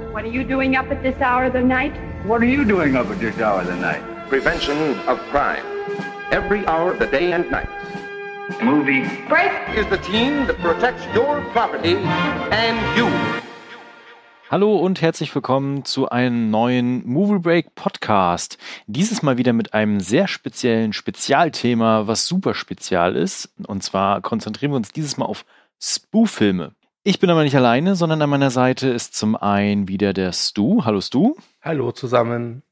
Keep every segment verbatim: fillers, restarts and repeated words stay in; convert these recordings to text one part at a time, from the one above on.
What are you doing up at this hour of the night? What are you doing up at this hour of the night? Prevention of crime. Every hour of the day and night. Movie Break! Is the team that protects your property and you. Hallo und herzlich willkommen zu einem neuen Movie Break Podcast. Dieses Mal wieder mit einem sehr speziellen Spezialthema, was super spezial ist. Und zwar konzentrieren wir uns dieses Mal auf Spoof-Filme. Ich bin aber nicht alleine, sondern an meiner Seite ist zum einen wieder der Stu. Hallo Stu. Hallo zusammen.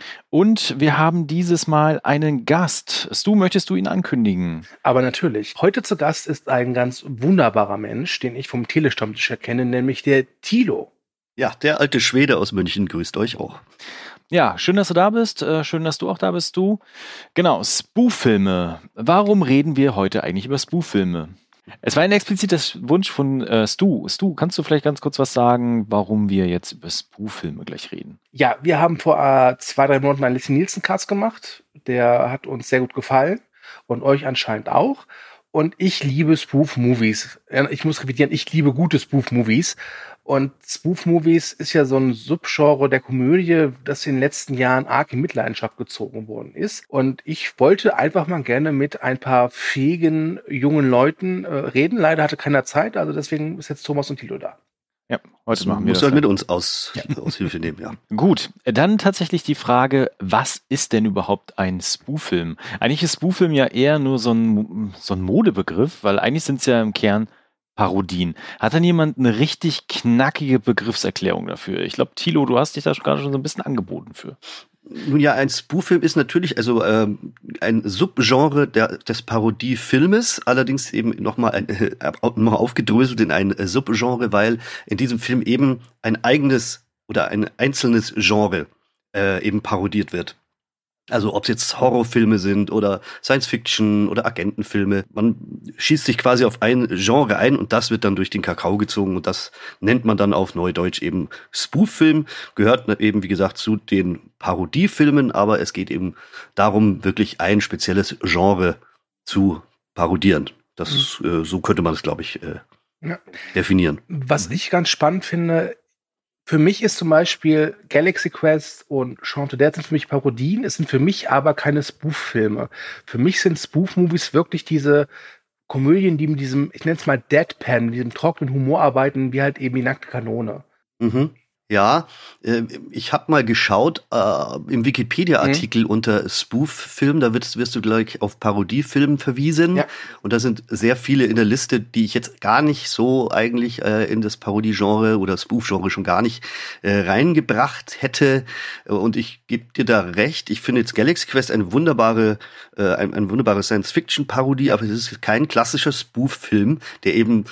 Und wir haben dieses Mal einen Gast. Stu, möchtest du ihn ankündigen? Aber natürlich. Heute zu Gast ist ein ganz wunderbarer Mensch, den ich vom Telestammtisch erkenne, nämlich der Thilo. Ja, der alte Schwede aus München grüßt euch auch. Ja, schön, dass du da bist. Äh, schön, dass du auch da bist, du. Genau, Spoof-Filme. Warum reden wir heute eigentlich über Spoof-Filme? Es war ein expliziter Wunsch von äh, Stu. Stu, kannst du vielleicht ganz kurz was sagen, warum wir jetzt über Spoof-Filme gleich reden? Ja, wir haben vor äh, zwei, drei Monaten einen Leslie Nielsen-Cast gemacht. Der hat uns sehr gut gefallen und euch anscheinend auch. Und ich liebe Spoof-Movies. Ich muss revidieren, ich liebe gute Spoof-Movies. Und Spoof-Movies ist ja so ein Subgenre der Komödie, das in den letzten Jahren arg in Mitleidenschaft gezogen worden ist. Und ich wollte einfach mal gerne mit ein paar fähigen jungen Leuten äh, reden. Leider hatte keiner Zeit, also deswegen ist jetzt Thomas und Thilo da. Ja, heute das machen wir muss das. halt mit uns aus, ja. Aushilfe nehmen, ja. Gut, dann tatsächlich die Frage, was ist denn überhaupt ein Spoof-Film? Eigentlich ist Spoof-Film ja eher nur so ein, so ein Modebegriff, weil eigentlich sind es ja im Kern Parodien. Hat dann jemand eine richtig knackige Begriffserklärung dafür? Ich glaube, Thilo, du hast dich da gerade schon so ein bisschen angeboten für. Nun ja, ein Spoof-Film ist natürlich also ähm, ein Subgenre der, des Parodiefilmes, allerdings eben nochmal äh, noch aufgedröselt in ein äh, Subgenre, weil in diesem Film eben ein eigenes oder ein einzelnes Genre äh, eben parodiert wird. Also ob es jetzt Horrorfilme sind oder Science-Fiction oder Agentenfilme. Man schießt sich quasi auf ein Genre ein und das wird dann durch den Kakao gezogen und das nennt man dann auf Neudeutsch eben Spoof-Film. Gehört eben, wie gesagt, zu den Parodiefilmen, aber es geht eben darum, wirklich ein spezielles Genre zu parodieren. Das, mhm. äh, so könnte man es, glaube ich, äh, ja. definieren. Was ich ganz spannend finde, für mich ist zum Beispiel Galaxy Quest und Shaun of the Dead sind für mich Parodien, es sind für mich aber keine Spoof-Filme. Für mich sind Spoof-Movies wirklich diese Komödien, die mit diesem, ich nenne es mal Deadpan, mit diesem trockenen Humor arbeiten, wie halt eben die nackte Kanone. Mhm. Ja, äh, ich habe mal geschaut, äh, im Wikipedia-Artikel mhm. unter Spoof-Film, da wirst, wirst du gleich auf Parodiefilm verwiesen. Ja. Und da sind sehr viele in der Liste, die ich jetzt gar nicht so eigentlich äh, in das Parodie-Genre oder Spoof-Genre schon gar nicht äh, reingebracht hätte. Und ich gebe dir da recht, ich finde jetzt Galaxy Quest eine wunderbare, äh, ein, eine wunderbare Science-Fiction-Parodie, aber es ist kein klassischer Spoof-Film, der eben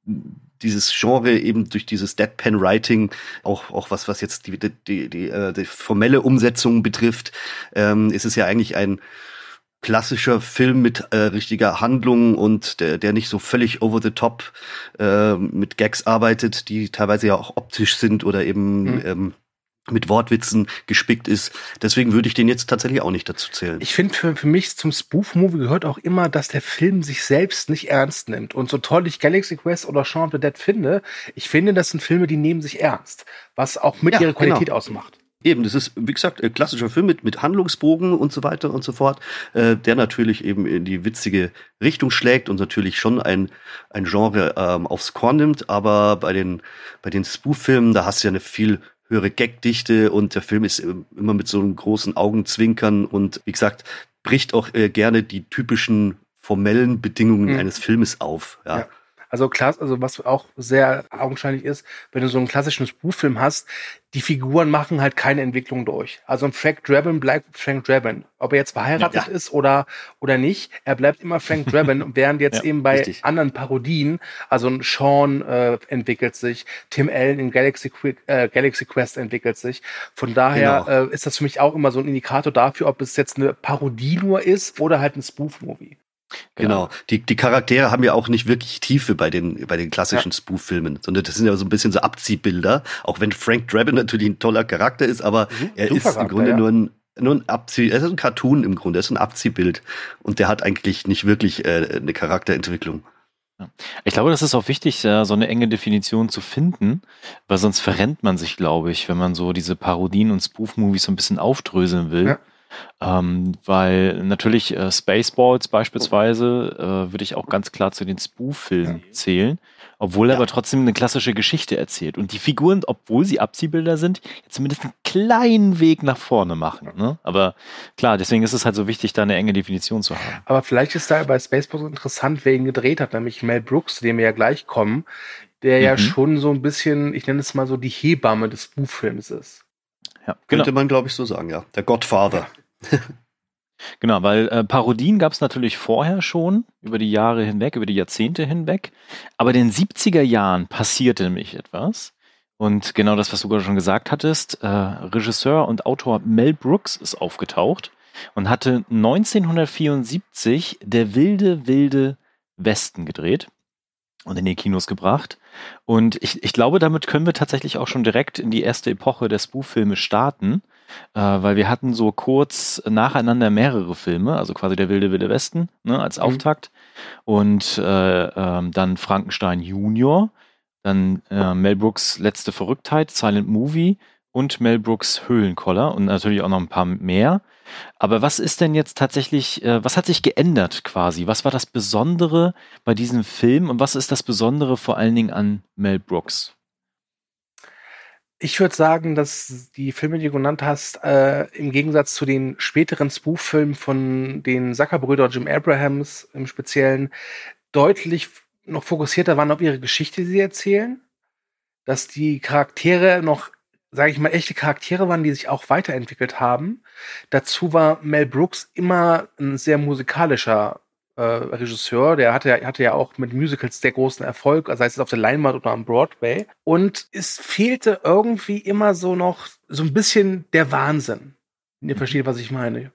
dieses Genre eben durch dieses Deadpan-Writing, auch auch was was jetzt die die die, die, äh, die formelle Umsetzung betrifft, ähm, ist es ja eigentlich ein klassischer Film mit äh, richtiger Handlung und der der nicht so völlig over the top äh, mit Gags arbeitet, die teilweise ja auch optisch sind oder eben mhm. ähm, mit Wortwitzen gespickt ist. Deswegen würde ich den jetzt tatsächlich auch nicht dazu zählen. Ich finde, für, für mich zum Spoof-Movie gehört auch immer, dass der Film sich selbst nicht ernst nimmt. Und so toll ich Galaxy Quest oder Shaun of the Dead finde, ich finde, das sind Filme, die nehmen sich ernst. Was auch mit ja, ihrer Qualität genau. ausmacht. Eben, das ist, wie gesagt, ein klassischer Film mit, mit Handlungsbogen und so weiter und so fort, äh, der natürlich eben in die witzige Richtung schlägt und natürlich schon ein, ein Genre ähm, aufs Korn nimmt. Aber bei den, bei den Spoof-Filmen, da hast du ja eine viel höhere Gagdichte und der Film ist immer mit so einem großen Augenzwinkern und wie gesagt, bricht auch äh, gerne die typischen formellen Bedingungen mhm. eines Filmes auf. Ja. ja. Also klar, also was auch sehr augenscheinlich ist, wenn du so einen klassischen Spoof-Film hast, die Figuren machen halt keine Entwicklung durch. Also ein Frank Drebin bleibt Frank Drebin. Ob er jetzt verheiratet ja. ist oder oder nicht, er bleibt immer Frank Drebin, während jetzt ja, eben bei richtig. anderen Parodien, also ein Sean äh, entwickelt sich, Tim Allen in Galaxy, äh, Galaxy Quest entwickelt sich. Von daher genau. äh, ist das für mich auch immer so ein Indikator dafür, ob es jetzt eine Parodie nur ist oder halt ein Spoof-Movie. Genau. genau. Die, die Charaktere haben ja auch nicht wirklich Tiefe bei den, bei den klassischen ja. Spoof-Filmen, sondern das sind ja so ein bisschen so Abziehbilder. Auch wenn Frank Drebin natürlich ein toller Charakter ist, aber mhm, er ist im Grunde ja. nur ein, nur ein Abzieh, er ist ein Cartoon im Grunde, er ist ein Abziehbild. Und der hat eigentlich nicht wirklich äh, eine Charakterentwicklung. Ich glaube, das ist auch wichtig, so eine enge Definition zu finden, weil sonst verrennt man sich, glaube ich, wenn man so diese Parodien und Spoof-Movies so ein bisschen aufdröseln will. Ja. Ähm, weil natürlich äh, Spaceballs beispielsweise äh, würde ich auch ganz klar zu den Spoof-Filmen ja. zählen, obwohl er ja. aber trotzdem eine klassische Geschichte erzählt. Und die Figuren, obwohl sie Abziehbilder sind, zumindest einen kleinen Weg nach vorne machen. Ne? Aber klar, deswegen ist es halt so wichtig, da eine enge Definition zu haben. Aber vielleicht ist da bei Spaceballs interessant, wer ihn gedreht hat, nämlich Mel Brooks, zu dem wir ja gleich kommen, der mhm. ja schon so ein bisschen, ich nenne es mal so, die Hebamme des Spoof-Films ist. Ja, könnte genau. man, glaube ich, so sagen, ja. Der Godfather. Genau, weil äh, Parodien gab es natürlich vorher schon, über die Jahre hinweg, über die Jahrzehnte hinweg. Aber in den siebziger Jahren passierte nämlich etwas. Und genau das, was du gerade schon gesagt hattest, äh, Regisseur und Autor Mel Brooks ist aufgetaucht und hatte neunzehnhundertvierundsiebzig Der wilde, wilde Westen gedreht und in die Kinos gebracht. Und ich, ich glaube, damit können wir tatsächlich auch schon direkt in die erste Epoche der Spoof-Filme starten, äh, weil wir hatten so kurz nacheinander mehrere Filme, also quasi der wilde, wilde Westen, ne, als Auftakt, mhm. und äh, äh, dann Frankenstein Junior, dann äh, Mel Brooks Letzte Verrücktheit, Silent Movie und Mel Brooks Höhlenkoller und natürlich auch noch ein paar mehr. Aber was ist denn jetzt tatsächlich, äh, was hat sich geändert quasi? Was war das Besondere bei diesem Film und was ist das Besondere vor allen Dingen an Mel Brooks? Ich würde sagen, dass die Filme, die du genannt hast, äh, im Gegensatz zu den späteren Spoof-Filmen von den Zucker-Brüdern, Jim Abrahams im Speziellen, deutlich noch fokussierter waren auf ihre Geschichte, die sie erzählen. Dass die Charaktere noch, sage ich mal, echte Charaktere waren, die sich auch weiterentwickelt haben. Dazu war Mel Brooks immer ein sehr musikalischer äh, Regisseur. Der hatte, hatte ja auch mit Musicals sehr großen Erfolg, sei es auf der Leinwand oder am Broadway. Und es fehlte irgendwie immer so noch so ein bisschen der Wahnsinn. Ihr versteht, was ich meine.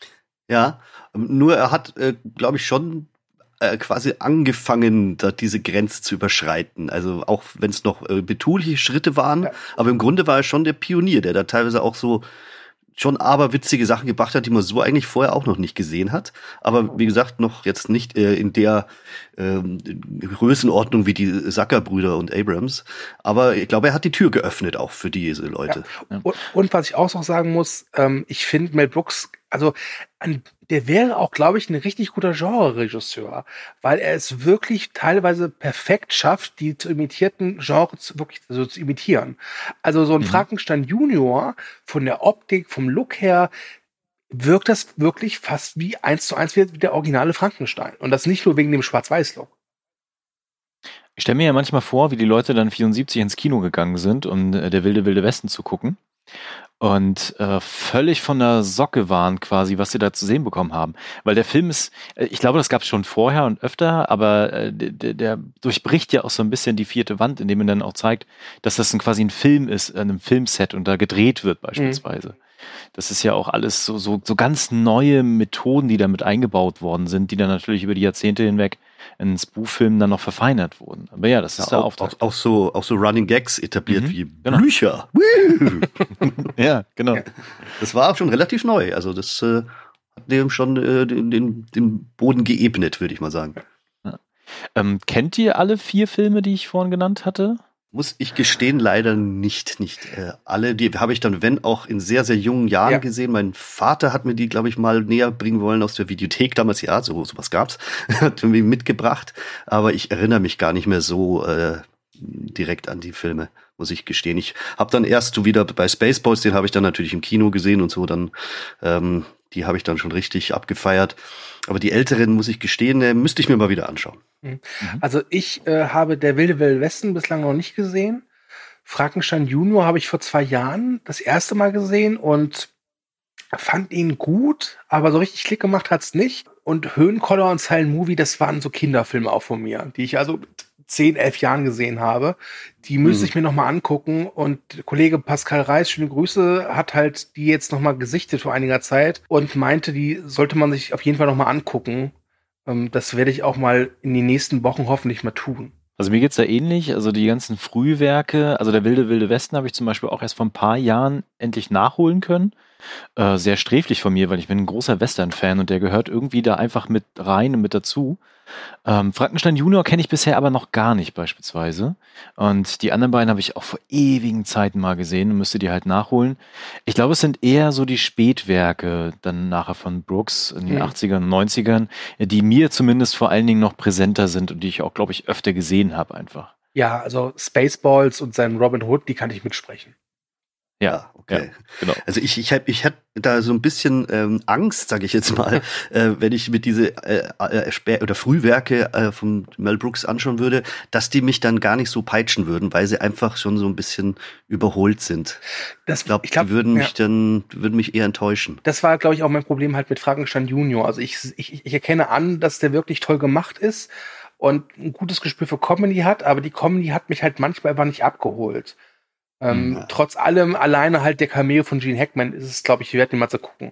Ja, nur er hat, äh, glaube ich, schon äh, quasi angefangen, da diese Grenze zu überschreiten. Also auch wenn es noch äh, betuliche Schritte waren, ja. aber im Grunde war er schon der Pionier, der da teilweise auch so schon aberwitzige Sachen gebracht hat, die man so eigentlich vorher auch noch nicht gesehen hat. Aber wie gesagt, noch jetzt nicht äh, in der ähm, Größenordnung wie die Zucker-Brüder und Abrams. Aber ich glaube, er hat die Tür geöffnet auch für diese Leute. Ja. Und, und was ich auch noch sagen muss, ähm, ich finde Mel Brooks, also an, der wäre auch, glaube ich, ein richtig guter Genre-Regisseur, weil er es wirklich teilweise perfekt schafft, die zu imitierten Genres wirklich also zu imitieren. Also so ein mhm. Frankenstein Junior von der Optik, vom Look her, wirkt das wirklich fast wie eins zu eins wie der originale Frankenstein. Und das nicht nur wegen dem Schwarz-Weiß-Look. Ich stelle mir ja manchmal vor, wie die Leute dann vierundsiebzig ins Kino gegangen sind, um äh, der wilde, wilde Westen zu gucken. Und äh, völlig von der Socke waren quasi, was sie da zu sehen bekommen haben. Weil der Film ist, äh, ich glaube, das gab es schon vorher und öfter, aber äh, der, der durchbricht ja auch so ein bisschen die vierte Wand, indem er dann auch zeigt, dass das ein, quasi ein Film ist, an einem Filmset und da gedreht wird beispielsweise. Mhm. Das ist ja auch alles so, so, so ganz neue Methoden, die damit eingebaut worden sind, die dann natürlich über die Jahrzehnte hinweg in Spoof-Filmen dann noch verfeinert wurden. Aber ja, das ist ja, der auch, Auftrag. Auch, auch, so, auch so Running Gags etabliert mhm, wie genau. Blücher. Ja, genau. Das war auch schon relativ neu. Also das äh, hat dem schon äh, den, den, den Boden geebnet, würde ich mal sagen. Ja. Ähm, kennt ihr alle vier Filme, die ich vorhin genannt hatte? Muss ich gestehen, leider nicht. Nicht äh, alle. Die habe ich dann, wenn auch in sehr, sehr jungen Jahren ja. gesehen. Mein Vater hat mir die, glaube ich, mal näher bringen wollen aus der Videothek. Damals, ja, so sowas gab's. Hat mir mitgebracht. Aber ich erinnere mich gar nicht mehr so äh, direkt an die Filme, muss ich gestehen. Ich habe dann erst so wieder bei Spaceballs, den habe ich dann natürlich im Kino gesehen und so. Dann ähm, die habe ich dann schon richtig abgefeiert. Aber die älteren, muss ich gestehen, äh, müsste ich mir mal wieder anschauen. Mhm. Also ich äh, habe der wilde, wilde Westen bislang noch nicht gesehen. Frankenstein Junior habe ich vor zwei Jahren das erste Mal gesehen und fand ihn gut, aber so richtig Klick gemacht hat's nicht. Und Höhlenkoller und Silent Movie, das waren so Kinderfilme auch von mir, die ich also mit zehn, elf Jahren gesehen habe. Die müsste ich mir noch mal angucken. Und Kollege Pascal Reis, schöne Grüße, hat halt die jetzt noch mal gesichtet vor einiger Zeit und meinte, die sollte man sich auf jeden Fall noch mal angucken. Das werde ich auch mal in den nächsten Wochen hoffentlich mal tun. Also mir geht's da ähnlich. Also die ganzen Frühwerke, also der wilde, wilde Westen habe ich zum Beispiel auch erst vor ein paar Jahren endlich nachholen können. Äh, sehr sträflich von mir, weil ich bin ein großer Western-Fan und der gehört irgendwie da einfach mit rein und mit dazu. Ähm, Frankenstein Junior kenne ich bisher aber noch gar nicht beispielsweise. Und die anderen beiden habe ich auch vor ewigen Zeiten mal gesehen und müsste die halt nachholen. Ich glaube, es sind eher so die Spätwerke dann nachher von Brooks in den mhm. achtzigern und neunzigern, die mir zumindest vor allen Dingen noch präsenter sind und die ich auch, glaube ich, öfter gesehen habe einfach. Ja, also Spaceballs und sein Robin Hood, die kann ich mitsprechen. Ja, okay. Ja, genau. Also ich, ich, hab, ich hatte da so ein bisschen ähm, Angst, sage ich jetzt mal, äh, wenn ich mit diese äh, äh, Spä- oder Frühwerke äh, von Mel Brooks anschauen würde, dass die mich dann gar nicht so peitschen würden, weil sie einfach schon so ein bisschen überholt sind. Das, ich glaube, glaub, die würden mich ja. dann würden mich eher enttäuschen. Das war, glaube ich, auch mein Problem halt mit Frankenstein Junior. Also ich, ich, ich erkenne an, dass der wirklich toll gemacht ist und ein gutes Gespür für Comedy hat, aber die Comedy hat mich halt manchmal einfach nicht abgeholt. Ähm, ja. Trotz allem, alleine halt der Cameo von Gene Hackman ist es, glaube ich, wert, den mal zu gucken.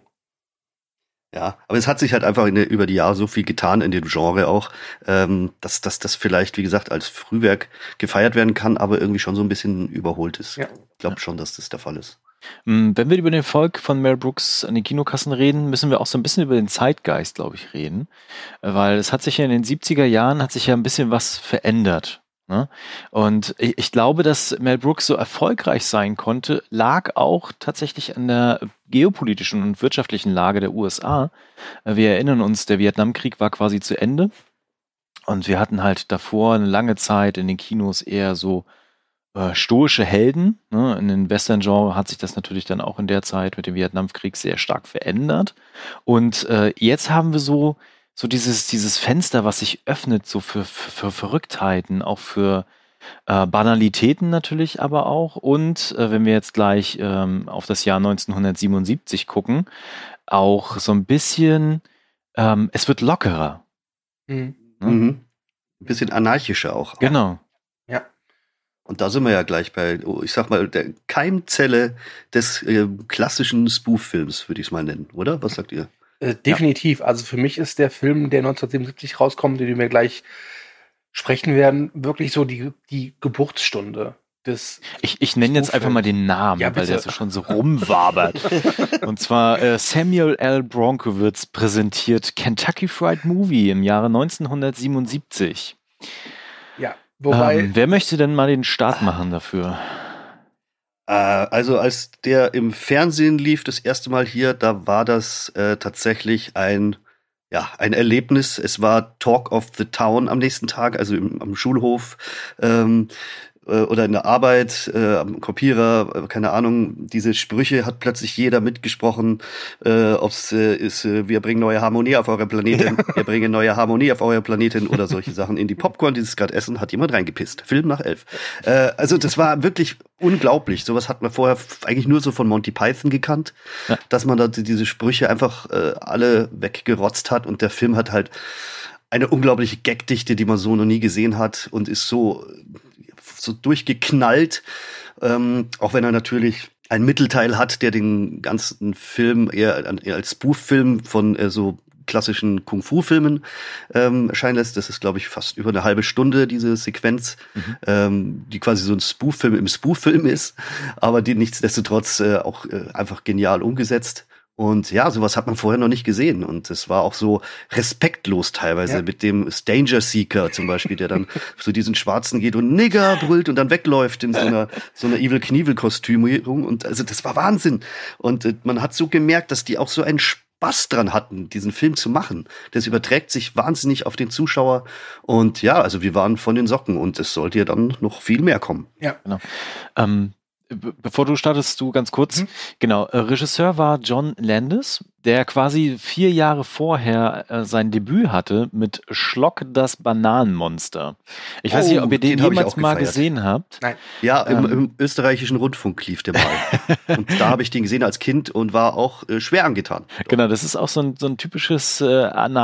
Ja, aber es hat sich halt einfach in der, über die Jahre so viel getan in dem Genre auch, ähm, dass, dass das vielleicht, wie gesagt, als Frühwerk gefeiert werden kann, aber irgendwie schon so ein bisschen überholt ist. Ja. Ich glaube schon, dass das der Fall ist. Wenn wir über den Erfolg von Mel Brooks an den Kinokassen reden, müssen wir auch so ein bisschen über den Zeitgeist, glaube ich, reden. Weil es hat sich ja in den siebziger Jahren hat sich ja ein bisschen was verändert. Ne? Und ich glaube, dass Mel Brooks so erfolgreich sein konnte, lag auch tatsächlich an der geopolitischen und wirtschaftlichen Lage der U S A. Wir erinnern uns, der Vietnamkrieg war quasi zu Ende und wir hatten halt davor eine lange Zeit in den Kinos eher so äh, stoische Helden. Ne? In den Western-Genre hat sich das natürlich dann auch in der Zeit mit dem Vietnamkrieg sehr stark verändert. Und äh, jetzt haben wir so So dieses, dieses Fenster, was sich öffnet, so für, für, für Verrücktheiten, auch für äh, Banalitäten natürlich aber auch. Und äh, wenn wir jetzt gleich ähm, auf das Jahr neunzehnhundertsiebenundsiebzig gucken, auch so ein bisschen, ähm, es wird lockerer. Mhm. Ne? Mhm. Ein bisschen anarchischer auch. Genau. Ja. Und da sind wir ja gleich bei, ich sag mal, der Keimzelle des äh, klassischen Spoof-Films, würde ich es mal nennen, oder? Was sagt ihr? Äh, definitiv. Ja. Also für mich ist der Film, der neunzehnhundertsiebenundsiebzig rauskommt, den wir gleich sprechen werden, wirklich so die, die Geburtsstunde des Ich, ich nenne jetzt einfach mal den Namen, ja, weil der so schon so rumwabert. Und zwar äh, Samuel L. Bronkowitz präsentiert Kentucky Fried Movie im Jahre neunzehnhundertsiebenundsiebzig. Ja, wobei... Ähm, wer möchte denn mal den Start machen dafür? Also als der im Fernsehen lief, das erste Mal hier, da war das äh, tatsächlich ein, ja, ein Erlebnis. Es war Talk of the Town am nächsten Tag, also im, am Schulhof ähm, äh, oder in der Arbeit, äh, am Kopierer, äh, keine Ahnung. Diese Sprüche hat plötzlich jeder mitgesprochen, äh, ob es äh, ist, äh, wir bringen neue Harmonie auf eure Planeten, wir bringen neue Harmonie auf eure Planeten oder solche Sachen. In die Popcorn, die sie gerade essen, hat jemand reingepisst. Film nach elf. Äh, also das war wirklich unglaublich. Sowas hat man vorher eigentlich nur so von Monty Python gekannt, ja. Dass man da diese Sprüche einfach äh, alle weggerotzt hat und der Film hat halt eine unglaubliche Gagdichte, die man so noch nie gesehen hat und ist so, so durchgeknallt, ähm, auch wenn er natürlich einen Mittelteil hat, der den ganzen Film eher, eher als Spoof-Film von äh, so klassischen Kung-Fu-Filmen ähm, erscheinen lässt. Das ist, glaube ich, fast über eine halbe Stunde, diese Sequenz, mhm. ähm, die quasi so ein Spoof-Film im Spoof-Film ist, aber die nichtsdestotrotz äh, auch äh, einfach genial umgesetzt. Und ja, sowas hat man vorher noch nicht gesehen. Und es war auch so respektlos teilweise ja. mit dem Danger Seeker zum Beispiel, der dann zu diesen Schwarzen geht und Nigger brüllt und dann wegläuft in so einer, so einer Evil Knievel-Kostümierung. Und also das war Wahnsinn. Und äh, man hat so gemerkt, dass die auch so einen Spaß dran hatten, diesen Film zu machen. Das überträgt sich wahnsinnig auf den Zuschauer. Und ja, also wir waren von den Socken und es sollte ja dann noch viel mehr kommen. Ja, genau. Ähm Bevor du startest, du ganz kurz. Mhm. Genau, äh, Regisseur war John Landis, der quasi vier Jahre vorher äh, sein Debüt hatte mit Schlock das Bananenmonster. Ich weiß oh, nicht, ob ihr den, den jemals mal gefeiert. gesehen habt. Nein. Ja, im, ähm. im österreichischen Rundfunk lief der mal. Und da habe ich den gesehen als Kind und war auch äh, schwer angetan. Genau, das ist auch so ein, so ein typisches äh,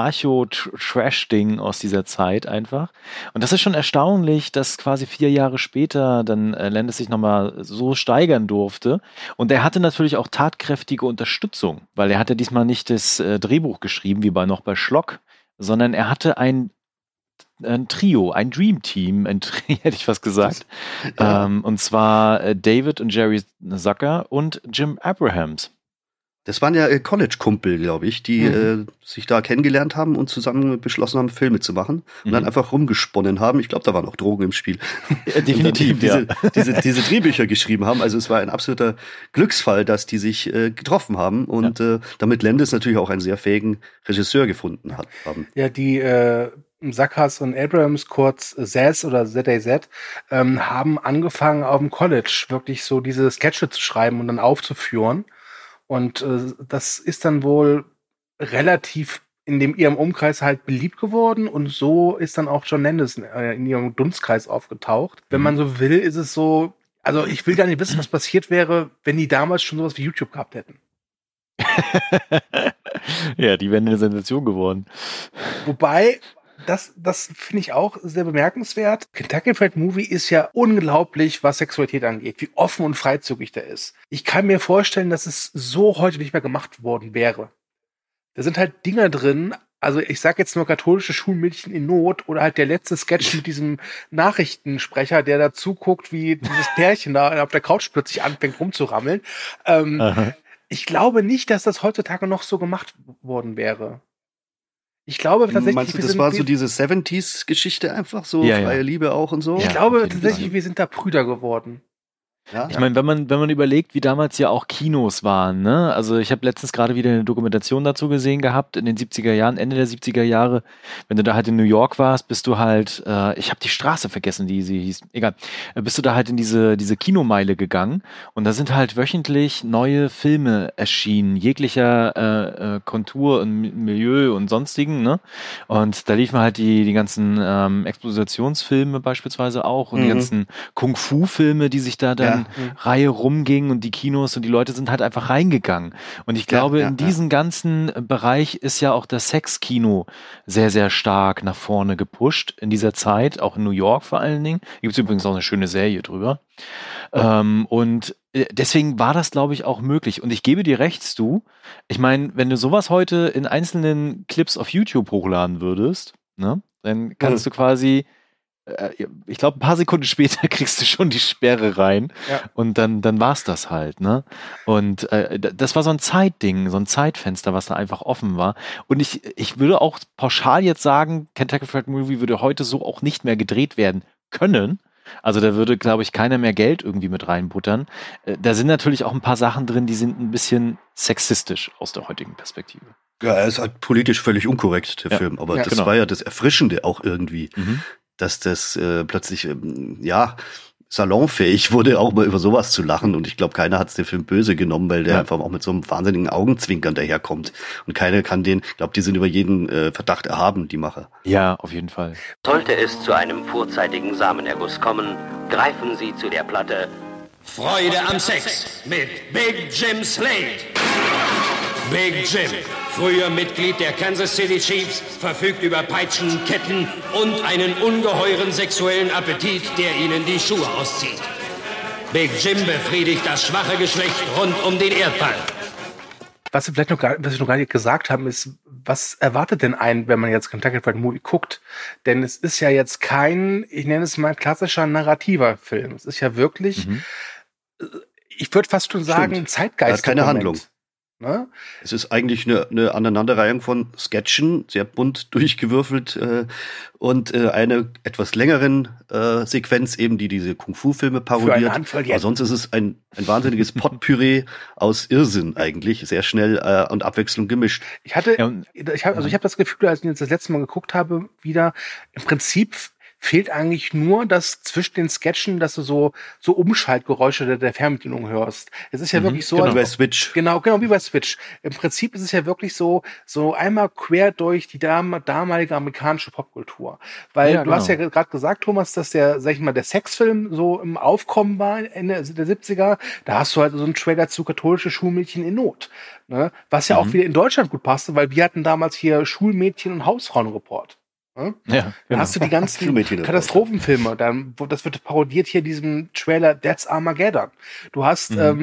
Anarcho-Trash-Ding aus dieser Zeit einfach. Und das ist schon erstaunlich, dass quasi vier Jahre später dann äh, Landis sich nochmal so steigern durfte. Und er hatte natürlich auch tatkräftige Unterstützung, weil er hatte diesmal nicht das äh, Drehbuch geschrieben, wie bei noch bei Schlock, sondern er hatte einen ein Trio, ein Dream Team, ein Tri- hätte ich fast gesagt. Ja. Ähm, und zwar äh, David und Jerry Zucker und Jim Abrahams. Das waren ja äh, College-Kumpel, glaube ich, die Mhm. äh, sich da kennengelernt haben und zusammen beschlossen haben, Filme zu machen und Mhm. dann einfach rumgesponnen haben. Ich glaube, da waren auch Drogen im Spiel. Ja, definitiv, und dann ja. diese, diese, diese Drehbücher geschrieben haben. Also es war ein absoluter Glücksfall, dass die sich äh, getroffen haben und ja. äh, damit Landis natürlich auch einen sehr fähigen Regisseur gefunden hat, haben. Ja, die äh, Zuckers und Abrams, kurz Zaz oder Z A Z, ähm, haben angefangen auf dem College wirklich so diese Sketche zu schreiben und dann aufzuführen. Und äh, das ist dann wohl relativ in dem ihrem Umkreis halt beliebt geworden und so ist dann auch John Landis in, äh, in ihrem Dunstkreis aufgetaucht. Wenn man so will, ist es so, also ich will gar nicht wissen, was passiert wäre, wenn die damals schon sowas wie YouTube gehabt hätten. Ja, die wären eine Sensation geworden. Wobei, das, das finde ich auch sehr bemerkenswert. Kentucky Fried Movie ist ja unglaublich, was Sexualität angeht, wie offen und freizügig der ist. Ich kann mir vorstellen, dass es so heute nicht mehr gemacht worden wäre. Da sind halt Dinger drin, also ich sag jetzt nur katholische Schulmädchen in Not oder halt der letzte Sketch mit diesem Nachrichtensprecher, der da zuguckt, wie dieses Pärchen da auf der Couch plötzlich anfängt rumzurammeln. Ähm, ich glaube nicht, dass das heutzutage noch so gemacht worden wäre. Ich glaube tatsächlich, Meinst du, das sind, war so diese siebziger-Geschichte einfach, so ja, freie ja. Liebe auch und so? Ich Ja, glaube auf jeden tatsächlich, Fall. wir sind da Brüder geworden. Ja? Ich meine, wenn man, wenn man überlegt, wie damals ja auch Kinos waren, ne? Also ich habe letztens gerade wieder eine Dokumentation dazu gesehen gehabt, in den siebziger Jahren, Ende der siebziger Jahre. Wenn du da halt in New York warst, bist du halt, äh, ich habe die Straße vergessen, die sie hieß, egal, äh, bist du da halt in diese, diese Kinomeile gegangen und da sind halt wöchentlich neue Filme erschienen, jeglicher äh, äh, Kontur und M- Milieu und sonstigen, ne? Und da liefen halt die, die ganzen ähm, Expositionsfilme beispielsweise auch und die Mhm. ganzen Kung-Fu-Filme, die sich da dann Ja. Reihe rumging und die Kinos und die Leute sind halt einfach reingegangen. Und ich glaube, ja, in ja. diesem ganzen Bereich ist ja auch das Sexkino sehr, sehr stark nach vorne gepusht in dieser Zeit, auch in New York vor allen Dingen. Gibt es übrigens auch eine schöne Serie drüber. Ähm, und äh, deswegen war das, glaube ich, auch möglich. Und ich gebe dir recht, Stu. Ich meine, wenn du sowas heute in einzelnen Clips auf YouTube hochladen würdest, ne, dann kannst Mhm. du quasi äh, ich glaube, ein paar Sekunden später kriegst du schon die Sperre rein Ja. und dann, dann war's das halt, ne? Und äh, d- das war so ein Zeitding, so ein Zeitfenster, was da einfach offen war. Und ich, ich würde auch pauschal jetzt sagen, Kentucky Fried Movie würde heute so auch nicht mehr gedreht werden können. Also da würde, glaube ich, keiner mehr Geld irgendwie mit reinbuttern. Äh, da sind natürlich auch ein paar Sachen drin, die sind ein bisschen sexistisch aus der heutigen Perspektive. Ja, er ist halt politisch völlig unkorrekt, der Ja. Film. Aber Ja, das genau. war ja das Erfrischende auch irgendwie, Mhm. dass das äh, plötzlich, ähm, ja, salonfähig wurde, auch mal über sowas zu lachen. Und ich glaube, keiner hat es den Film böse genommen, weil der Ja. einfach auch mit so einem wahnsinnigen Augenzwinkern daherkommt. Und keiner kann den, ich glaube, die sind über jeden äh, Verdacht erhaben, die Macher. Ja, auf jeden Fall. Sollte es zu einem vorzeitigen Samenerguss kommen, greifen Sie zu der Platte Freude am Sex mit Big Jim Slade. Big Jim, früher Mitglied der Kansas City Chiefs, verfügt über Peitschen, Ketten und einen ungeheuren sexuellen Appetit, der ihnen die Schuhe auszieht. Big Jim befriedigt das schwache Geschlecht rund um den Erdball. Was wir vielleicht noch gar, was wir noch gar nicht gesagt haben, ist, was erwartet denn einen, wenn man jetzt Kentucky Fried Movie guckt? Denn es ist ja jetzt kein, ich nenne es mal klassischer narrativer Film. Es ist ja wirklich, Mhm. ich würde fast schon sagen, Stimmt. Zeitgeist. Er hat keine Handlung. Ne? Es ist eigentlich eine, eine Aneinanderreihung von Sketchen, sehr bunt durchgewürfelt äh, und äh, eine etwas längeren äh, Sequenz eben, die diese Kung-Fu-Filme parodiert. Handvoll, ja. Aber sonst ist es ein, ein wahnsinniges Potpüree aus Irrsinn eigentlich, sehr schnell äh, und Abwechslung gemischt. Ich hatte, Ja, und- ich habe, also ich habe das Gefühl, als ich jetzt das letzte Mal geguckt habe, wieder im Prinzip fehlt eigentlich nur, dass zwischen den Sketchen, dass du so so Umschaltgeräusche der, der Fernbedienung hörst. Es ist ja Mhm, wirklich so, Genau, als- bei Switch. Genau, genau, wie bei Switch. Im Prinzip ist es ja wirklich so, so einmal quer durch die dam damalige amerikanische Popkultur. Weil Ja, du hast ja genau. gerade gesagt, Thomas, dass der, sag ich mal, der Sexfilm so im Aufkommen war Ende der siebziger. Da hast du halt so einen Trailer zu katholische Schulmädchen in Not. Ne? Was ja auch Mhm. wieder in Deutschland gut passte, weil wir hatten damals hier Schulmädchen- und Hausfrauenreport. Ne? Ja, Dann genau. hast du die ganzen Schulmädchen- Katastrophenfilme, dann, wo- das wird parodiert hier in diesem Trailer That's Armageddon. Du hast Mhm. ähm,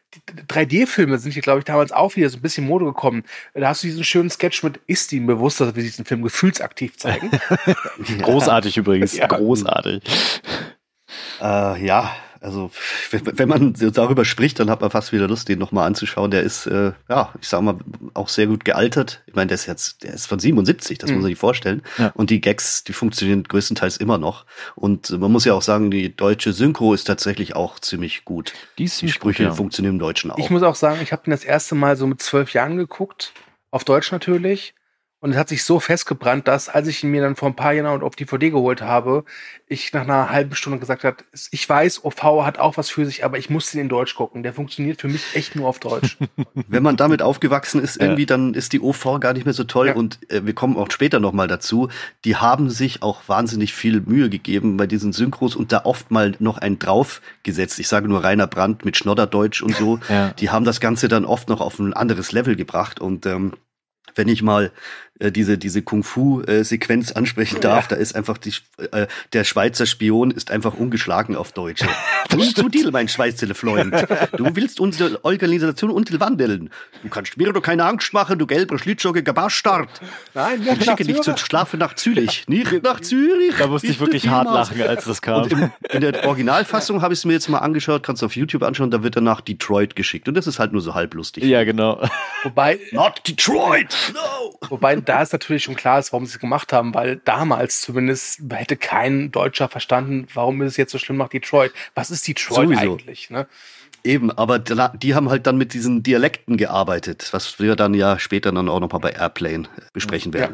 drei D-Filme sind hier, glaube ich, damals auch wieder so ein bisschen Mode gekommen. Da hast du diesen schönen Sketch mit Ist Ihnen bewusst, dass wir diesen Film gefühlsaktiv zeigen? Großartig übrigens, Ja. großartig. Äh, ja, also wenn man darüber spricht, dann hat man fast wieder Lust, den nochmal anzuschauen. Der ist, äh, ja, ich sag mal, auch sehr gut gealtert. Ich meine, der ist jetzt, der ist von siebenundsiebzig, das mhm. muss man sich vorstellen. Ja. Und die Gags, die funktionieren größtenteils immer noch. Und man muss ja auch sagen, die deutsche Synchro ist tatsächlich auch ziemlich gut. Die, ist die Sprüche gut, ja. funktionieren im Deutschen auch. Ich muss auch sagen, ich habe den das erste Mal so mit zwölf Jahren geguckt, auf Deutsch natürlich. Und es hat sich so festgebrannt, dass, als ich ihn mir dann vor ein paar Jahren auf D V D geholt habe, ich nach einer halben Stunde gesagt habe, ich weiß, O V hat auch was für sich, aber ich musste den in Deutsch gucken. Der funktioniert für mich echt nur auf Deutsch. Wenn man damit aufgewachsen ist, irgendwie, ja. dann ist die O V gar nicht mehr so toll. Ja. Und äh, wir kommen auch später noch mal dazu. Die haben sich auch wahnsinnig viel Mühe gegeben bei diesen Synchros und da oft mal noch einen draufgesetzt. Ich sage nur Rainer Brandt mit Schnodderdeutsch und so. Ja. Die haben das Ganze dann oft noch auf ein anderes Level gebracht. Und ähm, wenn ich mal äh, diese diese Kung-Fu-Sequenz ansprechen darf, ja. da ist einfach die äh, der Schweizer Spion ist einfach ungeschlagen auf Deutsch. Du zu dir, mein Schweizer Freund. Du willst unsere Organisation unterwandeln. Du kannst mir doch keine Angst machen, du gelber, schlittschuhiger Bastard. Nein, ich schicke dich zu schlafen nach Zürich. Nicht nach Zürich. Da musste ich wirklich hart lachen, als das kam. Und im, in der Originalfassung habe ich es mir jetzt mal angeschaut, kannst du auf YouTube anschauen, da wird er nach Detroit geschickt. Und das ist halt nur so halblustig. Ja, genau. Wobei, Not Detroit! No! Wobei da ist natürlich schon klar ist, warum sie es gemacht haben, weil damals zumindest hätte kein Deutscher verstanden, warum ist es jetzt so schlimm nach Detroit. Was ist Detroit Sowieso. eigentlich? Ne? Eben, aber die haben halt dann mit diesen Dialekten gearbeitet, was wir dann ja später dann auch noch mal bei Airplane besprechen werden.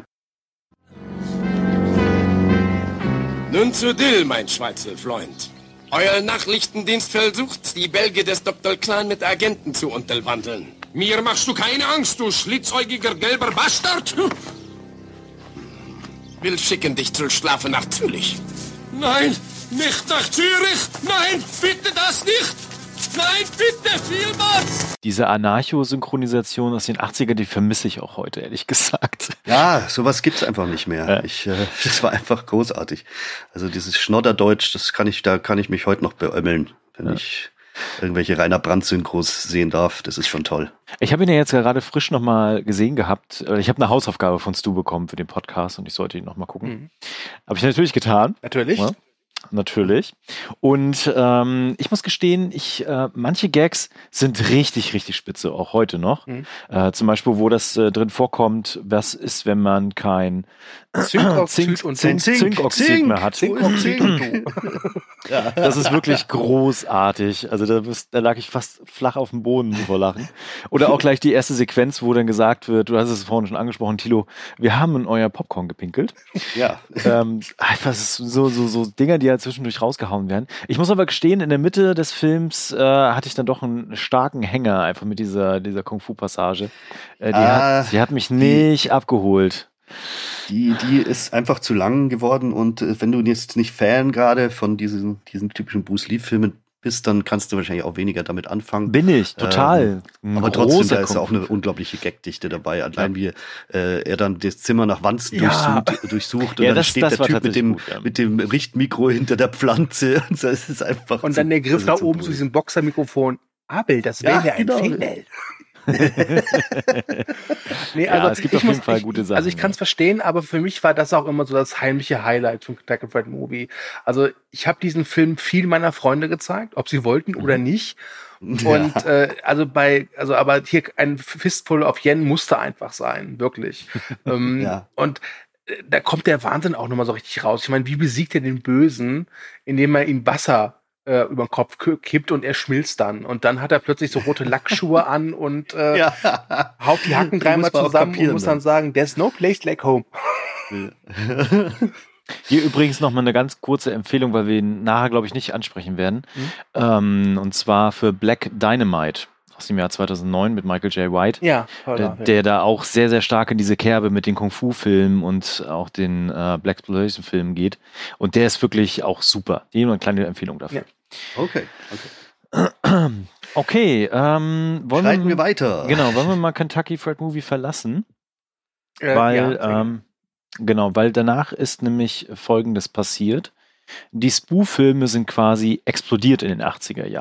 Ja. Nun zu Dill, mein Schweizer Freund. Euer Nachrichtendienst versucht, die Bälge des Doktor Klein mit Agenten zu unterwandeln. Mir machst du keine Angst, du schlitzäugiger gelber Bastard. Will schicken dich zum Schlafen nach Zürich. Nein, nicht nach Zürich. Nein, bitte das nicht. Nein, bitte, vielmals. Diese Anarcho-Synchronisation aus den achtzigern, die vermisse ich auch heute, ehrlich gesagt. Ja, sowas gibt's einfach nicht mehr. Ja. Ich, äh, das war einfach großartig. Also dieses Schnodderdeutsch, das kann ich, da kann ich mich heute noch beömmeln, wenn ja. ich irgendwelche Rainer Brandt-Synchros sehen darf. Das ist schon toll. Ich habe ihn ja jetzt gerade frisch nochmal gesehen gehabt. Ich habe eine Hausaufgabe von Stu bekommen für den Podcast und ich sollte ihn nochmal gucken. Mhm. Habe ich natürlich getan. Natürlich. Ja. Natürlich. Und ähm, ich muss gestehen, ich äh, manche Gags sind richtig, richtig spitze, auch heute noch. Mhm. Äh, zum Beispiel, wo das äh, drin vorkommt, was ist, wenn man kein Zinkoxid Zink, und Zink, Zink, Zinkoxid Zink, mehr hat. Zinkoxid und du. Ja. Das ist wirklich großartig. Also da, bist, da lag ich fast flach auf dem Boden vor Lachen. Oder auch gleich die erste Sequenz, wo dann gesagt wird, du hast es vorhin schon angesprochen, Thilo, wir haben in euer Popcorn gepinkelt. Ja. Ähm, einfach so, so, so Dinger, die ja zwischendurch rausgehauen werden. Ich muss aber gestehen, in der Mitte des Films äh, hatte ich dann doch einen starken Hänger einfach mit dieser, dieser Kung-Fu-Passage. Äh, die, ah, hat, die hat mich nicht die, abgeholt. Die, die ist einfach zu lang geworden und äh, wenn du jetzt nicht Fan gerade von diesen, diesen typischen Bruce Lee-Filmen bist, dann kannst du wahrscheinlich auch weniger damit anfangen. Bin ich, total. Ähm, aber trotzdem, da ist auch eine unglaubliche Gagdichte dabei. Allein ja. wie äh, er dann das Zimmer nach Wanzen ja. durchsucht, durchsucht und ja, dann das, steht das der Typ mit dem, gut, ja. mit dem Richtmikro hinter der Pflanze. Und das ist einfach und dann der Griff nach oben zu diesem Boxermikrofon. Abel, das wäre ja, ein genau. Fehler. nee, also ja, es gibt auf jeden muss, Fall ich, gute Sachen. Also ich kann es ja. verstehen, aber für mich war das auch immer so das heimliche Highlight von Kentucky Fried Movie. Also ich habe diesen Film viel meiner Freunde gezeigt, ob sie wollten mhm. oder nicht. Und ja. äh, also bei, also aber hier ein Fistful of Yen musste einfach sein, wirklich. ähm, ja. Und äh, da kommt der Wahnsinn auch nochmal so richtig raus. Ich meine, wie besiegt er den Bösen, indem er ihm Wasser Äh, über den Kopf kippt und er schmilzt dann. Und dann hat er plötzlich so rote Lackschuhe an und äh, ja. haut die Hacken dreimal zusammen und muss dann sagen, there's no place like home. Hier übrigens nochmal eine ganz kurze Empfehlung, weil wir ihn nachher, glaube ich, nicht ansprechen werden. Mhm. Ähm, und zwar für Black Dynamite aus dem Jahr zweitausendneun mit Michael J. White, ja, der, der da auch sehr, sehr stark in diese Kerbe mit den Kung-Fu-Filmen und auch den äh, Black Exploitation-Filmen geht. Und der ist wirklich auch super. Hier eine kleine Empfehlung dafür. Ja. Okay, okay. Okay, ähm, wollen Schreiten wir, wir weiter. Genau, wollen wir mal Kentucky Fried Movie verlassen? Äh, weil, ja, ähm, genau, weil danach ist nämlich Folgendes passiert. Die Spoof-Filme sind quasi explodiert in den achtziger Jahren.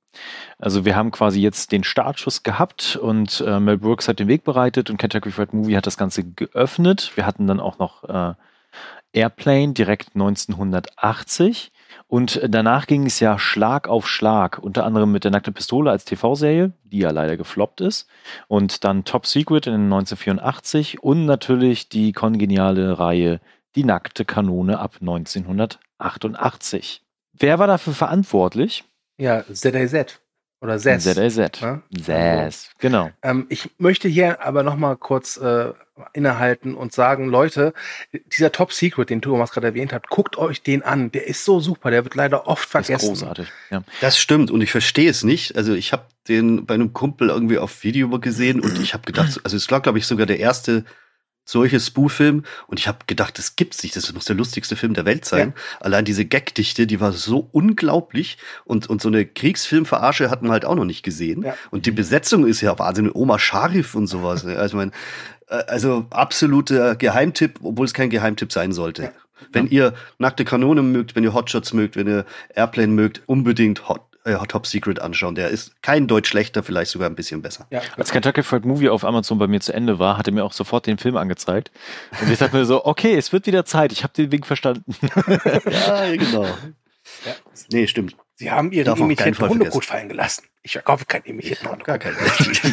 Also wir haben quasi jetzt den Startschuss gehabt und äh, Mel Brooks hat den Weg bereitet und Kentucky Fried Movie hat das Ganze geöffnet. Wir hatten dann auch noch äh, Airplane direkt neunzehnhundertachtzig und danach ging es ja Schlag auf Schlag, unter anderem mit der Nackte Pistole als T V-Serie, die ja leider gefloppt ist, und dann Top Secret in neunzehnhundertvierundachtzig und natürlich die kongeniale Reihe Die nackte Kanone ab neunzehnhundertachtundachtzig. Wer war dafür verantwortlich? Ja, Z A Z. Oder Z A Z. Z A Z. Ja? Z A Z, genau. Ähm, ich möchte hier aber noch mal kurz äh, innehalten und sagen, Leute, dieser Top Secret, den Thomas gerade erwähnt hat, guckt euch den an. Der ist so super, der wird leider oft vergessen. Das ist großartig, ja. Das stimmt und ich verstehe es nicht. Also ich habe den bei einem Kumpel irgendwie auf Video gesehen und ich habe gedacht, also es war, glaube ich, sogar der erste solche Spoof-Film und ich habe gedacht, das gibt's nicht, das muss der lustigste Film der Welt sein. Ja. Allein diese Gagdichte, die war so unglaublich und und so eine Kriegsfilmverarsche hat man halt auch noch nicht gesehen. Ja. Und die Besetzung ist ja Wahnsinn, Omar Sharif und sowas. Also mein, also absoluter Geheimtipp, obwohl es kein Geheimtipp sein sollte. Ja. Wenn ja. ihr Nackte Kanone mögt, wenn ihr Hotshots mögt, wenn ihr Airplane mögt, unbedingt Hot äh, Top Secret anschauen. Der ist kein Deutsch schlechter, vielleicht sogar ein bisschen besser. Ja. Als Kentucky Fried Movie auf Amazon bei mir zu Ende war, hat er mir auch sofort den Film angezeigt. Und ich dachte mir so, okay, es wird wieder Zeit. Ich habe den Weg verstanden. Ja, genau. Ja. Nee, stimmt. Sie haben Ihren imitierten Hundekot fallen gelassen. Ich verkaufe keinen imitierten Hundekot. Gar keinen.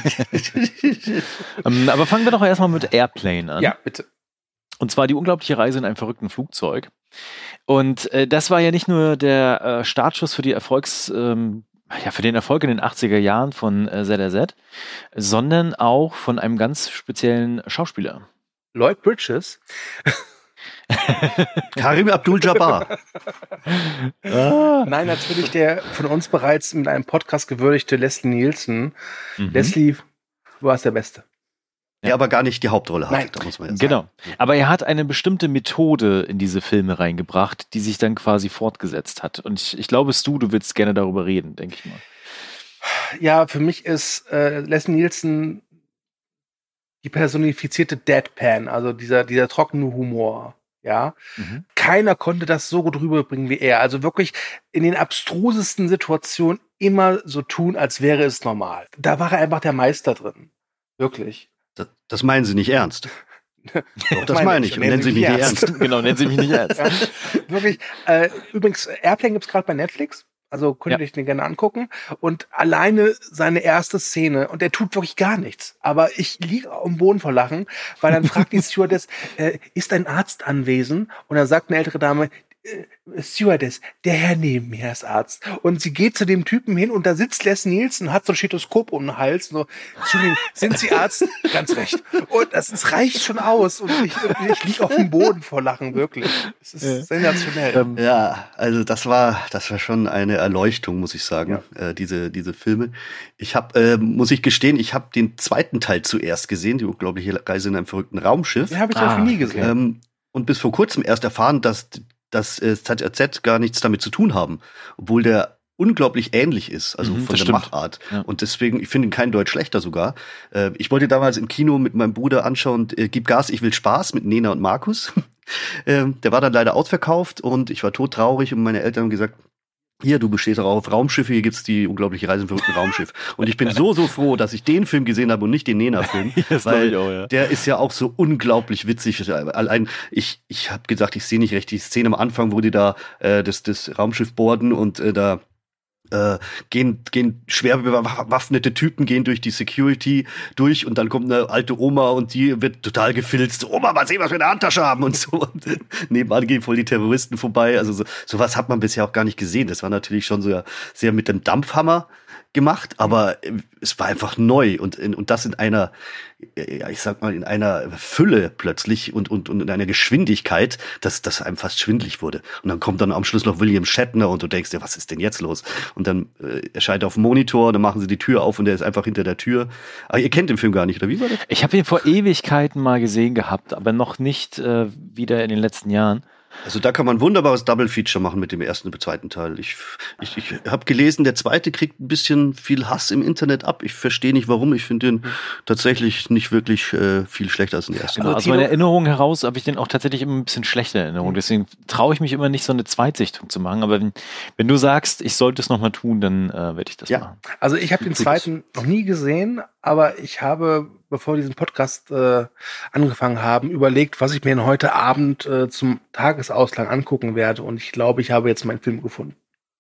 um, aber fangen wir doch erstmal mit Airplane an. Ja, bitte. Und zwar die unglaubliche Reise in einem verrückten Flugzeug. Und äh, das war ja nicht nur der äh, Startschuss für die Erfolgs, ähm, ja, für den Erfolg in den achtziger Jahren von äh, Z A Z, sondern auch von einem ganz speziellen Schauspieler. Lloyd Bridges. Karim Abdul-Jabbar. Ah. Nein, natürlich der von uns bereits mit einem Podcast gewürdigte Leslie Nielsen. Mhm. Leslie, du warst der Beste. Der ja. aber gar nicht die Hauptrolle hat, Nein. da muss man jetzt genau. sagen. Aber er hat eine bestimmte Methode in diese Filme reingebracht, die sich dann quasi fortgesetzt hat. Und ich, ich glaube, Stu, du willst gerne darüber reden, denke ich mal. Ja, für mich ist äh, Leslie Nielsen die personifizierte Deadpan, also dieser, dieser trockene Humor. Ja, mhm. Keiner konnte das so gut rüberbringen wie er. Also wirklich in den abstrusesten Situationen immer so tun, als wäre es normal. Da war er einfach der Meister drin. Wirklich. Das, das meinen Sie nicht ernst. Doch, das, das meine ich. Nennen Sie mich nicht ernst. ernst. Genau, nennen Sie mich nicht ernst. Ja, wirklich. Äh, übrigens, Airplane gibt's gerade bei Netflix. Also könnt ihr ja. euch den gerne angucken. Und alleine seine erste Szene, und er tut wirklich gar nichts. Aber ich liege am Boden vor Lachen, weil dann fragt die Stewardess, äh, ist ein Arzt anwesend? Und dann sagt eine ältere Dame, äh, Stewardess, der Herr neben mir ist Arzt. Und sie geht zu dem Typen hin und da sitzt Leslie Nielsen, hat so ein Stethoskop um den Hals. So, Entschuldigung, sind Sie Arzt? Ganz recht. Und das, das reicht schon aus. Und ich, ich liege auf dem Boden vor Lachen, wirklich. Es ist ja. sensationell. Ähm, ja, also das war, das war schon eine Erleuchtung, muss ich sagen, ja. äh, diese, diese Filme. Ich habe, äh, muss ich gestehen, ich habe den zweiten Teil zuerst gesehen, die unglaubliche Reise in einem verrückten Raumschiff. Den habe ich ah, auch nie gesehen. Ähm, und bis vor kurzem erst erfahren, dass dass äh, Z A Z gar nichts damit zu tun haben, obwohl der unglaublich ähnlich ist, also mhm, von der stimmt. Machart. Ja. Und deswegen, ich finde ihn kein Deutsch schlechter sogar. Äh, ich wollte damals im Kino mit meinem Bruder anschauen, äh, Gib Gas, ich will Spaß mit Nena und Markus. äh, der war dann leider ausverkauft und ich war todtraurig und meine Eltern haben gesagt, hier, du bestehst auch auf Raumschiffe, hier gibt's die unglaubliche Reise im verrückten Raumschiff. Und ich bin so, so froh, dass ich den Film gesehen habe und nicht den Nena-Film. Weil auch, ja. der ist ja auch so unglaublich witzig. Allein, ich ich habe gesagt, ich sehe nicht recht die Szene am Anfang, wo die da äh, das, das Raumschiff boarden und äh, da Äh, gehen, gehen schwer bewaffnete Typen gehen durch die Security durch und dann kommt eine alte Oma und die wird total gefilzt. Oma, mal sehen, was wir in der Handtasche haben und so. Und nebenan gehen voll die Terroristen vorbei. Also so, sowas hat man bisher auch gar nicht gesehen. Das war natürlich schon so sehr mit dem Dampfhammer gemacht, aber es war einfach neu und und das in einer, ja, ich sag mal, in einer Fülle plötzlich und und und in einer Geschwindigkeit, dass das einem fast schwindelig wurde. Und dann kommt dann am Schluss noch William Shatner und du denkst dir, was ist denn jetzt los? Und dann äh, erscheint er auf dem Monitor, dann machen sie die Tür auf und der ist einfach hinter der Tür. Aber ihr kennt den Film gar nicht, oder wie war das? Ich habe ihn vor Ewigkeiten mal gesehen gehabt, aber noch nicht äh, wieder in den letzten Jahren. Also da kann man ein wunderbares Double-Feature machen mit dem ersten und dem zweiten Teil. Ich, ich, ich habe gelesen, der zweite kriegt ein bisschen viel Hass im Internet ab. Ich verstehe nicht, warum. Ich finde den tatsächlich nicht wirklich äh, viel schlechter als den ersten. Genau, aus meiner Erinnerung heraus habe ich den auch tatsächlich immer ein bisschen schlechter in Erinnerung. Deswegen traue ich mich immer nicht, so eine Zweitsichtung zu machen. Aber wenn, wenn du sagst, ich sollte es nochmal tun, dann äh, werde ich das ja. machen. Also ich habe den zweiten noch nie gesehen, aber ich habe, bevor wir diesen Podcast äh, angefangen haben, überlegt, was ich mir heute Abend äh, zum Tagesausklang angucken werde. Und ich glaube, ich habe jetzt meinen Film gefunden.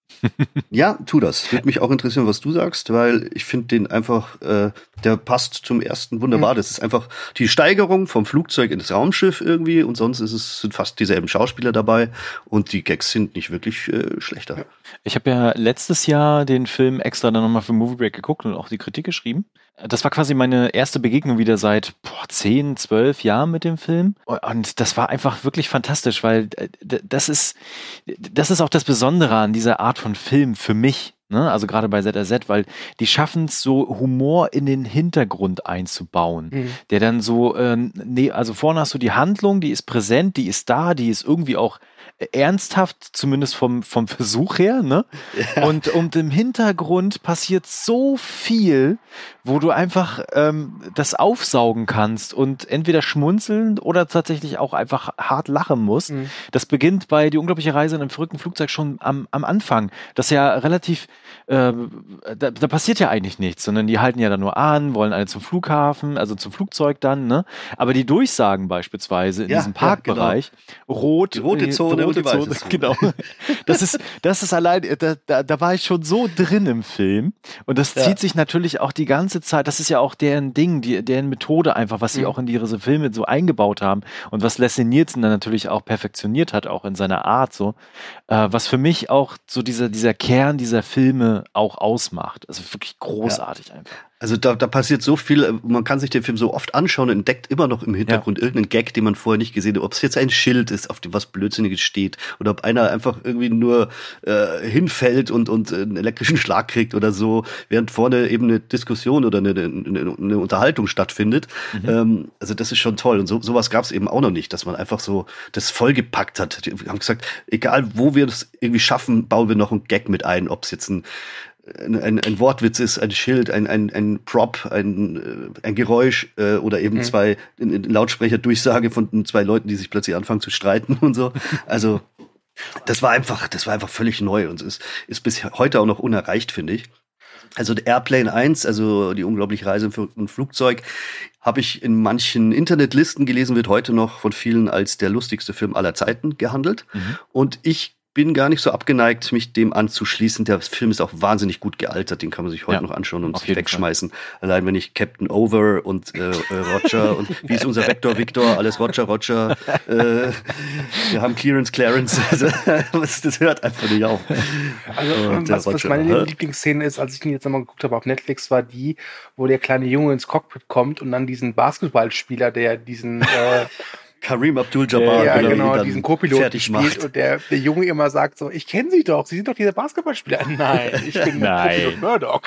Ja, tu das. Würde mich auch interessieren, was du sagst, weil ich finde den einfach, äh, der passt zum ersten wunderbar. Mhm. Das ist einfach die Steigerung vom Flugzeug ins Raumschiff irgendwie und sonst ist es, sind fast dieselben Schauspieler dabei und die Gags sind nicht wirklich äh, schlechter. Ich habe ja letztes Jahr den Film extra dann nochmal für Movie Break geguckt und auch die Kritik geschrieben. Das war quasi meine erste Begegnung wieder seit boah, zehn, zwölf Jahren mit dem Film. Und das war einfach wirklich fantastisch, weil das ist, das ist auch das Besondere an dieser Art von Film für mich. Ne? Also gerade bei Z R Z, weil die schaffen es so, Humor in den Hintergrund einzubauen. Mhm. Der dann so, äh, nee, also vorne hast du die Handlung, die ist präsent, die ist da, die ist irgendwie auch ernsthaft, zumindest vom, vom Versuch her, ne? Ja. Und, und im Hintergrund passiert so viel, wo du einfach ähm, das aufsaugen kannst und entweder schmunzeln oder tatsächlich auch einfach hart lachen musst. Mhm. Das beginnt bei Die unglaubliche Reise in einem verrückten Flugzeug schon am, am Anfang. Das ist ja relativ, äh, da, da passiert ja eigentlich nichts, sondern die halten ja dann nur an, wollen alle zum Flughafen, also zum Flugzeug dann, ne? Aber die Durchsagen beispielsweise in ja, diesem Parkbereich, ja, genau. rot, die rote Zone, rote Zone, genau. Das ist, das ist allein, da, da, da war ich schon so drin im Film und das ja. zieht sich natürlich auch die ganze Zeit, das ist ja auch deren Ding, die, deren Methode einfach, was sie mhm. auch in ihre Filme so eingebaut haben und was Leslie Nielsen dann natürlich auch perfektioniert hat, auch in seiner Art so, äh, was für mich auch so dieser, dieser Kern dieser Filme auch ausmacht. Also wirklich großartig ja. einfach. Also da, da passiert so viel, man kann sich den Film so oft anschauen und entdeckt immer noch im Hintergrund ja. irgendeinen Gag, den man vorher nicht gesehen hat. Ob es jetzt ein Schild ist, auf dem was Blödsinniges steht, oder ob einer einfach irgendwie nur äh, hinfällt und, und einen elektrischen Schlag kriegt oder so, während vorne eben eine Diskussion oder eine, eine, eine Unterhaltung stattfindet. Mhm. Ähm, also das ist schon toll. Und so, sowas gab es eben auch noch nicht, dass man einfach so das vollgepackt hat. Wir haben gesagt, egal wo wir das irgendwie schaffen, bauen wir noch einen Gag mit ein, ob es jetzt ein Ein, ein, ein Wortwitz ist, ein Schild, ein, ein, ein Prop, ein, ein Geräusch äh, oder eben mhm. zwei in, in Lautsprecherdurchsage von zwei Leuten, die sich plötzlich anfangen zu streiten und so. Also das war einfach, das war einfach völlig neu und es ist, ist bis heute auch noch unerreicht, finde ich. Also Airplane eins, also die unglaubliche Reise im Flugzeug, habe ich in manchen Internetlisten gelesen, wird heute noch von vielen als der lustigste Film aller Zeiten gehandelt. Mhm. Und ich bin gar nicht so abgeneigt, mich dem anzuschließen. Der Film ist auch wahnsinnig gut gealtert. Den kann man sich heute ja, noch anschauen und sich wegschmeißen. Fall. Allein wenn ich Captain Over und äh, Roger und wie ist unser Vector Victor, alles Roger, Roger. Äh, wir haben Clearance, Clarence. Also, das hört einfach nicht auf. Also was, was meine Lieblingsszene ist, als ich ihn jetzt nochmal geguckt habe auf Netflix, war die, wo der kleine Junge ins Cockpit kommt und dann diesen Basketballspieler, der diesen äh, Kareem Abdul-Jabbar, ja, genau, genau diesen Co-Piloten spielt und der, der Junge immer sagt so, ich kenne Sie doch, Sie sind doch dieser Basketballspieler. Nein, ich bin Co-Pilot Murdoch.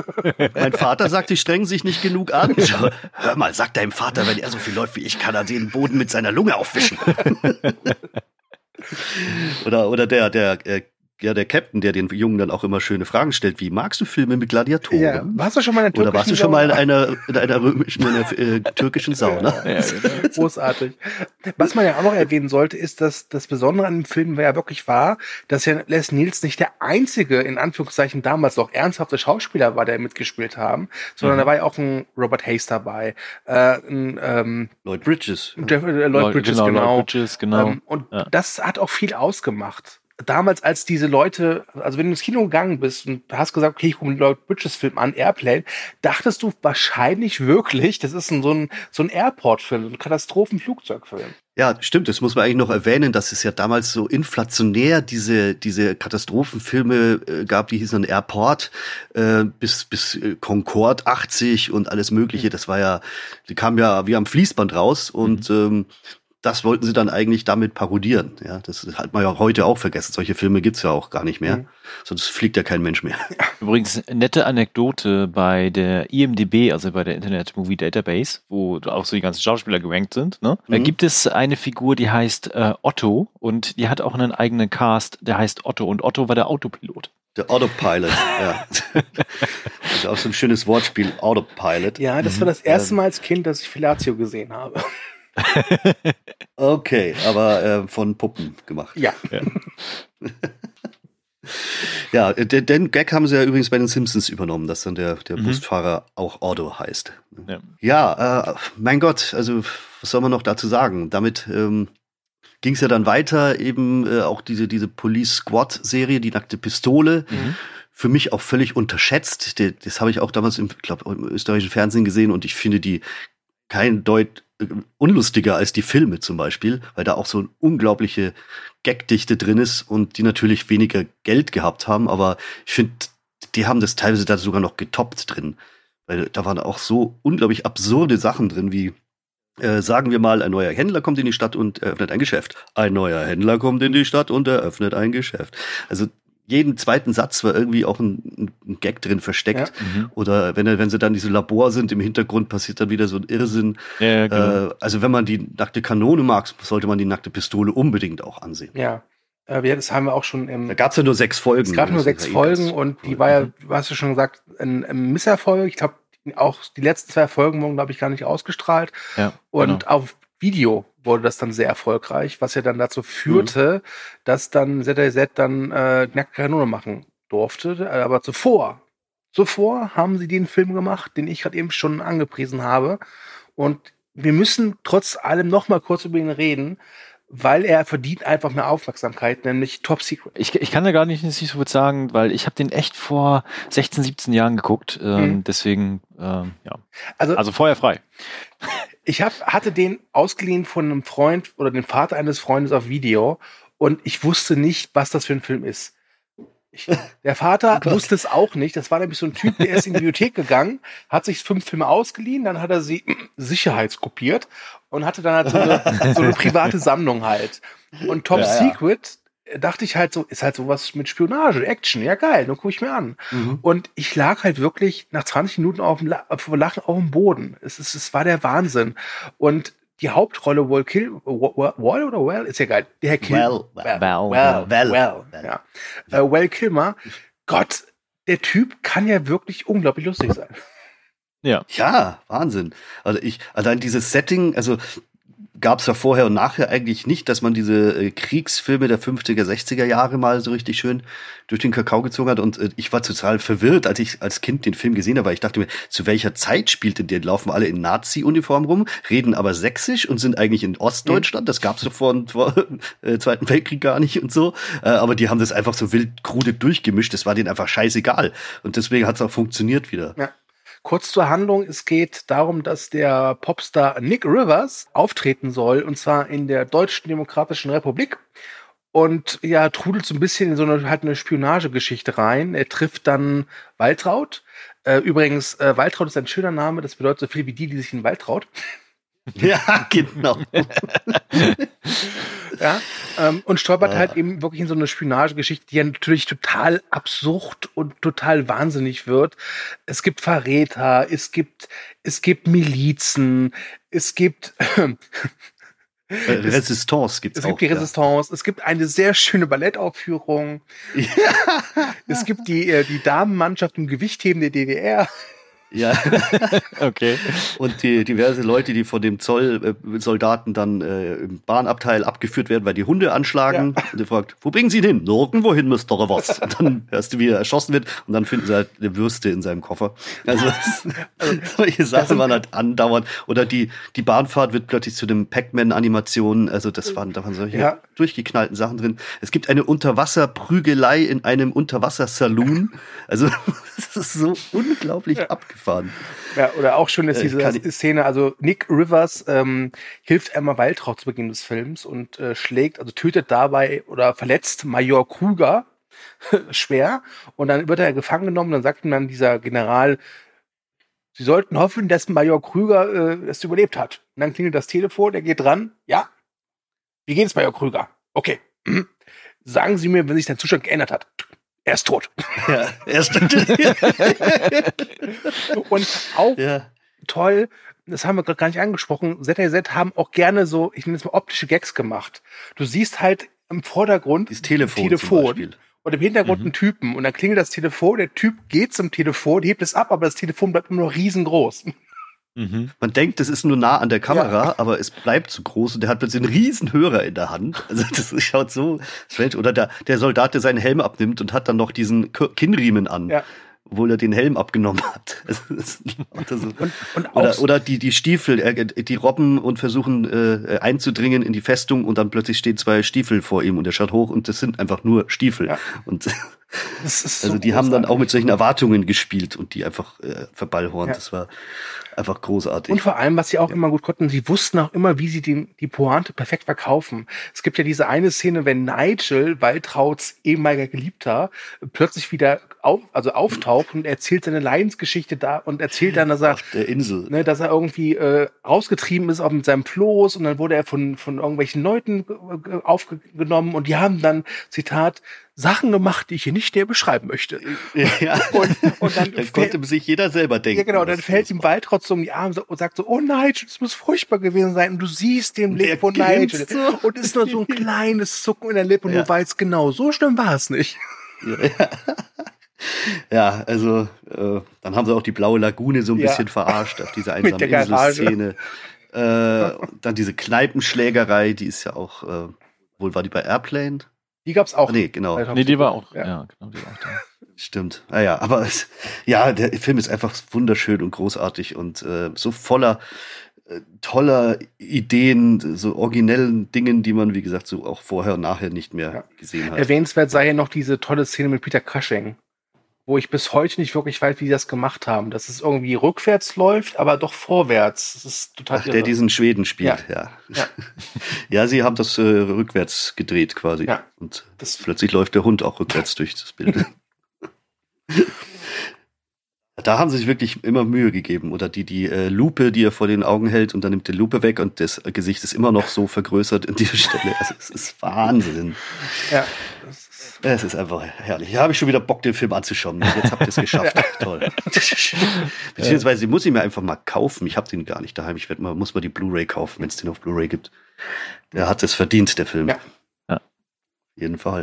Mein Vater sagt, Sie strengen sich nicht genug an. Hör mal, sagt deinem Vater, wenn er so viel läuft wie ich, kann er den Boden mit seiner Lunge aufwischen. oder, oder der, der, äh, ja, der Captain, der den Jungen dann auch immer schöne Fragen stellt, wie magst du Filme mit Gladiatoren? Ja, warst du schon mal in einer türkischen Oder warst du schon mal in einer, in einer römischen, in einer äh, türkischen Sauna? Ja, großartig. Was man ja auch noch erwähnen sollte, ist, dass das Besondere an dem Film ja wirklich war, dass ja Les Nielsen nicht der einzige, in Anführungszeichen damals noch ernsthafte Schauspieler war, der mitgespielt haben, sondern mhm. da war ja auch ein Robert Hayes dabei, äh, ein ähm, Lloyd Bridges. Jeff, äh, Lloyd, Lloyd Bridges, genau. genau. Lloyd Bridges, genau. Ähm, und ja. das hat auch viel ausgemacht. Damals, als diese Leute, also wenn du ins Kino gegangen bist und hast gesagt, okay, ich gucke einen Lloyd Bridges Film an, Airplane, dachtest du wahrscheinlich wirklich, das ist ein, so ein, so ein Airport-Film, so ein Katastrophenflugzeugfilm. Ja, stimmt. Das muss man eigentlich noch erwähnen, dass es ja damals so inflationär diese diese Katastrophenfilme äh, gab, die hießen dann Airport äh, bis bis äh, Concorde achtzig und alles Mögliche. Das war ja, die kamen ja wie am Fließband raus und mhm. ähm, das wollten sie dann eigentlich damit parodieren. Ja, das hat man ja heute auch vergessen. Solche Filme gibt's ja auch gar nicht mehr. Mhm. Sonst fliegt ja kein Mensch mehr. Übrigens, nette Anekdote bei der I M D B, also bei der Internet Movie Database, wo auch so die ganzen Schauspieler gerankt sind, ne? Mhm. Da gibt es eine Figur, die heißt äh, Otto und die hat auch einen eigenen Cast, der heißt Otto und Otto war der Autopilot. Der Autopilot, ja. Das ist auch so ein schönes Wortspiel, Autopilot. Ja, das war das erste Mal als Kind, dass ich Fellatio gesehen habe. Okay, aber äh, von Puppen gemacht. Ja. Ja, ja den, den Gag haben sie ja übrigens bei den Simpsons übernommen, dass dann der, der mhm. Busfahrer auch Otto heißt. Ja, ja äh, mein Gott, also was soll man noch dazu sagen? Damit ähm, ging es ja dann weiter, eben äh, auch diese, diese Police Squad-Serie, die nackte Pistole. Mhm. Für mich auch völlig unterschätzt. Das, das habe ich auch damals im, glaub, im österreichischen Fernsehen gesehen und ich finde die kein Deut unlustiger als die Filme zum Beispiel, weil da auch so eine unglaubliche Gagdichte drin ist und die natürlich weniger Geld gehabt haben, aber ich finde, die haben das teilweise da sogar noch getoppt drin, weil da waren auch so unglaublich absurde Sachen drin, wie äh, sagen wir mal, ein neuer Händler kommt in die Stadt und eröffnet ein Geschäft. Ein neuer Händler kommt in die Stadt und eröffnet ein Geschäft. Also jeden zweiten Satz war irgendwie auch ein, ein Gag drin versteckt. Ja. Mhm. Oder wenn, wenn sie dann diese Labor sind, im Hintergrund passiert dann wieder so ein Irrsinn. Ja, genau. äh, also wenn man die nackte Kanone mag, sollte man die nackte Pistole unbedingt auch ansehen. Ja, äh, das haben wir auch schon im... Da gab es ja nur sechs Folgen. Es gab nur sechs Folgen und die war ja, du hast ja schon gesagt, ein, ein Misserfolg. Ich glaube, auch die letzten zwei Folgen wurden, glaube ich, gar nicht ausgestrahlt. Ja, und genau. Auf Video wurde das dann sehr erfolgreich, was ja dann dazu führte, mhm. dass dann Z D Z dann äh, nackte Kanone machen durfte. Aber zuvor, zuvor haben sie den Film gemacht, den ich gerade eben schon angepriesen habe. Und wir müssen trotz allem noch mal kurz über ihn reden, weil er verdient einfach mehr Aufmerksamkeit, nämlich Top Secret. Ich, ich kann da gar nicht, nicht so viel sagen, weil ich habe den echt vor sechzehn, siebzehn Jahren geguckt. Ähm, mhm. Deswegen, ähm, ja. Also, also feuerfrei. Ich hab, hatte den ausgeliehen von einem Freund oder dem Vater eines Freundes auf Video und ich wusste nicht, was das für ein Film ist. Ich, der Vater oh wusste es auch nicht. Das war nämlich so ein Typ, der ist in die Bibliothek gegangen, hat sich fünf Filme ausgeliehen, dann hat er sie sicherheitskopiert und hatte dann halt so eine, so eine private Sammlung halt. Und Top ja, Secret, ja. dachte ich halt so, ist halt sowas mit Spionage, Action, ja geil, dann gucke ich mir an. Mhm. Und ich lag halt wirklich nach zwanzig Minuten auf dem La- vor Lachen auf dem Boden. Es, es, es war der Wahnsinn. Und die Hauptrolle Val Kilmer, Wall oder Well, ist ja geil. Der Herr Kilmer. Well, well, well, well, well, well. Ja. Äh, Val Kilmer, Gott, der Typ kann ja wirklich unglaublich lustig sein. Ja. Ja, Wahnsinn. Also ich, allein dieses Setting, also gab es ja vorher und nachher eigentlich nicht, dass man diese äh, Kriegsfilme der fünfziger, sechziger Jahre mal so richtig schön durch den Kakao gezogen hat. Und äh, ich war total verwirrt, als ich als Kind den Film gesehen habe, weil ich dachte mir, zu welcher Zeit spielt denn der? Laufen alle in Nazi-Uniform rum, reden aber sächsisch und sind eigentlich in Ostdeutschland. Das gab es doch vor dem äh, Zweiten Weltkrieg gar nicht und so. Äh, aber die haben das einfach so wild krude durchgemischt. Das war denen einfach scheißegal. Und deswegen hat es auch funktioniert wieder. Ja. Kurz zur Handlung, es geht darum, dass der Popstar Nick Rivers auftreten soll, und zwar in der Deutschen Demokratischen Republik. Und ja, trudelt so ein bisschen in so eine, halt eine Spionagegeschichte rein. Er trifft dann Waltraud. Äh, übrigens, äh, Waltraud ist ein schöner Name, das bedeutet so viel wie die, die sich in den Wald traut. Ja, genau. Ja, ähm, und stolpert ja. halt eben wirklich in so eine Spionagegeschichte, die ja natürlich total absurd und total wahnsinnig wird. Es gibt Verräter, es gibt, es gibt Milizen, es gibt äh, Resistance gibt's es auch. Es gibt die Resistance, ja. Es gibt eine sehr schöne Ballettaufführung. Ja. Es gibt die, äh, die Damenmannschaft im Gewichtheben der D D R. Ja. Okay. Und die diverse Leute, die von dem Zollsoldaten dann äh, im Bahnabteil abgeführt werden, weil die Hunde anschlagen. Ja. Und er fragt, wo bringen Sie ihn hin? Nirgendwo hin, Mister Rivers. Und dann hörst du, wie er erschossen wird. Und dann finden sie halt eine Würste in seinem Koffer. Also, also solche Sachen waren halt andauernd. Oder die, die Bahnfahrt wird plötzlich zu einem Pac-Man-Animation. Also das waren, da waren solche ja. durchgeknallten Sachen drin. Es gibt eine Unterwasserprügelei in einem Unterwasser-Saloon. Also das ist so unglaublich ja. abgefahren. Ja, oder auch schön ist diese äh, Szene, also Nick Rivers ähm, hilft einmal Waltraud zu Beginn des Films und äh, schlägt, also tötet dabei oder verletzt Major Kruger schwer und dann wird er gefangen genommen, dann sagt ihm dann dieser General, Sie sollten hoffen, dass Major Krüger äh, es überlebt hat. Und dann klingelt das Telefon, er geht dran, ja, Wie geht's bei Herr Krüger? Okay. Mhm. Sagen Sie mir, wenn sich dein Zustand geändert hat. Er ist tot. Ja, er ist tot. Und auch ja. toll, das haben wir gerade gar nicht angesprochen, Z A Z haben auch gerne so, ich nenne es mal optische Gags gemacht. Du siehst halt im Vordergrund das Telefon, Telefon und im Hintergrund mhm. einen Typen und dann klingelt das Telefon, der Typ geht zum Telefon, hebt es ab, aber das Telefon bleibt immer noch riesengroß. Mhm. Man denkt, das ist nur nah an der Kamera, ja. aber es bleibt zu groß und der hat plötzlich einen riesen Hörer in der Hand. Also das schaut so strange. Oder der, der Soldat, der seinen Helm abnimmt und hat dann noch diesen Kinnriemen an. Ja. Obwohl er den Helm abgenommen hat. Also, und, und oder, oder die, die Stiefel, äh, die robben und versuchen äh, einzudringen in die Festung und dann plötzlich stehen zwei Stiefel vor ihm und er schaut hoch und das sind einfach nur Stiefel. Ja. Und das ist also so die großartig. Haben dann auch mit solchen Erwartungen gespielt und die einfach äh, verballhornt. Ja. Das war einfach großartig. Und vor allem, was sie auch ja. immer gut konnten, sie wussten auch immer, wie sie den, die Pointe perfekt verkaufen. Es gibt ja diese eine Szene, wenn Nigel, Waltrauds ehemaliger Geliebter, plötzlich wieder auf, also auftaucht und erzählt seine Leidensgeschichte da und erzählt dann, dass er, Ach, der Insel. Ne, dass er irgendwie äh, rausgetrieben ist auch mit seinem Floß und dann wurde er von, von irgendwelchen Leuten äh, aufgenommen und die haben dann, Zitat, Sachen gemacht, die ich hier nicht näher beschreiben möchte. Ja. Und, und dann, dann konnte sich jeder selber denken. Ja, genau. Dann fällt ihm Waltraud so um die Arme und sagt so, oh Nigel, das muss furchtbar gewesen sein. Und du siehst den Blick von Nigel. So. Und es ist nur so ein kleines Zucken in der Lippe und ja. du weißt genau, so schlimm war es nicht. Ja, ja also äh, dann haben sie auch die blaue Lagune so ein ja. bisschen verarscht auf diese einsame Insel-Szene. Äh, dann diese Kneipenschlägerei, die ist ja auch, äh, wohl war die bei Airplane? Die gab's auch. Ah, nee, genau. Nee, die war auch, ja, ja genau, die war auch da. Stimmt. Ah, ja, aber es, ja, der Film ist einfach wunderschön und großartig und äh, so voller äh, toller Ideen, so originellen Dingen, die man, wie gesagt, so auch vorher und nachher nicht mehr ja. gesehen hat. Erwähnenswert sei ja noch diese tolle Szene mit Peter Cushing, wo ich bis heute nicht wirklich weiß, wie die das gemacht haben. Dass es irgendwie rückwärts läuft, aber doch vorwärts. Das ist total Ach, irre. Der diesen Schweden spielt, ja. Ja, ja. ja sie haben das äh, rückwärts gedreht quasi. Ja. Und das plötzlich läuft der Hund auch rückwärts durch das Bild. Da haben sie sich wirklich immer Mühe gegeben. Oder die, die äh, Lupe, die er vor den Augen hält und dann nimmt die Lupe weg und das Gesicht ist immer noch so vergrößert an dieser Stelle. Also es ist Wahnsinn. Ja. Es ist einfach herrlich. Ja, habe ich schon wieder Bock, den Film anzuschauen. Jetzt habt ihr es geschafft. Ja. Toll. Beziehungsweise muss ich mir einfach mal kaufen. Ich habe den gar nicht daheim. Ich werd mal, muss mal die Blu-ray kaufen, wenn es den auf Blu-ray gibt. Der hat es verdient, der Film. Ja. Ja. Auf jeden Fall.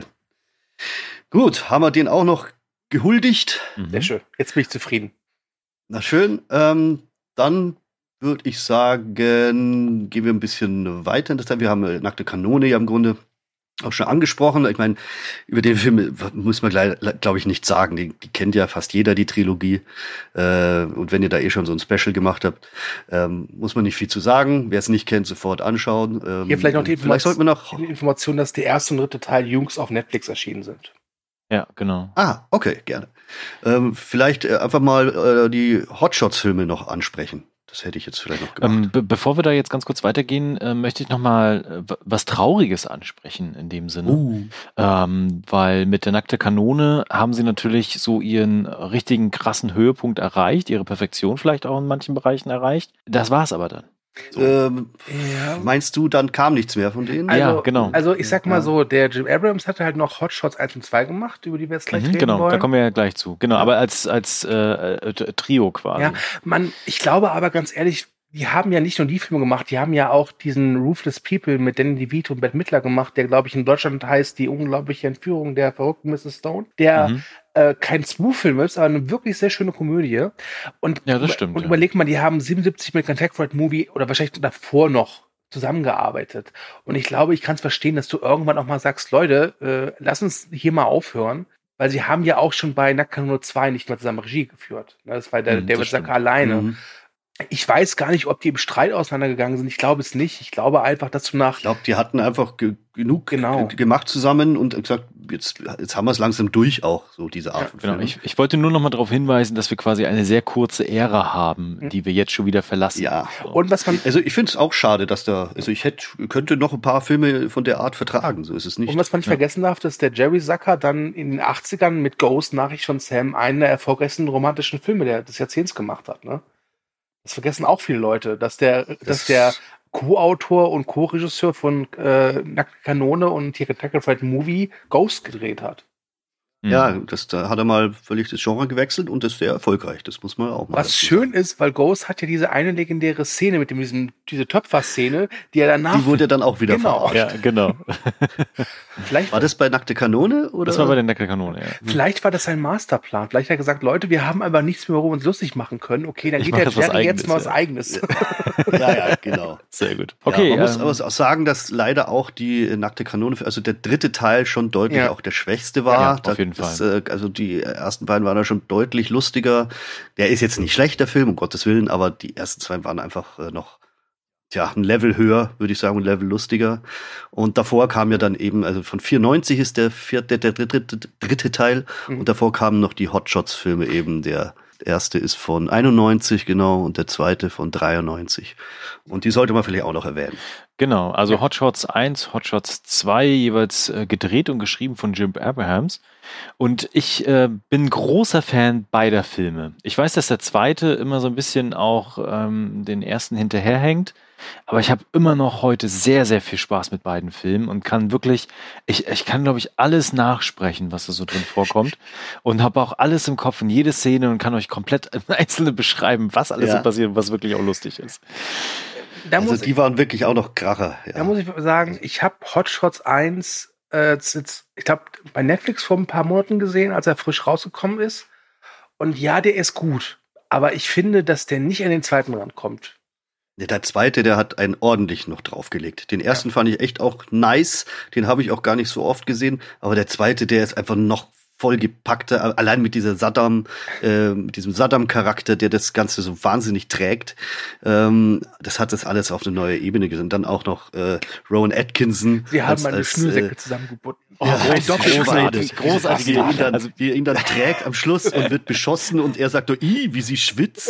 Gut, haben wir den auch noch gehuldigt. Sehr schön. Jetzt bin ich zufrieden. Na schön. Ähm, dann würde ich sagen, gehen wir ein bisschen weiter in das Teil. Wir haben äh, Nackte Kanone ja im Grunde auch schon angesprochen. Ich meine, über den Film muss man, glaube ich, nichts sagen. Die, die kennt ja fast jeder, die Trilogie. Äh, und wenn ihr da eh schon so ein Special gemacht habt, ähm, muss man nicht viel zu sagen. Wer es nicht kennt, sofort anschauen. Ähm, Hier vielleicht noch die, vielleicht sollten wir noch die Information, dass der erste und dritte Teil Jungs auf Netflix erschienen sind. Ja, genau. Ah, okay, gerne. Ähm, vielleicht äh, einfach mal äh, die Hotshots-Filme noch ansprechen. Das hätte ich jetzt vielleicht noch gemacht. Ähm, be- bevor wir da jetzt ganz kurz weitergehen, äh, möchte ich noch mal äh, was Trauriges ansprechen in dem Sinne. Uh. Ähm, weil mit der Nackte Kanone haben sie natürlich so ihren richtigen krassen Höhepunkt erreicht, ihre Perfektion vielleicht auch in manchen Bereichen erreicht. Das war's aber dann. So. Ähm, ja. Meinst du, dann kam nichts mehr von denen? Also, ja, genau. Also ich sag mal ja. so, der Jim Abrams hatte halt noch Hot Shots eins und zwei gemacht, über die wir jetzt gleich mhm, reden genau, wollen. Da kommen wir ja gleich zu. Genau, ja. aber als, als äh, äh, Trio quasi. Ja, man, ich glaube aber ganz ehrlich, die haben ja nicht nur die Filme gemacht, die haben ja auch diesen Ruthless People mit Danny DeVito und Bette Midler gemacht, der, glaube ich, in Deutschland heißt Die unglaubliche Entführung der verrückten Misses Stone, der mhm. äh, kein Spoof-Film ist, aber eine wirklich sehr schöne Komödie. Und, ja, das stimmt. Und ja. überleg mal, die haben siebenundsiebzig mit Contact for a Movie oder wahrscheinlich davor noch zusammengearbeitet. Und ich glaube, ich kann es verstehen, dass du irgendwann auch mal sagst, Leute, äh, lass uns hier mal aufhören. Weil sie haben ja auch schon bei Nackte Kanone zwei nicht mehr zusammen Regie geführt. Das war der mhm, David Zucker alleine. Mhm. Ich weiß gar nicht, ob die im Streit auseinandergegangen sind. Ich glaube es nicht. Ich glaube einfach, dass du nach... Ich glaube, die hatten einfach ge- genug genau. g- gemacht zusammen und gesagt, jetzt, jetzt haben wir es langsam durch auch, so diese Art ja, von genau. Film. Ich, ich wollte nur noch mal darauf hinweisen, dass wir quasi eine sehr kurze Ära haben, mhm. die wir jetzt schon wieder verlassen. Ja. So. Und was man... Also ich finde es auch schade, dass da... Also ich hätte, könnte noch ein paar Filme von der Art vertragen, so ist es nicht. Und was man nicht ja. vergessen darf, dass der Jerry Zucker dann in den achtzigern mit Ghost, Nachricht von Sam, einen der erfolgreichsten romantischen Filme der, des Jahrzehnts gemacht hat, ne? Das vergessen auch viele Leute, dass der, das dass der Co-Autor und Co-Regisseur von äh, Nackte Kanone und Tic-Tac Fried Movie Ghost gedreht hat. Ja, das, da hat er mal völlig das Genre gewechselt und ist sehr erfolgreich. Das muss man auch mal Was schön sagen. Ist, weil Ghost hat ja diese eine legendäre Szene mit dem, diesem, diese Töpfer-Szene, die er danach... Die wurde dann auch wieder genau. verarscht. Ja, genau. Vielleicht war das bei Nackte Kanone? Oder? Das war bei der Nackte Kanone, ja. Vielleicht war das sein Masterplan. Vielleicht hat er gesagt, Leute, wir haben aber nichts mehr, worüber wir uns lustig machen können. Okay, dann ich geht der Jerry jetzt mal ja. was Eigenes. Ja, ja, genau. Sehr gut. Okay, ja, man ähm, muss aber auch sagen, dass leider auch die Nackte Kanone, also der dritte Teil schon deutlich ja. auch der schwächste war. Ja, auf das, jeden das, Fall. Äh, also die ersten beiden waren da schon deutlich lustiger. Der ist jetzt nicht schlecht, der Film, um Gottes Willen, aber die ersten zwei waren einfach äh, noch tja, ein Level höher, würde ich sagen, ein Level lustiger. Und davor kam ja dann eben, also von vierundneunzig ist der vierte, der dritte, dritte, dritte Teil mhm. und davor kamen noch die Hotshots-Filme eben, der erste ist von einundneunzig, genau, und der zweite von dreiundneunzig. Und die sollte man vielleicht auch noch erwähnen. Genau, also Hotshots eins, Hotshots zwei, jeweils äh, gedreht und geschrieben von Jim Abrahams. Und ich äh, bin großer Fan beider Filme. Ich weiß, dass der zweite immer so ein bisschen auch ähm, den ersten hinterherhängt. Aber ich habe immer noch heute sehr, sehr viel Spaß mit beiden Filmen und kann wirklich, ich, ich kann, glaube ich, alles nachsprechen, was da so drin vorkommt. Und habe auch alles im Kopf in jede Szene und kann euch komplett einzelne beschreiben, was alles ja. so passiert und was wirklich auch lustig ist. Da also muss die ich, waren wirklich auch noch Kracher. Ja. Da muss ich sagen, ich habe Hotshots eins äh, jetzt, ich glaube, bei Netflix vor ein paar Monaten gesehen, als er frisch rausgekommen ist. Und ja, der ist gut. Aber ich finde, dass der nicht an den zweiten rankommt. Der zweite, der hat einen ordentlich noch draufgelegt. Den ersten ja. fand ich echt auch nice. Den habe ich auch gar nicht so oft gesehen. Aber der zweite, der ist einfach noch vollgepackter, allein mit dieser Saddam, äh, mit diesem Saddam-Charakter, der das Ganze so wahnsinnig trägt. Ähm, das hat das alles auf eine neue Ebene gesetzt. Und dann auch noch äh, Rowan Atkinson. Sie haben als, meine als, Schnürsäcke äh, zusammengebunden. Oh, ja, ein großartig, großartig. Wie er, ihn dann, also, wie er ihn dann trägt am Schluss und wird beschossen und er sagt, oh, ih, wie sie schwitzt.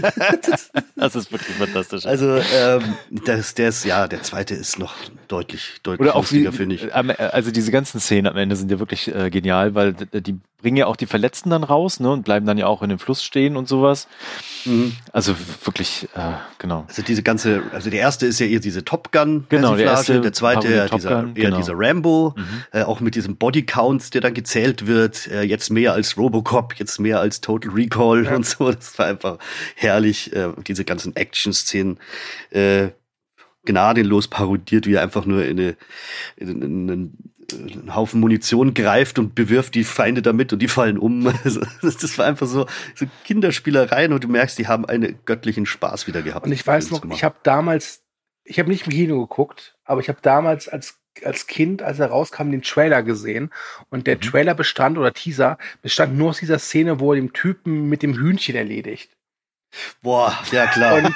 Das ist wirklich fantastisch. Also, ähm, das, der ist, ja, der zweite ist noch deutlich, deutlich Oder auch lustiger, finde ich. Also diese ganzen Szenen am Ende sind ja wirklich äh, genial, weil die bringen ja auch die Verletzten dann raus, ne, und bleiben dann ja auch in dem Fluss stehen und sowas. Mhm. Also wirklich, äh, genau. Also diese ganze, also der erste ist ja eher diese Top Gun, genau, der erste, der zweite ja dieser, Gun, eher genau. dieser Rambo, mhm. äh, auch mit diesem Bodycount, der dann gezählt wird, äh, jetzt mehr als Robocop, jetzt mehr als Total Recall ja. und so. Das war einfach herrlich, äh, diese ganzen Action-Szenen. Äh, gnadenlos parodiert, wie er einfach nur in, eine, in, in, in einen Haufen Munition greift und bewirft die Feinde damit und die fallen um. Also, das war einfach so, so Kinderspielereien und du merkst, die haben einen göttlichen Spaß wieder gehabt. Und ich weiß noch, ich habe damals, ich habe nicht im Kino geguckt, aber ich habe damals als als Kind, als er rauskam, den Trailer gesehen und der mhm. Trailer bestand, oder Teaser, bestand nur aus dieser Szene, wo er den Typen mit dem Hühnchen erledigt. Boah, ja klar. Und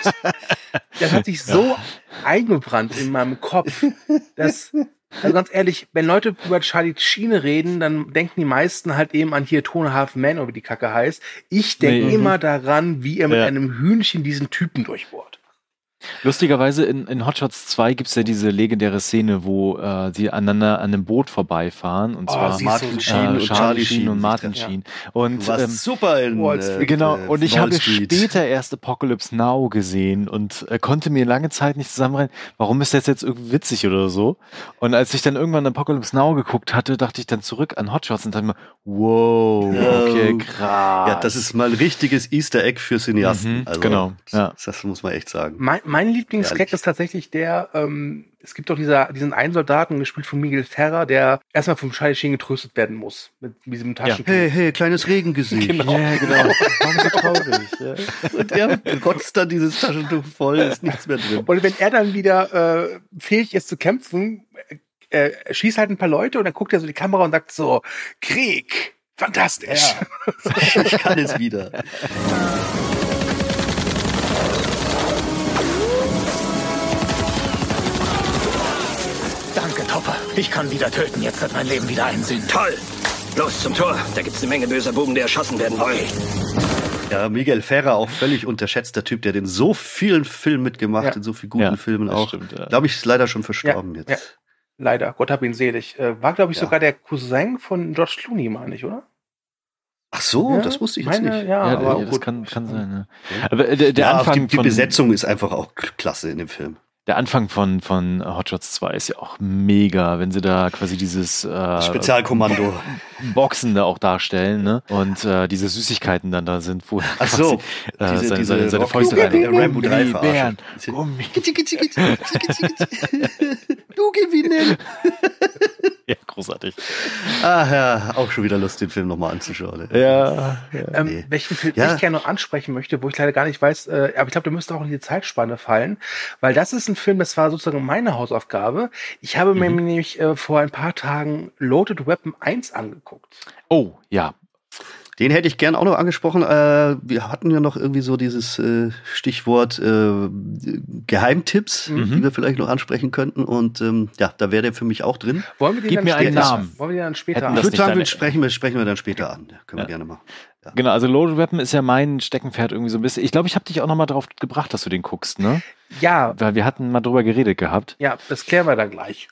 das hat sich so ja. eingebrannt in meinem Kopf, dass, also ganz ehrlich, wenn Leute über Charlie Sheen reden, dann denken die meisten halt eben an hier Two and a Half Men, oder wie die Kacke heißt. Ich denke nee. immer daran, wie er mit ja. einem Hühnchen diesen Typen durchbohrt. Lustigerweise in, in Hotshots zwei gibt es ja diese legendäre Szene, wo äh, sie aneinander an einem Boot vorbeifahren. Und oh, zwar Martin äh, Sheen und Charlie Sheen und Martin ja. Sheen. Und, du warst ähm, super in Wall Street. Äh, genau, und ich Wall habe Street. später erst Apocalypse Now gesehen und äh, konnte mir lange Zeit nicht zusammenreihen, warum ist das jetzt irgendwie witzig oder so. Und als ich dann irgendwann Apocalypse Now geguckt hatte, dachte ich dann zurück an Hotshots und dachte mir, wow, okay, krass. Ja, das ist mal ein richtiges Easter Egg für Cineasten. Mhm, also, genau. Ja. Das, das muss man echt sagen. Mein, mein Lieblingsgag ist tatsächlich der, ähm, es gibt doch dieser, diesen einen Soldaten, gespielt von Miguel Ferrer, der erstmal vom Charlie Sheen getröstet werden muss. Mit diesem Taschentuch. Ja. Hey, hey, kleines Regengesicht. Genau. Ja, genau. Warum so traurig? Ja. Und er rotzt dann dieses Taschentuch voll, ist nichts mehr drin. Und wenn er dann wieder äh, fähig ist zu kämpfen, äh, er schießt halt ein paar Leute und dann guckt er so die Kamera und sagt so, Krieg, fantastisch. Ja. Ich kann es wieder. Danke, Topper. Ich kann wieder töten. Jetzt hat mein Leben wieder einen Sinn. Toll. Los zum Tor. Da gibt's eine Menge böser Buben, die erschossen werden wollen. Ja, Miguel Ferrer, auch völlig unterschätzter Typ, der in so vielen Filmen mitgemacht, ja. in so vielen guten ja, Filmen auch. Ja. Glaube ich, ist leider schon verstorben ja, jetzt. Ja. Leider. Gott hab ihn selig. War, glaube ich, ja. sogar der Cousin von George Clooney, meine ich, oder? Ach so, ja, das wusste ich meine, jetzt nicht. Ja, ja, aber das gut. kann, kann sein. Ja. Ja. Aber der, der ja, Anfang die, die von Besetzung ist einfach auch klasse in dem Film. Der Anfang von, von Hot Shots zwei ist ja auch mega, wenn sie da quasi dieses äh, Spezialkommando Boxen da auch darstellen, ne? Und äh, diese Süßigkeiten dann da sind, wo Ach so, äh, diese, seine, diese seine, seine Rocky- Fäuste rein. äh, Rambo drei verarschen. Gummi. Gitschi, gitschi, gitschi, gitschi, gitschi. Du gewinnen. Ja, großartig. Ach ja, auch schon wieder Lust, den Film nochmal anzuschauen. Ja. ja. Ähm, Nee. Welchen Film Ja. ich gerne noch ansprechen möchte, wo ich leider gar nicht weiß, äh, aber ich glaube, der müsste auch in die Zeitspanne fallen, weil das ist ein Film, das war sozusagen meine Hausaufgabe. Ich habe mir nämlich äh, vor ein paar Tagen Loaded Weapon eins angeguckt. Oh, ja. Den hätte ich gern auch noch angesprochen. Äh, wir hatten ja noch irgendwie so dieses äh, Stichwort äh, Geheimtipps, Mhm. die wir vielleicht noch ansprechen könnten. Und ähm, ja, da wäre der für mich auch drin. Wollen wir den Gib dann mir einen später, Namen. Wollen wir den dann später Hätten Ich das würde nicht sagen, deine- wir sprechen, wir sprechen wir dann später an. Ja, können Ja. wir gerne machen. Ja. Genau, also Loaded Weapon ist ja mein Steckenpferd irgendwie so ein bisschen. Ich glaube, ich habe dich auch noch mal drauf gebracht, dass du den guckst, ne? Ja, Weil wir hatten mal drüber geredet gehabt. ja, das klären wir dann gleich.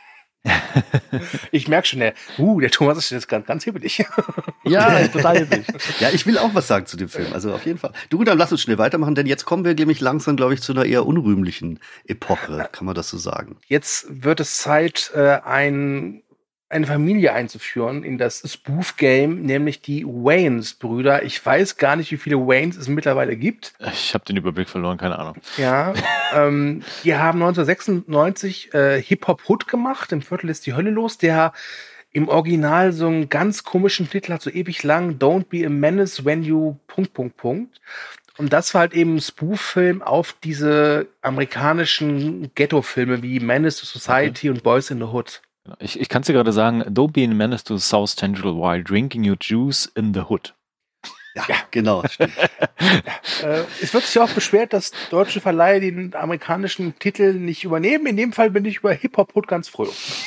Ich merke schon, der, uh, der Thomas ist jetzt ganz, ganz hibbelig. Ja, total hibbelig. Ja, ich will auch was sagen zu dem Film. Also auf jeden Fall. Du, dann lass uns schnell weitermachen, denn jetzt kommen wir nämlich langsam, glaube ich, zu einer eher unrühmlichen Epoche. Kann man das so sagen? Jetzt wird es Zeit, äh, ein, eine Familie einzuführen in das Spoof-Game, nämlich die Wayans-Brüder. Ich weiß gar nicht, wie viele Wayans es mittlerweile gibt. Ich habe den Überblick verloren, keine Ahnung. Ja, ähm, die haben neunzehnhundertsechsundneunzig äh, Hip-Hop-Hood gemacht. Im Viertel ist die Hölle los. Der im Original so einen ganz komischen Titel hat, so ewig lang. Don't be a menace when you... Punkt, Punkt, Punkt. Und das war halt eben ein Spoof-Film auf diese amerikanischen Ghetto-Filme wie Menace to Society und Boys in the Hood. Ich, ich kann es dir gerade sagen, don't be a menace to South Central while drinking your juice in the hood. Ja, genau. Stimmt. Äh, es wird sich auch beschwert, dass deutsche Verleiher den amerikanischen Titel nicht übernehmen. In dem Fall bin ich über Hip-Hop-Hood ganz froh.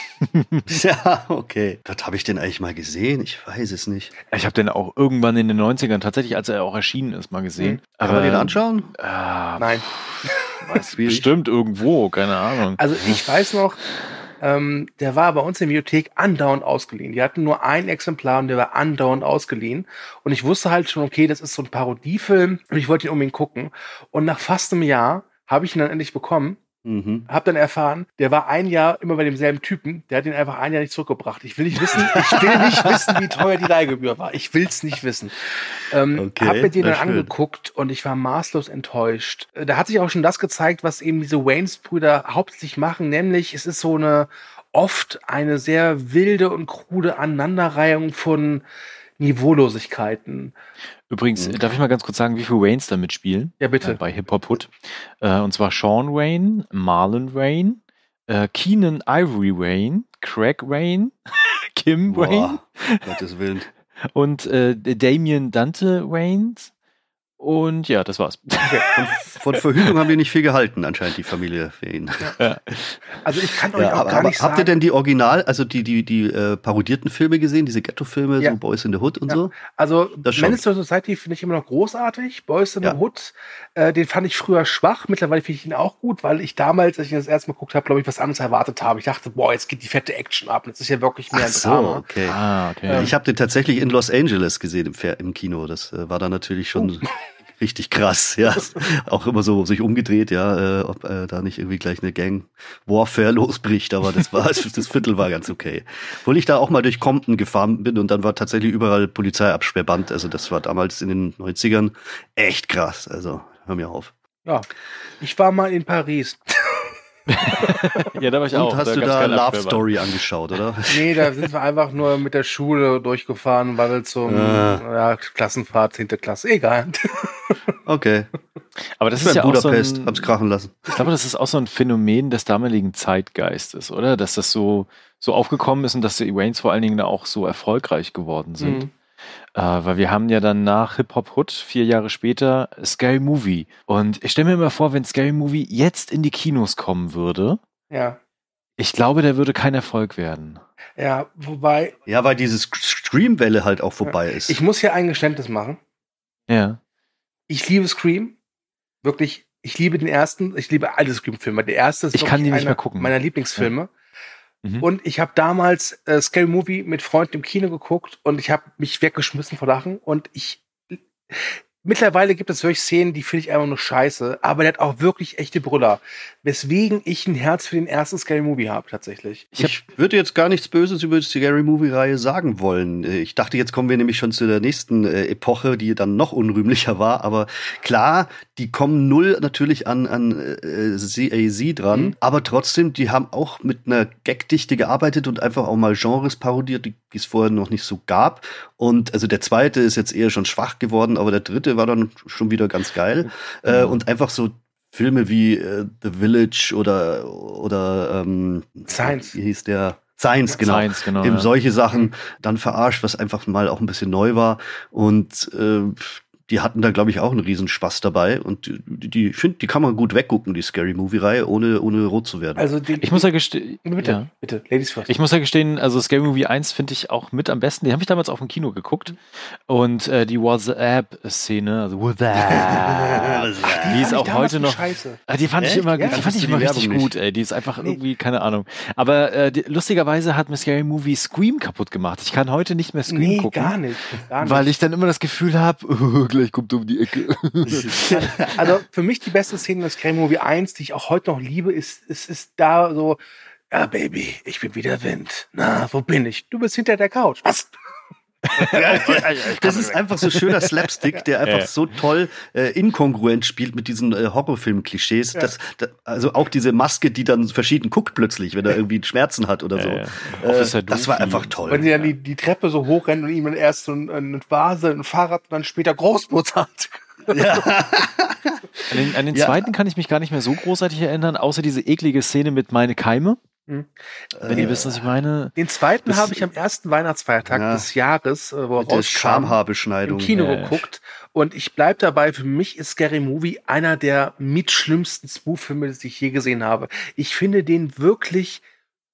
Ja, okay. Das habe ich denn eigentlich mal gesehen? Ich weiß es nicht. Ich habe den auch irgendwann in den neunzigern, tatsächlich, als er auch erschienen ist, mal gesehen. Mhm. Kann man den anschauen? Äh, Nein. weiß, bestimmt irgendwo, keine Ahnung. Also ich weiß noch, ähm, der war bei uns in der Bibliothek andauernd ausgeliehen. Die hatten nur ein Exemplar und der war andauernd ausgeliehen. Und ich wusste halt schon, okay, das ist so ein Parodiefilm und ich wollte ihn unbedingt gucken. Und nach fast einem Jahr habe ich ihn dann endlich bekommen. Mhm. Hab dann erfahren, der war ein Jahr immer bei demselben Typen, der hat ihn einfach ein Jahr nicht zurückgebracht. Ich will nicht wissen, ich will nicht wissen, wie teuer die Leihgebühr war. Ich will's nicht wissen. Ähm, Okay, hab mir den dann na schön. angeguckt und ich war maßlos enttäuscht. Äh, Da hat sich auch schon das gezeigt, was eben diese Wayans-Brüder hauptsächlich machen, nämlich es ist so eine, oft eine sehr wilde und krude Aneinanderreihung von Niveaulosigkeiten. Übrigens, darf ich mal ganz kurz sagen, wie viele Waynes da mitspielen? Ja, bitte. Äh, bei Hip-Hop-Hood. Äh, und zwar Sean Wayne, Marlon Wayne, äh, Keenan Ivory Wayne, Craig Wayne, Kim Wayne Boah, Gottes Willen. und äh, Damien Dante Waynes. Und ja, das war's. Von, von Verhütung haben die nicht viel gehalten, anscheinend die Familie Wayne. Also ich kann euch Ja, auch aber, gar aber nicht habt ihr sagen. denn die Original, also die, die, die äh, parodierten Filme gesehen, diese Ghetto-Filme, Ja. so Boys in the Hood und Ja. so? Also Das schon. Menace to Society finde ich immer noch großartig. Boys in Ja. the Hood, äh, den fand ich früher schwach. Mittlerweile finde ich ihn auch gut, weil ich damals, als ich ihn das erste Mal geguckt habe, glaube ich, was anderes erwartet habe. Ich dachte, boah, jetzt geht die fette Action ab. Das ist ja wirklich mehr Ach ein so, Drama. okay. Ah, okay. Ich habe den tatsächlich in Los Angeles gesehen im, Fer im Kino. Das äh, war dann natürlich schon richtig krass, ja. Auch immer so sich umgedreht, ja, äh, ob äh, da nicht irgendwie gleich eine Gang Warfare losbricht, aber das war das Viertel war ganz okay. Obwohl ich da auch mal durch Compton gefahren bin und dann war tatsächlich überall Polizeiabsperrband. Also das war damals in den neunzigern echt krass. Also hör mir auf. Ja, ich war mal in Paris. Ja, da war ich Und auch. hast du gab's da keine Love Absperrband. Story angeschaut, oder? Nee, da sind wir einfach nur mit der Schule durchgefahren, weil wir zum Ah. ja, Klassenfahrt, zehnte Klasse. Egal. Okay. Aber das Ich ist war ja in auch so Budapest, ein, hab's krachen lassen. ich glaube, das ist auch so ein Phänomen des damaligen Zeitgeistes, oder? Dass das so, so aufgekommen ist und dass die Waynes vor allen Dingen da auch so erfolgreich geworden sind. Mhm. Äh, weil wir haben ja dann nach Hip-Hop-Hood vier Jahre später Scary Movie. Und ich stelle mir immer vor, wenn Scary Movie jetzt in die Kinos kommen würde, Ja. ich glaube, der würde kein Erfolg werden. Ja, wobei, Ja, weil diese Scream-Welle halt auch vorbei ist. ich muss hier ein Geständnis machen. Ja. Ich liebe Scream. Wirklich, ich liebe den ersten. Ich liebe alle Scream-Filme. Der erste ist Ich kann wirklich die nicht einer mehr gucken. meiner Lieblingsfilme. Mhm. Und ich habe damals äh, Scary Movie mit Freunden im Kino geguckt und ich habe mich weggeschmissen vor Lachen. Und ich, Mittlerweile gibt es wirklich Szenen, die finde ich einfach nur scheiße, aber der hat auch wirklich echte Brüller. Weswegen ich ein Herz für den ersten Scary Movie habe, tatsächlich. Ich, ich würde jetzt gar nichts Böses über die Scary Movie-Reihe sagen wollen. Ich dachte, jetzt kommen wir nämlich schon zu der nächsten äh, Epoche, die dann noch unrühmlicher war. Aber klar, die kommen null natürlich an, an äh, C A Z dran. Mhm. Aber trotzdem, die haben auch mit einer Gagdichte gearbeitet und einfach auch mal Genres parodiert, die es vorher noch nicht so gab. Und also der zweite ist jetzt eher schon schwach geworden, aber der dritte war dann schon wieder ganz geil. Mhm. Äh, und einfach so Filme wie äh, The Village oder oder ähm, Science. Wie hieß der? Science, genau. Science, genau Eben ja. solche Sachen dann verarscht, was einfach mal auch ein bisschen neu war. Und äh, die hatten da, glaube ich, auch einen Riesenspaß dabei. Und die, die, ich finde, die kann man gut weggucken, die Scary-Movie-Reihe, ohne, ohne rot zu werden. Also den, ich muss ja gestehen. Bitte, ja. bitte, Ladies first. Ich muss ja gestehen, also Scary Movie eins finde ich auch mit am besten. Die habe ich damals auch im Kino geguckt. Und äh, die WhatsApp-Szene, also WhatsApp, Ach, die, die ist auch heute noch. Scheiße. Die fand Echt? ich immer, Ja, die fand ich immer richtig Werbung gut, ey. Die ist einfach nee. irgendwie, keine Ahnung. Aber äh, die, lustigerweise hat mir Scary Movie Scream kaputt gemacht. Ich kann heute nicht mehr Scream nee, gucken. Gar nicht, gar nicht. Weil ich dann immer das Gefühl habe, oh, gleich kommt er um die Ecke. Also für mich die beste Szene in Scary Movie eins, die ich auch heute noch liebe, ist, ist, ist da so, ja Baby, ich bin wieder Wind. Na, wo bin ich? Du bist hinter der Couch. Was? Das ist einfach so schöner Slapstick, der einfach ja. so toll äh, inkongruent spielt mit diesen äh, Horrorfilm-Klischees. Ja. Das, das, also auch diese Maske, die dann verschieden guckt plötzlich, wenn er irgendwie Schmerzen hat oder so. Ja, ja. Äh, das war einfach toll. Wenn sie dann die, die Treppe so hochrennen und ihm dann erst so eine Vase, ein Fahrrad und dann später Großmutter hat. Ja. An den, an den ja. zweiten kann ich mich gar nicht mehr so großartig erinnern, außer diese eklige Szene mit Meine Keime. Hm. Wenn äh, ihr wisst, was ich meine. Den zweiten habe ich am ersten Weihnachtsfeiertag ja, des Jahres, wo er rauskam, Schamhaarbeschneidung im Kino ja, geguckt. Und ich bleib dabei, für mich ist Scary Movie einer der mitschlimmsten Spoof-Filme, die ich je gesehen habe. Ich finde den wirklich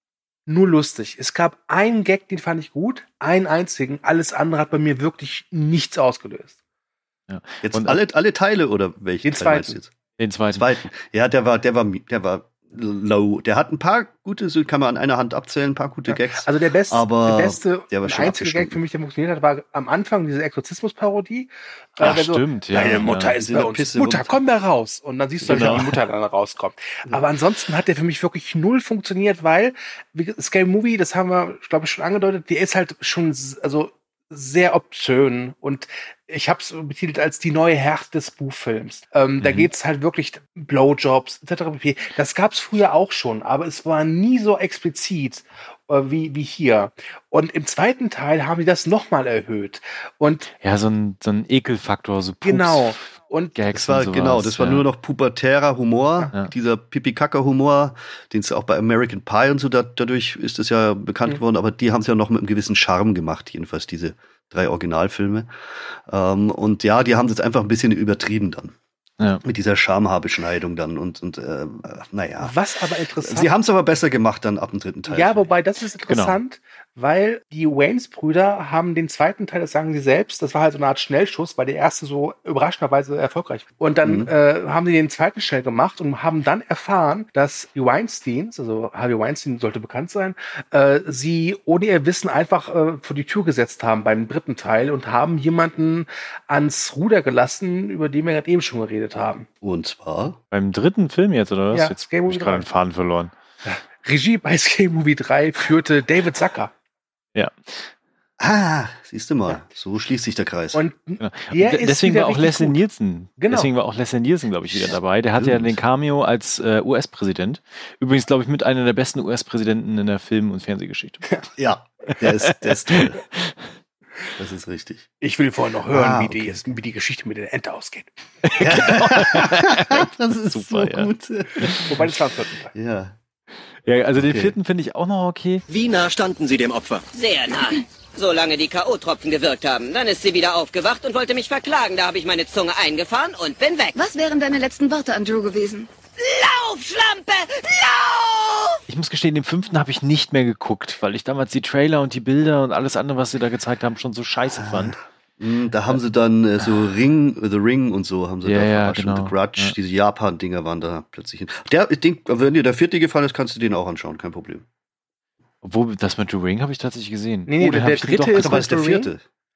nur lustig. Es gab einen Gag, den fand ich gut, einen einzigen. Alles andere hat bei mir wirklich nichts ausgelöst. Ja. Jetzt und alle, alle Teile oder welche? Den Teil zweiten. Jetzt? Den zweiten. zweiten. Ja, der war, der war, der war low. Der hat ein paar gute, so kann man an einer Hand abzählen, ein paar gute Gags. Also der beste, aber der beste, der war der einzige Gag für mich, der funktioniert hat, war am Anfang diese Exorzismus-Parodie. Ach, äh, so, stimmt, ja. Deine Mutter ja. ist bei uns. Pisse Mutter, komm da raus. Und dann siehst du, genau. wie die Mutter dann rauskommt. Ja. Aber ansonsten hat der für mich wirklich null funktioniert, weil wie, Scary Movie, das haben wir, glaube ich, schon angedeutet, der ist halt schon, also sehr obszön und ich habe es betitelt als die neue Härte des Spoof-Films. Ähm, mhm. Da geht's halt wirklich Blowjobs et cetera pp. Das gab's früher auch schon, aber es war nie so explizit äh, wie wie hier. Und im zweiten Teil haben die das nochmal erhöht. Und ja, so ein so ein Ekelfaktor, so Pups. Genau. Und Gags das war, und genau, das war ja. nur noch pubertärer Humor, ja. dieser Pipi-Kaka-Humor, den es auch bei American Pie und so, da, dadurch ist es ja bekannt mhm. geworden, aber die haben es ja noch mit einem gewissen Charme gemacht, jedenfalls diese drei Originalfilme. Ähm, und ja, die haben es jetzt einfach ein bisschen übertrieben dann. Ja. Mit dieser Schamhaarbeschneidung dann und, und äh, naja. Was aber interessant. Sie haben es aber besser gemacht dann ab dem dritten Teil. Ja, wobei das ist interessant, genau. weil die Wayans-Brüder haben den zweiten Teil, das sagen sie selbst, das war halt so eine Art Schnellschuss, weil der erste so überraschenderweise erfolgreich war. Und dann mhm. äh, haben sie den zweiten schnell gemacht und haben dann erfahren, dass die Weinsteins, also Harvey Weinstein sollte bekannt sein, äh, sie ohne ihr Wissen einfach äh, vor die Tür gesetzt haben beim dritten Teil und haben jemanden ans Ruder gelassen, über den wir gerade eben schon geredet haben. Und zwar? Beim dritten Film jetzt, oder was? Ja, jetzt habe ich gerade den Faden verloren. Ja. Regie bei Scary Movie drei führte David Zucker. Ja. Ah, siehst du mal, ja. so schließt sich der Kreis. Und genau. der und deswegen war auch Leslie gut. Nielsen, genau. deswegen war auch Leslie Nielsen, glaube ich, wieder dabei. Der hatte ja den Cameo als äh, U S-Präsident. Übrigens, glaube ich, mit einer der besten U S-Präsidenten in der Film- und Fernsehgeschichte. Ja, der ist, der ist toll. Das ist richtig. Ich will vorher noch hören, ah, okay. wie, die, wie die Geschichte mit der Ente ausgeht. Ja. Das ist super, so ja. gut. Wobei das war im vierten Teil. Ja. Ja, also okay. den vierten finde ich auch noch okay. Wie nah standen Sie dem Opfer? Sehr nah. Solange die K O-Tropfen gewirkt haben. Dann ist sie wieder aufgewacht und wollte mich verklagen. Da habe ich meine Zunge eingefahren und bin weg. Was wären deine letzten Worte an Drew gewesen? Lauf, Schlampe! Lauf! Ich muss gestehen, den fünften habe ich nicht mehr geguckt, weil ich damals die Trailer und die Bilder und alles andere, was sie da gezeigt haben, schon so scheiße fand. Da haben sie dann äh, so Ring, The Ring und so haben sie ja, da ja, verarscht. genau. The Grudge, ja. diese Japan-Dinger waren da plötzlich hin. Der, den, wenn dir der vierte gefallen ist, kannst du den auch anschauen, kein Problem. Obwohl, das mit The Ring habe ich tatsächlich gesehen. Nee, nee, oh, der, der dritte ist aber ist der vierte.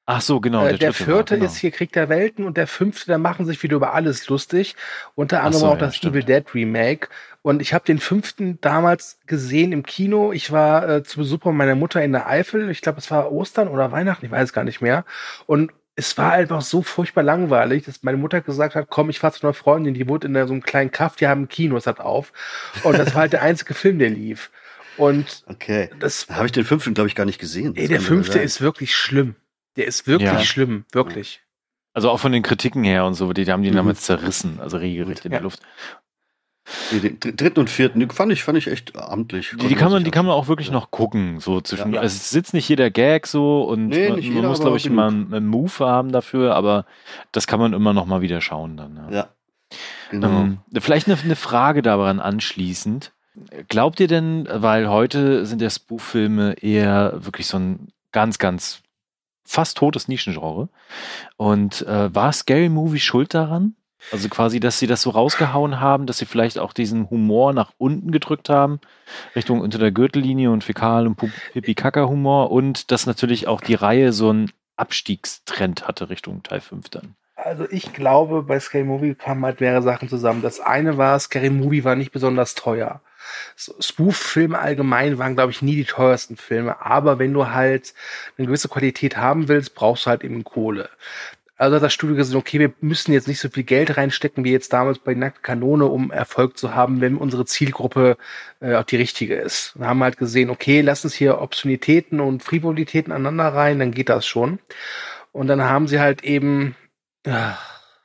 Ach so, genau. Äh, Der, der dritte vierte war, genau. ist hier Krieg der Welten und der fünfte, da machen sich wieder über alles lustig. Unter Ach anderem so, auch ja, das stimmt. Evil Dead Remake. Und ich habe den fünften damals gesehen im Kino. Ich war äh, zu Besuch bei meiner Mutter in der Eifel. Ich glaube, es war Ostern oder Weihnachten, ich weiß es gar nicht mehr. Und es war einfach so furchtbar langweilig, dass meine Mutter gesagt hat, komm, ich fahr zu einer Freundin, die wohnt in so einem kleinen Kaff, die haben ein Kino, es hat auf. Und das war halt der einzige Film, der lief. Und Okay. das Da habe ich den fünften, glaube ich, gar nicht gesehen. ey, Das der kann fünfte sein. ist wirklich schlimm. Der ist wirklich Ja. schlimm, wirklich. Also auch von den Kritiken her und so, die, die haben die Mhm. damals zerrissen, also regelrecht in Ja. der Luft. Nee, den dr- dritten und vierten, die fand ich, fand ich echt amtlich. Die, die kann man, die kann man auch wirklich noch gucken, so zwischen. Ja. Also es sitzt nicht jeder Gag so und Nee, man, nicht man jeder, muss, aber glaube ich, genug. mal einen, einen Move haben dafür, aber das kann man immer noch mal wieder schauen dann. Ja. Ja. Genau. Ähm, vielleicht eine, eine Frage daran anschließend. Glaubt ihr denn, weil heute sind ja Spoof-Filme eher wirklich so ein ganz, ganz fast totes Nischengenre. Und äh, war Scary Movie schuld daran? Also quasi, dass sie das so rausgehauen haben, dass sie vielleicht auch diesen Humor nach unten gedrückt haben, Richtung unter der Gürtellinie und Fäkal- und Pipi-Kaka-Humor und dass natürlich auch die Reihe so einen Abstiegstrend hatte Richtung Teil fünf dann. Also ich glaube, bei Scary Movie kamen halt mehrere Sachen zusammen. Das eine war, Scary Movie war nicht besonders teuer. So, Spoof-Filme allgemein waren, glaube ich, nie die teuersten Filme. Aber wenn du halt eine gewisse Qualität haben willst, brauchst du halt eben Kohle. Also hat das Studio gesagt, okay, wir müssen jetzt nicht so viel Geld reinstecken wie jetzt damals bei Nackte Kanone, um Erfolg zu haben, wenn unsere Zielgruppe äh, auch die richtige ist. Und haben halt gesehen, okay, lass uns hier Obszönitäten und Frivolitäten aneinander rein, dann geht das schon. Und dann haben sie halt eben ja,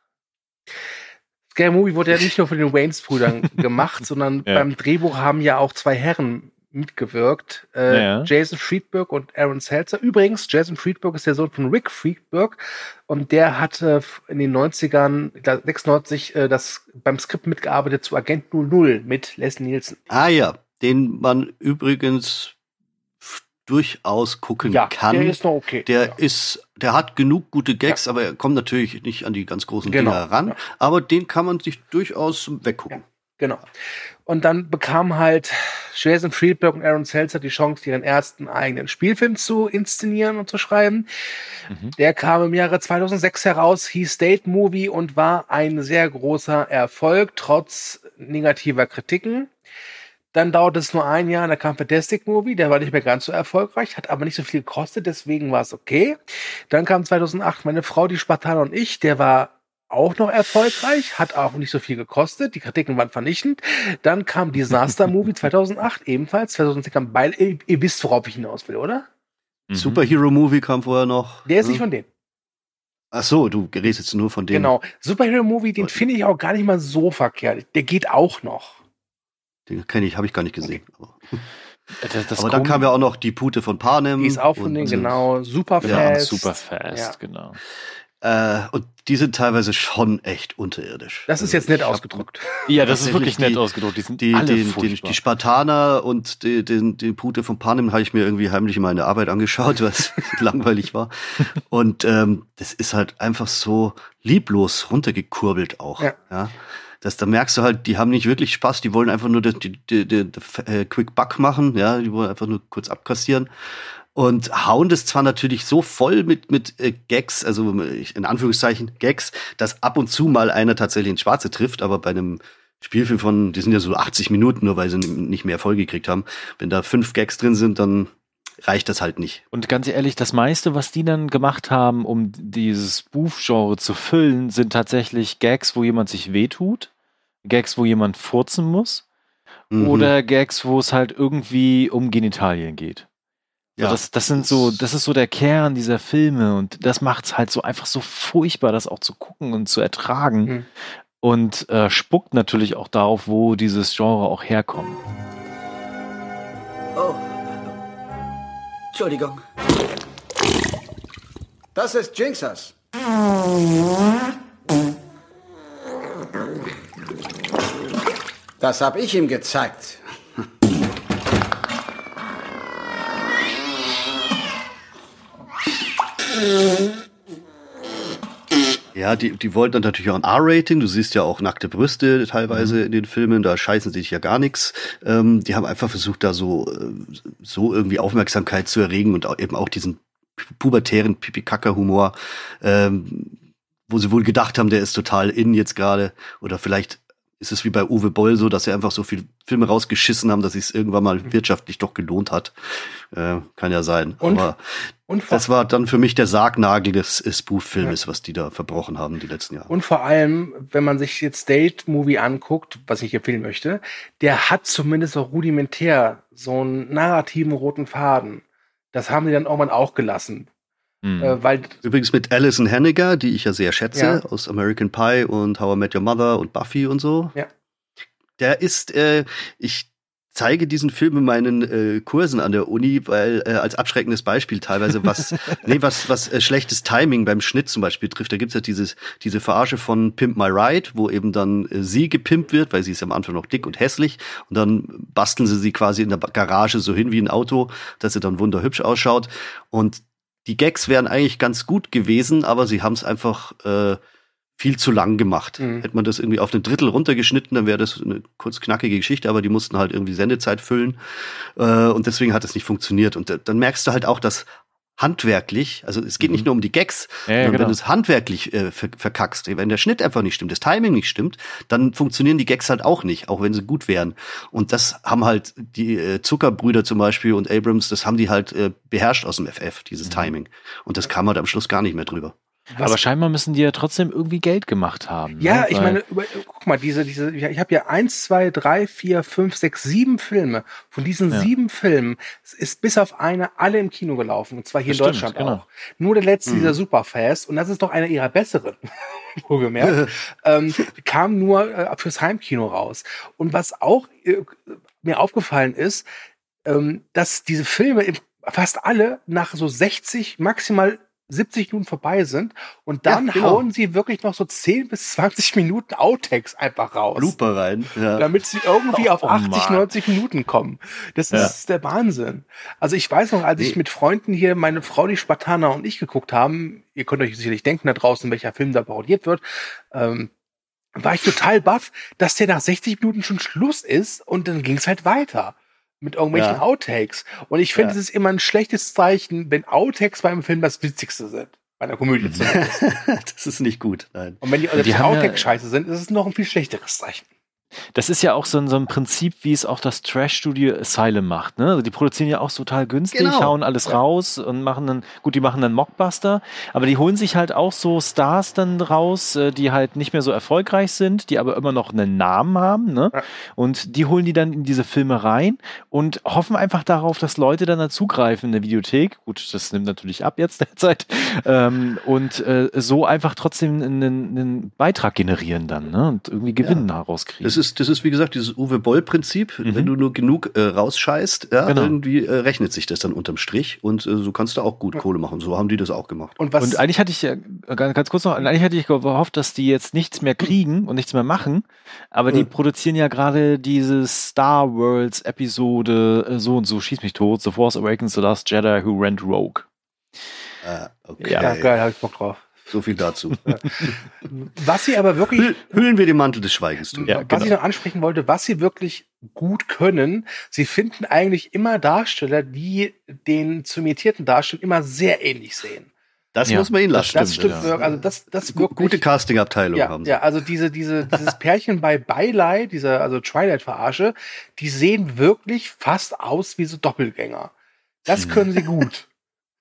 Scary Movie wurde ja nicht nur von den Wayans-Brüdern gemacht, sondern Ja. beim Drehbuch haben ja auch zwei Herren mitgewirkt. Äh, Ja. Jason Friedberg und Aaron Seltzer. Übrigens, Jason Friedberg ist der Sohn von Rick Friedberg und der hatte in den neunzigern, ich glaub, sechsundneunzig, äh, das beim Skript mitgearbeitet zu Agent null null mit Leslie Nielsen. Ah ja, den man übrigens f- durchaus gucken Ja, kann. der ist noch okay. Der Ja. ist, der hat genug gute Gags, aber er kommt natürlich nicht an die ganz großen Genau, Dinger ran. ja. Aber den kann man sich durchaus weggucken. Genau. Und dann bekam halt Jason Friedberg und Aaron Seltzer die Chance, ihren ersten eigenen Spielfilm zu inszenieren und zu schreiben. Mhm. Der kam im Jahre zweitausendsechs heraus, hieß Date Movie und war ein sehr großer Erfolg, trotz negativer Kritiken. Dann dauerte es nur ein Jahr, da kam Fantastic Movie, der war nicht mehr ganz so erfolgreich, hat aber nicht so viel gekostet, deswegen war es okay. Dann kam zweitausendacht Meine Frau, die Spartaner und ich, der war auch noch erfolgreich, hat auch nicht so viel gekostet, die Kritiken waren vernichtend. Dann kam Disaster Movie zweitausendacht, ebenfalls, zweitausendzehn kam beide, ihr, ihr wisst, worauf ich hinaus will, oder? Mhm. Superhero-Movie kam vorher noch. Der ist ne? nicht von denen. Ach so, du redest jetzt nur von dem. Genau. Superhero Movie, den finde ich auch gar nicht mal so verkehrt. Der geht auch noch. Den kenne ich, habe ich gar nicht gesehen. Aber, Das, das aber dann Kom- kam ja auch noch die Pute von Panem. Die ist auch von und, denen, genau. Super Ja, fast. super fast, Ja. genau. Äh, und die sind teilweise schon echt unterirdisch. Das ist Also jetzt nett ich hab ausgedrückt. Ja, das ist tatsächlich wirklich nett die- ausgedruckt. Die sind Die, alle den, den, furchtbar. die Spartaner und die, den, den Pute von Panem habe ich mir irgendwie heimlich in meine Arbeit angeschaut, was langweilig war. Und ähm, das ist halt einfach so lieblos runtergekurbelt auch. Ja. Ja. Das, da merkst du halt, die haben nicht wirklich Spaß, die wollen einfach nur die, die, die, die, die äh, Quick Buck machen, ja, die wollen einfach nur kurz abkassieren. Und hauen das zwar natürlich so voll mit, mit äh, Gags, also in Anführungszeichen Gags, dass ab und zu mal einer tatsächlich ins Schwarze trifft, aber bei einem Spielfilm von, die sind ja so achtzig Minuten, nur weil sie nicht mehr voll gekriegt haben. Wenn da fünf Gags drin sind, dann reicht das halt nicht. Und ganz ehrlich, das meiste, was die dann gemacht haben, um dieses Spoof-Genre zu füllen, sind tatsächlich Gags, wo jemand sich wehtut, Gags, wo jemand furzen muss, Mhm. oder Gags, wo es halt irgendwie um Genitalien geht. So, Ja. das, das sind so, das ist so der Kern dieser Filme und das macht es halt so einfach so furchtbar, das auch zu gucken und zu ertragen. Mhm. Und äh, spuckt natürlich auch darauf, wo dieses Genre auch herkommt. Oh. Entschuldigung. Das ist Jinxers. Das habe ich ihm gezeigt. Ja, die, die wollten dann natürlich auch ein R-Rating. Du siehst ja auch nackte Brüste teilweise Mhm. in den Filmen, da scheißen sich ja gar nichts. Ähm, die haben einfach versucht, da so, äh, so irgendwie Aufmerksamkeit zu erregen und auch, eben auch diesen pubertären Pipi-Kaka-Humor, ähm, wo sie wohl gedacht haben, der ist total in jetzt gerade. Oder vielleicht ist es wie bei Uwe Boll so, dass sie einfach so viele Filme rausgeschissen haben, dass es irgendwann mal wirtschaftlich doch gelohnt hat. Äh, kann ja sein. Und, Aber und das war dann für mich der Sargnagel des Spoof-Filmes, ja. was die da verbrochen haben die letzten Jahre. Und vor allem, wenn man sich jetzt Date-Movie anguckt, was ich empfehlen möchte, der hat zumindest auch rudimentär so einen narrativen roten Faden. Das haben die dann irgendwann auch gelassen. Mhm. Äh, weil Übrigens mit Alison Hanniger, die ich ja sehr schätze, ja. aus American Pie und How I Met Your Mother und Buffy und so. Ja. Der ist, äh, ich zeige diesen Film in meinen äh, Kursen an der Uni, weil äh, als abschreckendes Beispiel teilweise was, nee, was, was äh, schlechtes Timing beim Schnitt zum Beispiel trifft. Da gibt's ja dieses, diese Verarsche von Pimp My Ride, wo eben dann äh, sie gepimpt wird, weil sie ist am Anfang noch dick und hässlich. Und dann basteln sie sie quasi in der Garage so hin wie ein Auto, dass sie dann wunderhübsch ausschaut. Und die Gags wären eigentlich ganz gut gewesen, aber sie haben es einfach äh, viel zu lang gemacht. Mhm. Hätte man das irgendwie auf ein Drittel runtergeschnitten, dann wäre das eine kurz knackige Geschichte, aber die mussten halt irgendwie Sendezeit füllen. Äh, und deswegen hat es nicht funktioniert. Und äh, dann merkst du halt auch, dass handwerklich, also es geht mhm. nicht nur um die Gags, ja, sondern genau. wenn du es handwerklich äh, ver- verkackst, wenn der Schnitt einfach nicht stimmt, das Timing nicht stimmt, dann funktionieren die Gags halt auch nicht, auch wenn sie gut wären. Und das haben halt die äh, Zuckerbrüder zum Beispiel und Abrams, das haben die halt äh, beherrscht aus dem F F, dieses mhm. Timing. Und das kam halt am Schluss gar nicht mehr drüber. Was? Aber scheinbar müssen die ja trotzdem irgendwie Geld gemacht haben. Ja, ne? ich Weil meine, über, guck mal, diese, diese, ich habe ja eins, zwei, drei, vier, fünf, sechs, sieben Filme. Von diesen ja. sieben Filmen ist bis auf eine alle im Kino gelaufen. Und zwar hier das in Deutschland stimmt, auch. Genau. Nur der letzte, mhm. dieser Superfast, und das ist doch einer ihrer besseren, wohlgemerkt, ähm, kam nur äh, fürs Heimkino raus. Und was auch äh, mir aufgefallen ist, ähm, dass diese Filme fast alle nach so sechzig, maximal siebzig Minuten vorbei sind und dann ja, genau. hauen sie wirklich noch so zehn bis zwanzig Minuten Outtakes einfach raus. Blooper rein. Ja. Damit sie irgendwie oh, auf achtzig, Mann. neunzig Minuten kommen. Das ja. ist der Wahnsinn. Also ich weiß noch, als nee. ich mit Freunden hier, meine Frau, die Spartaner und ich geguckt haben, ihr könnt euch sicherlich denken da draußen, welcher Film da parodiert wird, ähm, war ich total baff, dass der nach sechzig Minuten schon Schluss ist und dann ging es halt weiter. Mit irgendwelchen ja. Outtakes. Und ich finde, es ja. ist immer ein schlechtes Zeichen, wenn Outtakes beim Film das Witzigste sind. Bei einer Komödie zumindest. Das ist nicht gut, nein. Und wenn die, die, die Outtakes ja, scheiße sind, ist es noch ein viel schlechteres Zeichen. Das ist ja auch so ein, so ein Prinzip, wie es auch das Trash-Studio Asylum macht. Ne? Also die produzieren ja auch total günstig, genau. hauen alles ja. raus und machen dann, gut, die machen dann Mockbuster, aber die holen sich halt auch so Stars dann raus, die halt nicht mehr so erfolgreich sind, die aber immer noch einen Namen haben. Ne? Ja. Und die holen die dann in diese Filme rein und hoffen einfach darauf, dass Leute dann dazugreifen in der Videothek. Gut, das nimmt natürlich ab jetzt derzeit. Ähm, und äh, so einfach trotzdem einen, einen Beitrag generieren dann, ne? Und irgendwie Gewinn ja. herauskriegen. Das ist, das ist, wie gesagt, dieses Uwe Boll-Prinzip. Mhm. Wenn du nur genug äh, rausscheißt, ja, genau. irgendwie äh, rechnet sich das dann unterm Strich und äh, so kannst du auch gut ja. Kohle machen. So haben die das auch gemacht. Und, was und eigentlich hatte ich ja, ganz, ganz kurz noch, eigentlich hatte ich gehofft, dass die jetzt nichts mehr kriegen und nichts mehr machen, aber die mhm. produzieren ja gerade diese Star Wars Episode äh, so und so, schieß mich tot, The Force Awakens, The Last Jedi Who Went Rogue. Ah, okay. Ja, geil, hab ich Bock drauf. So viel dazu. Was sie aber wirklich... Hüllen wir den Mantel des Schweigens drüber. Ja, was genau. ich noch ansprechen wollte, was sie wirklich gut können, sie finden eigentlich immer Darsteller, die den zu imitierten Darstellern immer sehr ähnlich sehen. Das ja, muss man ihnen lassen. Das stimmt, das stimmt ja. also das, das wirklich, gute Casting-Abteilung ja, haben sie. Ja, also diese, diese, dieses Pärchen bei Beileih, dieser, also Twilight-Verarsche, die sehen wirklich fast aus wie so Doppelgänger. Das können sie gut.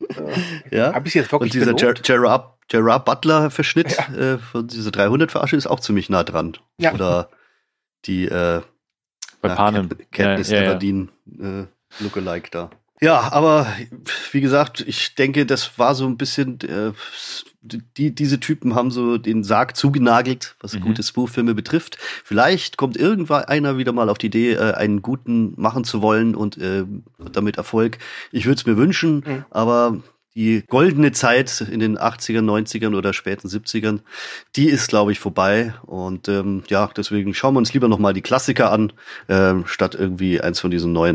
äh, ja. Hab ich jetzt wirklich Und dieser Ger- Gerard, Gerard Butler-Verschnitt ja. äh, von dieser dreihundert-Verarsche ist auch ziemlich nah dran. Ja. Oder die äh, bei Panem. Katniss ja, ja, Everdeen ja. äh, Lookalike da. Ja, aber wie gesagt, ich denke, das war so ein bisschen, äh, die, diese Typen haben so den Sarg zugenagelt, was mhm. gute Spoof-Filme betrifft. Vielleicht kommt irgendwann einer wieder mal auf die Idee, äh, einen guten machen zu wollen und äh, damit Erfolg. Ich würde es mir wünschen, mhm. aber die goldene Zeit in den achtzigern, neunzigern oder späten siebzigern, die ist, glaube ich, vorbei. Und ähm, ja, deswegen schauen wir uns lieber noch mal die Klassiker an, äh, statt irgendwie eins von diesen neuen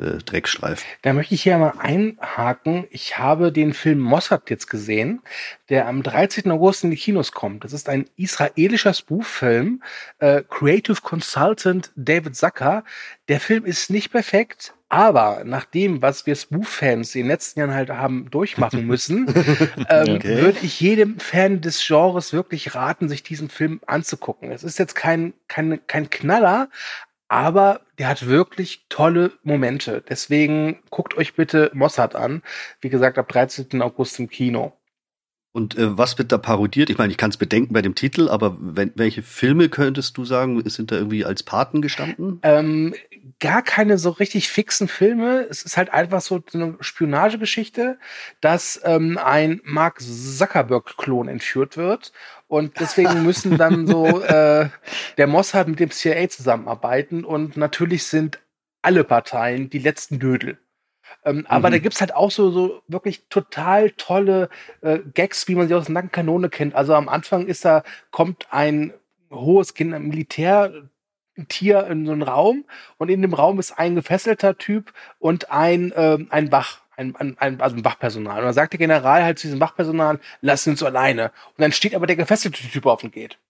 äh, Dreckstreifen. Da möchte ich hier mal einhaken. Ich habe den Film Mossad jetzt gesehen, der am dreizehnten August in die Kinos kommt. Das ist ein israelischer Spoof-Film. Äh, Creative Consultant David Zucker. Der Film ist nicht perfekt, aber nach dem, was wir Spoof-Fans in den letzten Jahren halt haben durchmachen müssen, ähm, okay. würde ich jedem Fan des Genres wirklich raten, sich diesen Film anzugucken. Es ist jetzt kein, kein, kein Knaller, aber der hat wirklich tolle Momente. Deswegen guckt euch bitte Mossad an. Wie gesagt, ab dreizehnten August im Kino. Und äh, was wird da parodiert? Ich meine, ich kann es bedenken bei dem Titel, aber wenn, welche Filme könntest du sagen, sind da irgendwie als Paten gestanden? Ähm, gar keine so richtig fixen Filme. Es ist halt einfach so eine Spionagegeschichte, dass ähm, ein Mark Zuckerberg-Klon entführt wird. Und deswegen müssen dann so äh, der Mossad mit dem C I A zusammenarbeiten. Und natürlich sind alle Parteien die letzten Dödel. Ähm, aber mhm. da gibt's halt auch so, so wirklich total tolle äh, Gags, wie man sie aus der Nackenkanone kennt. Also am Anfang ist da, kommt ein hohes Kind, ein Militärtier in so einen Raum und in dem Raum ist ein gefesselter Typ und ein, ähm, ein Wach. Ein, ein, also ein Wachpersonal. Und dann sagt der General halt zu diesem Wachpersonal, lass uns alleine. Und dann steht aber der gefesselte Typ auf und geht.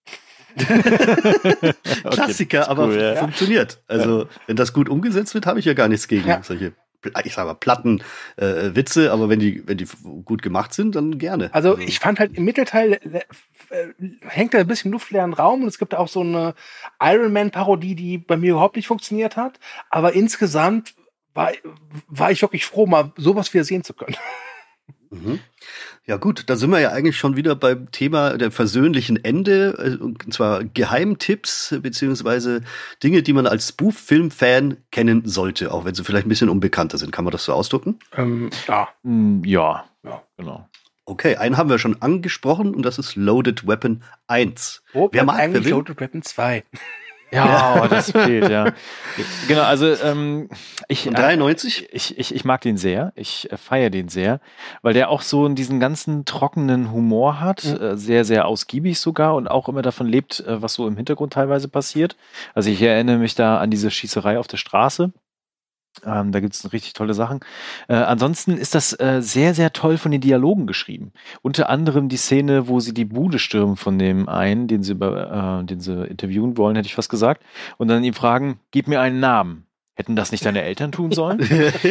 Klassiker, okay, aber cool, ja. funktioniert. Also, ja. wenn das gut umgesetzt wird, habe ich ja gar nichts gegen ja. solche, ich sag mal, platten äh, Witze, aber wenn die, wenn die gut gemacht sind, dann gerne. Also, also ich fand halt im Mittelteil äh, hängt da ein bisschen luftleeren Raum und es gibt auch so eine Iron Man-Parodie, die bei mir überhaupt nicht funktioniert hat. Aber insgesamt war, war ich wirklich froh, mal sowas wieder sehen zu können. Mhm. Ja gut, da sind wir ja eigentlich schon wieder beim Thema der versöhnlichen Ende, und zwar Geheimtipps beziehungsweise Dinge, die man als Spoof-Film-Fan kennen sollte, auch wenn sie vielleicht ein bisschen unbekannter sind. Kann man das so ausdrücken? Ähm, ja. Ja, ja, genau. Okay, einen haben wir schon angesprochen und das ist Loaded Weapon eins. Wo wer mag eigentlich Loaded Weapon zwei? Ja, oh, das fehlt, ja. Genau, also ähm, ich, Und dreiundneunzig? Äh, ich, ich, ich mag den sehr, ich äh, feiere den sehr, weil der auch so diesen ganzen trockenen Humor hat, mhm. äh, sehr, sehr ausgiebig sogar und auch immer davon lebt, äh, was so im Hintergrund teilweise passiert. Also ich erinnere mich da an diese Schießerei auf der Straße. Ähm, da gibt es richtig tolle Sachen. Äh, ansonsten ist das äh, sehr, sehr toll von den Dialogen geschrieben. Unter anderem die Szene, wo sie die Bude stürmen von dem einen, den sie, äh, den sie interviewen wollen, hätte ich fast gesagt, und dann ihn fragen, gib mir einen Namen. Hätten das nicht deine Eltern tun sollen?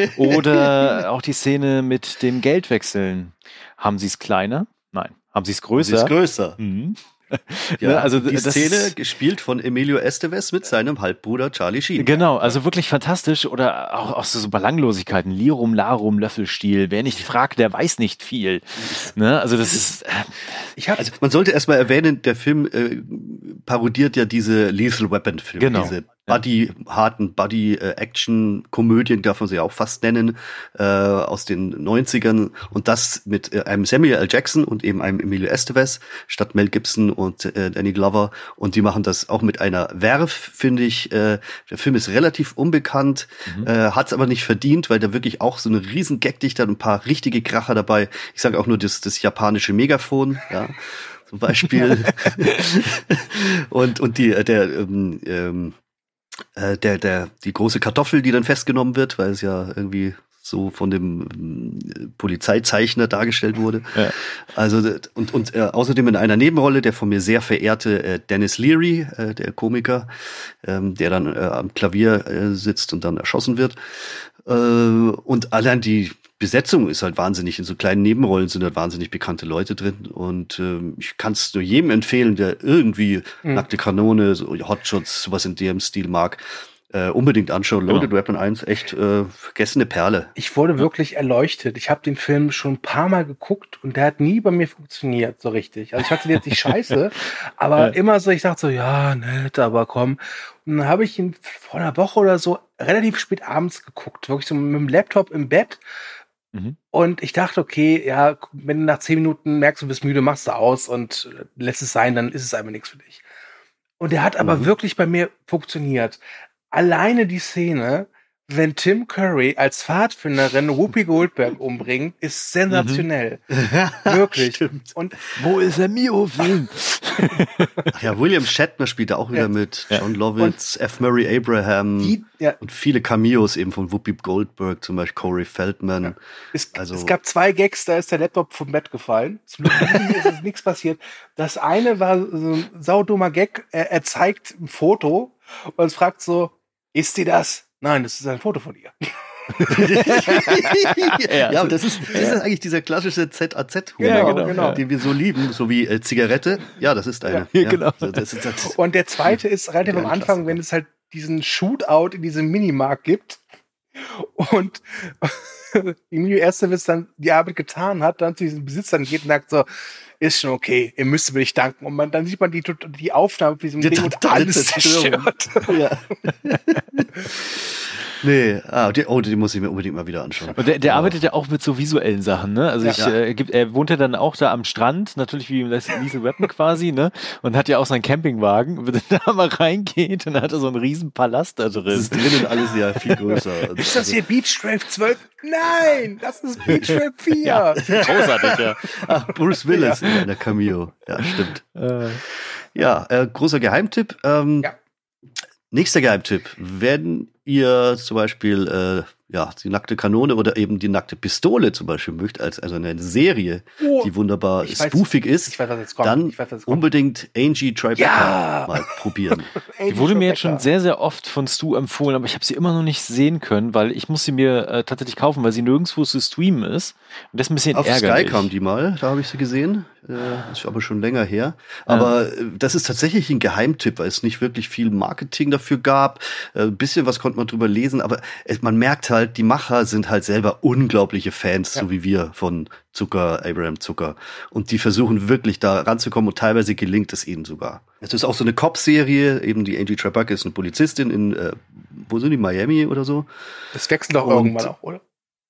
Oder auch die Szene mit dem Geldwechseln. Haben sie es kleiner? Nein. Haben sie es größer? Haben sie es größer. Mhm. Ja, also die Szene gespielt von Emilio Estevez mit seinem Halbbruder Charlie Sheen. Genau, also wirklich fantastisch. Oder auch, auch so, so Belanglosigkeiten. Lirum, Larum, Löffelstiel. Wer nicht fragt, der weiß nicht viel. Ne? Also das ist... Äh, ich hab, also man sollte erstmal erwähnen, der Film äh, parodiert ja diese Lethal Weapon-Filme. Genau. Diese Buddy, harten Buddy-Action-Komödien, darf man sie auch fast nennen, äh, aus den neunzigern. Und das mit äh, einem Samuel L. Jackson und eben einem Emilio Estevez statt Mel Gibson und äh, Danny Glover. Und die machen das auch mit einer Werf, finde ich. Äh, der Film ist relativ unbekannt, mhm. äh, hat es aber nicht verdient, weil der wirklich auch so eine riesen Gagdichte hat und ein paar richtige Kracher dabei. Ich sage auch nur das, das japanische Megafon, ja, zum Beispiel. und und die der ähm, ähm, Der, der, die große Kartoffel, die dann festgenommen wird, weil es ja irgendwie so von dem ähm, Polizeizeichner dargestellt wurde. Ja. Also, und, und äh, außerdem in einer Nebenrolle der von mir sehr verehrte äh, Dennis Leary, äh, der Komiker, ähm, der dann äh, am Klavier äh, sitzt und dann erschossen wird. Äh, und allein die Besetzung ist halt wahnsinnig. In so kleinen Nebenrollen sind halt wahnsinnig bekannte Leute drin. Und ähm, ich kann es nur jedem empfehlen, der irgendwie mhm. Nackte Kanone, so Hotshots, sowas in dem Stil mag, äh, unbedingt anschauen. Loaded genau. Weapon eins, echt äh, vergessene Perle. Ich wurde wirklich erleuchtet. Ich habe den Film schon ein paar Mal geguckt und der hat nie bei mir funktioniert so richtig. Also ich hatte jetzt nicht scheiße, aber ja. immer so, ich dachte so, ja, nett, aber komm. Und dann habe ich ihn vor einer Woche oder so relativ spät abends geguckt. Wirklich so mit dem Laptop im Bett. Mhm. Und ich dachte, okay, ja, wenn du nach zehn Minuten merkst, du bist müde, machst du aus und lässt es sein, dann ist es einfach nichts für dich. Und der hat aber mhm. wirklich bei mir funktioniert. Alleine die Szene, wenn Tim Curry als Pfadfinderin Whoopi Goldberg umbringt, ist sensationell. Mhm. Wirklich. Stimmt. Und wo ist der Mio-Film? Ja, William Shatner spielt da auch wieder ja. mit. John Lovitz, F. Murray Abraham die, ja. und viele Cameos eben von Whoopi Goldberg, zum Beispiel Corey Feldman. Ja. Es, also, es gab zwei Gags, da ist der Laptop vom Bett gefallen. Zum Glück ist nichts passiert. Das eine war so ein saudummer Gag. Er, er zeigt ein Foto und fragt so, ist die das? Nein, das ist ein Foto von ihr. ja, aber das ist, das ist eigentlich dieser klassische Z A Z-Humor, ja, genau, genau. den wir so lieben, so wie äh, Zigarette. Ja, das ist eine. Ja, ja, genau. Das ist, das und der zweite ist relativ am Anfang, wenn es halt diesen Shootout in diesem Minimarkt gibt und Emilio Estevez dann die Arbeit getan hat, dann zu diesen Besitzern geht und sagt so, ist schon okay, ihr müsst mir nicht danken. Und man, dann sieht man die, die Aufnahme von diesem die Ding und alles zerstört. Ja. Nee, ah, die, oh, die muss ich mir unbedingt mal wieder anschauen. Und der, der oh. arbeitet ja auch mit so visuellen Sachen, ne? Also ja. ich, äh, gibt, er wohnt ja dann auch da am Strand, natürlich wie im Lethal Weapon quasi, ne? Und hat ja auch seinen Campingwagen. Wenn er da mal reingeht, dann hat er so einen riesen Palast da drin. Das ist drinnen alles ja viel größer. Ist das hier Beach Drive zwölf? Nein, das ist Beach Drive vier. Ja, großartig, ja. Ach, Bruce Willis ja. in der Cameo. Ja, stimmt. Äh. Ja, äh, großer Geheimtipp. Ähm, ja. Nächster Geheimtipp. Wenn ihr zum Beispiel äh, ja, die nackte Kanone oder eben die nackte Pistole zum Beispiel mögt, als also eine Serie, oh, die wunderbar spoofig ist, ich weiß, was jetzt kommt. dann ich weiß, was jetzt unbedingt Angie Tribeca ja. mal probieren. Die wurde mir jetzt schon sehr, sehr oft von Stu empfohlen, aber ich habe sie immer noch nicht sehen können, weil ich muss sie mir äh, tatsächlich kaufen, weil sie nirgendwo zu streamen ist. Und das ist ein bisschen Auf ärgerlich. Sky kam die mal, da habe ich sie gesehen. Äh, ist aber schon länger her. Aber ja. das ist tatsächlich ein Geheimtipp, weil es nicht wirklich viel Marketing dafür gab. Ein äh, bisschen was konnte man drüber lesen, aber es, man merkt halt, die Macher sind halt selber unglaubliche Fans, ja. so wie wir von Zucker, Abraham Zucker. Und die versuchen wirklich da ranzukommen und teilweise gelingt es ihnen sogar. Es ist auch so eine Cop-Serie, eben die Angie Tribeca ist eine Polizistin in, äh, wo sind die, Miami oder so? Das wechselt doch irgendwann auch, oder?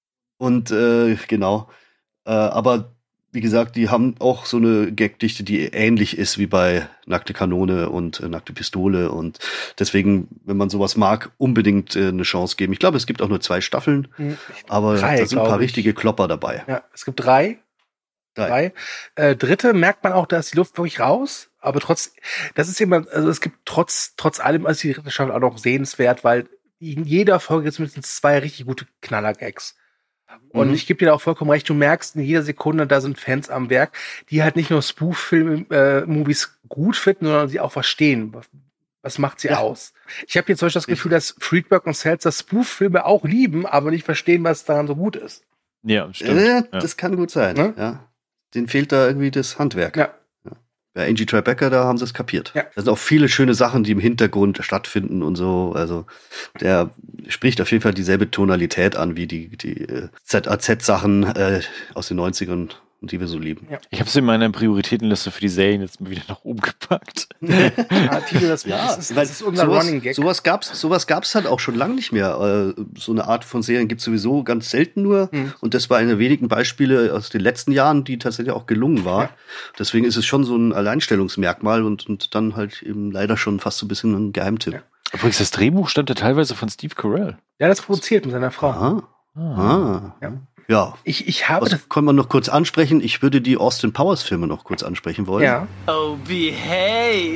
Und äh, genau. Äh, aber wie gesagt, die haben auch so eine Gagdichte, die ähnlich ist wie bei Nackte Kanone und äh, Nackte Pistole. Und deswegen, wenn man sowas mag, unbedingt äh, eine Chance geben. Ich glaube, es gibt auch nur zwei Staffeln, mhm. aber drei, da sind ein paar ich. richtige Klopper dabei. Ja, es gibt drei. Drei. drei. Äh, dritte merkt man auch, da ist die Luft wirklich raus. Aber trotz, das ist immer, also es gibt trotz, trotz allem, also die dritte Staffel auch noch sehenswert, weil in jeder Folge gibt es mindestens zwei richtig gute Knaller-Gags. Und mhm. ich gebe dir da auch vollkommen recht, du merkst in jeder Sekunde, da sind Fans am Werk, die halt nicht nur Spoof-Film-Movies äh, gut finden, sondern sie auch verstehen. Was macht sie ja. aus? Ich habe jetzt zum Beispiel das Gefühl, dass Friedberg und Seltzer Spoof-Filme auch lieben, aber nicht verstehen, was daran so gut ist. Ja, stimmt. Äh, ja. Das kann gut sein. Ne? Ja. Denen fehlt da irgendwie das Handwerk. Ja. Bei Angie Tribeca, da haben sie es kapiert. Ja. Da sind auch viele schöne Sachen, die im Hintergrund stattfinden und so. Also der spricht auf jeden Fall dieselbe Tonalität an wie die, die äh, Z A Z-Sachen äh, aus den neunzigern, die wir so lieben. Ja. Ich habe es in meiner Prioritätenliste für die Serien jetzt mal wieder nach oben gepackt. ja, Tilo, das, ja, das, ist, das ist unser sowas, Running Gag. Sowas gab's, sowas gab's halt auch schon lange nicht mehr. Äh, so eine Art von Serien gibt's sowieso ganz selten nur. Mhm. Und das war eine der wenigen Beispiele aus den letzten Jahren, die tatsächlich auch gelungen war. Ja. Deswegen ist es schon so ein Alleinstellungsmerkmal und, und dann halt eben leider schon fast so ein bisschen ein Geheimtipp. Ja. Übrigens, das Drehbuch stammte teilweise von Steve Carell. Ja, das produziert mit seiner Frau. Aha. Ah. ah. Ja. Ja, ich, ich habe das können wir noch kurz ansprechen. Ich würde die Austin Powers Filme noch kurz ansprechen wollen. Ja. Oh, behave.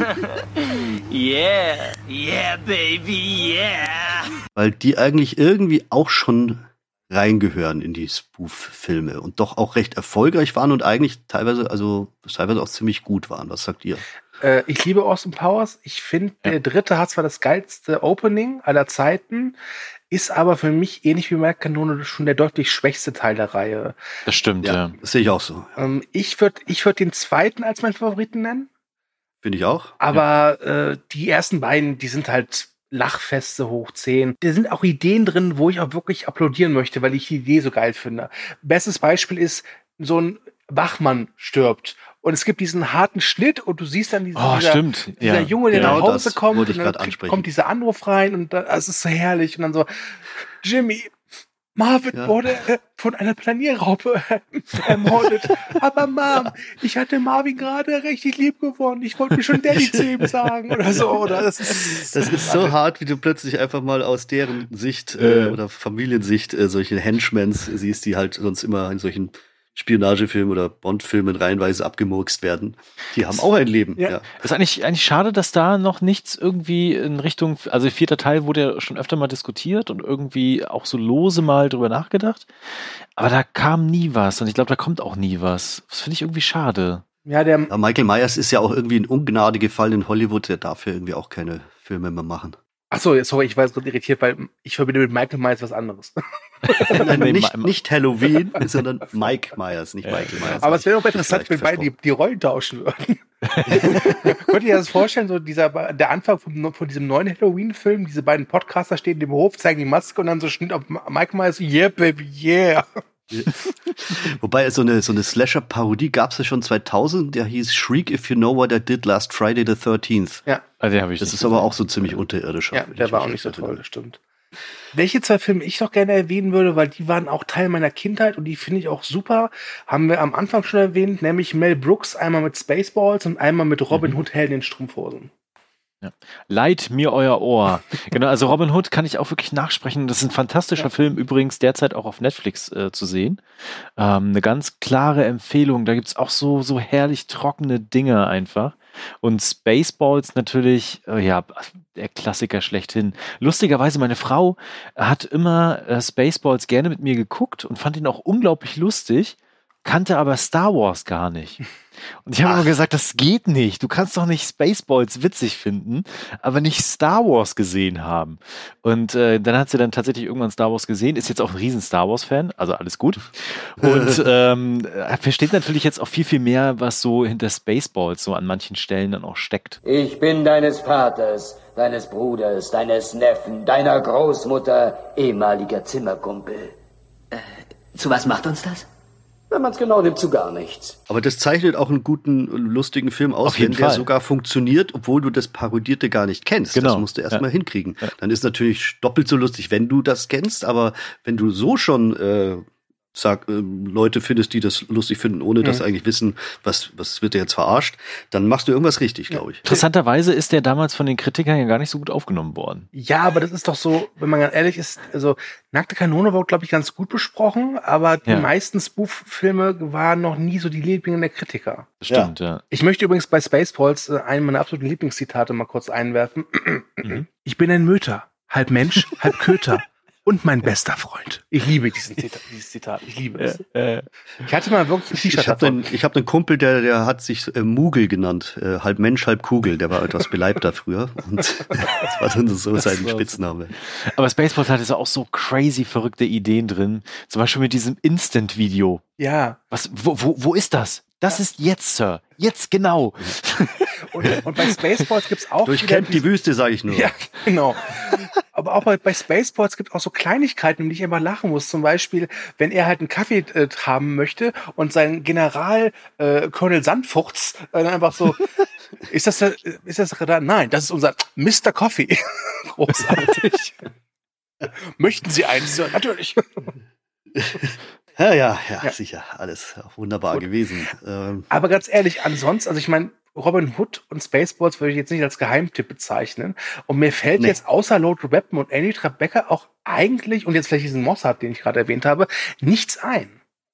yeah, yeah, baby, yeah. Weil die eigentlich irgendwie auch schon reingehören in die Spoof-Filme und doch auch recht erfolgreich waren und eigentlich teilweise, also teilweise auch ziemlich gut waren. Was sagt ihr? Äh, ich liebe Austin Powers. Ich finde, ja. der dritte hat zwar das geilste Opening aller Zeiten, ist aber für mich, ähnlich wie Nackte Kanone, schon der deutlich schwächste Teil der Reihe. Das stimmt, ja. ja. Das sehe ich auch so. Ja. Ähm, ich würde ich würd den zweiten als meinen Favoriten nennen. Finde ich auch. Aber ja. äh, die ersten beiden, die sind halt Lachfeste hoch zehn. Da sind auch Ideen drin, wo ich auch wirklich applaudieren möchte, weil ich die Idee so geil finde. Bestes Beispiel ist, so ein Wachmann stirbt. Und es gibt diesen harten Schnitt und du siehst dann diesen, oh, dieser, stimmt. dieser ja. Junge, der genau nach Hause kommt und dann kommt dieser Anruf rein und dann, es ist so herrlich und dann so, Jimmy, Marvin Ja. wurde äh, von einer Planierraupe äh, ermordet. Aber Mom, ich hatte Marvin gerade richtig lieb gewonnen. Ich wollte mir schon Daddy zu ihm sagen oder so. Oder das ist, Das ist so hart, wie du plötzlich einfach mal aus deren Sicht äh, oder Familiensicht äh, solche Henchmans siehst, die halt sonst immer in solchen Spionagefilmen oder Bond-Filmen reihenweise abgemurkst werden. Die haben auch ein Leben. Ja. Ja. Ist eigentlich, eigentlich schade, dass da noch nichts irgendwie in Richtung, also vierter Teil wurde ja schon öfter mal diskutiert und irgendwie auch so lose mal drüber nachgedacht. Aber da kam nie was und ich glaube, da kommt auch nie was. Das finde ich irgendwie schade. Ja, der Ja, Michael Myers ist ja auch irgendwie in Ungnade gefallen in Hollywood. Der darf ja irgendwie auch keine Filme mehr machen. Achso, sorry, ich war jetzt gerade irritiert, weil ich verbinde mit Michael Myers was anderes. Nein, Nee, nicht, Ma- nicht Halloween, sondern Mike Myers, nicht Michael Myers. Aber es wäre doch Hab ich interessant, wenn vielleicht beide die, die Rollen tauschen würden. Könnt ihr das vorstellen, so dieser, der Anfang von, von diesem neuen Halloween-Film, diese beiden Podcaster stehen im Hof, zeigen die Maske und dann so Schnitt auf Michael Myers, yeah, baby, yeah. Wobei so eine, so eine Slasher-Parodie gab es ja schon zweitausend, der hieß Shriek If You Know What I Did Last Friday the thirteenth. Ja. Also den habe ich Das nicht ist aber gesehen. auch so ziemlich unterirdisch. Ja, wenn der ich war mich auch nicht so recht toll, erinnere. das stimmt. Welche zwei Filme ich noch gerne erwähnen würde, weil die waren auch Teil meiner Kindheit und die finde ich auch super, haben wir am Anfang schon erwähnt, nämlich Mel Brooks, einmal mit Spaceballs und einmal mit Robin Hood, Helden in Strumpfhosen. Ja. Leiht mir euer Ohr. Genau, also Robin Hood kann ich auch wirklich nachsprechen. Das ist ein fantastischer Ja. Film, übrigens derzeit auch auf Netflix äh, zu sehen. Ähm, eine ganz klare Empfehlung. Da gibt's auch so, so herrlich trockene Dinge einfach. Und Spaceballs natürlich, äh, ja, der Klassiker schlechthin. Lustigerweise, meine Frau hat immer äh, Spaceballs gerne mit mir geguckt und fand ihn auch unglaublich lustig, kannte aber Star Wars gar nicht. Und ich habe immer gesagt, das geht nicht. Du kannst doch nicht Spaceballs witzig finden, aber nicht Star Wars gesehen haben. Und äh, dann hat sie dann tatsächlich irgendwann Star Wars gesehen, ist jetzt auch ein riesen Star Wars-Fan, also alles gut. Und ähm, versteht natürlich jetzt auch viel, viel mehr, was so hinter Spaceballs so an manchen Stellen dann auch steckt. Ich bin deines Vaters, deines Bruders, deines Neffen, deiner Großmutter, ehemaliger Zimmerkumpel. Äh, zu was macht uns das? Wenn man es genau nimmt, zu gar nichts. Aber das zeichnet auch einen guten, lustigen Film aus, Auf jeden wenn der Fall. sogar funktioniert, obwohl du das Parodierte gar nicht kennst. Genau. Das musst du erstmal Ja. hinkriegen. Dann ist natürlich doppelt so lustig, wenn du das kennst, aber wenn du so schon äh, sag, äh, Leute findest, die das lustig finden, ohne dass Mhm. sie eigentlich wissen, was, was wird der jetzt verarscht, dann machst du irgendwas richtig, glaube ich. Interessanterweise ist der damals von den Kritikern ja gar nicht so gut aufgenommen worden. Ja, aber das ist doch so, wenn man ganz ehrlich ist, also Nackte Kanone wurde, glaube ich, ganz gut besprochen, aber die Ja. meisten Spoof-Filme waren noch nie so die Lieblinge der Kritiker. Das stimmt, ja. Ich möchte übrigens bei Spaceballs äh, einen meiner absoluten Lieblingszitate mal kurz einwerfen. Mhm. Ich bin ein Möter, halb Mensch, halb Köter und mein bester Freund. Ich liebe diesen Zita dieses Zitat, ich liebe es. Äh, Ich hatte mal wirklich ein T-Shirt Ich habe davon. einen, ich hab einen Kumpel, der, der hat sich äh, Mugel genannt. Äh, halb Mensch, halb Kugel. Der war etwas beleibter früher. Und das war dann so sein war- Spitzname. Aber Spaceballs hatte so auch so crazy verrückte Ideen drin. Zum Beispiel mit diesem Instant-Video. Ja. Was, wo, wo, wo ist das? Das ist jetzt, Sir. Jetzt genau. Und, und bei Spaceballs gibt's auch Durchkämmt die Wüste, sage ich nur. Ja, genau. Aber auch bei, bei Spaceballs gibt es auch so Kleinigkeiten, um die ich immer lachen muss. Zum Beispiel, wenn er halt einen Kaffee äh, haben möchte und sein General äh, Colonel Sandfurz äh, dann einfach so, ist das der, ist das da? Nein, das ist unser Mister Coffee. Großartig. Möchten Sie eins? So, natürlich. Ja, ja, ja, Ja. sicher. Alles wunderbar Gut. gewesen. Ähm, Aber ganz ehrlich, ansonsten, also ich meine, Robin Hood und Spaceballs würde ich jetzt nicht als Geheimtipp bezeichnen. Und mir fällt Nee. jetzt außer Lothar Weapon und Annie Tribeca auch eigentlich, und jetzt vielleicht diesen Mossad, den ich gerade erwähnt habe, nichts ein.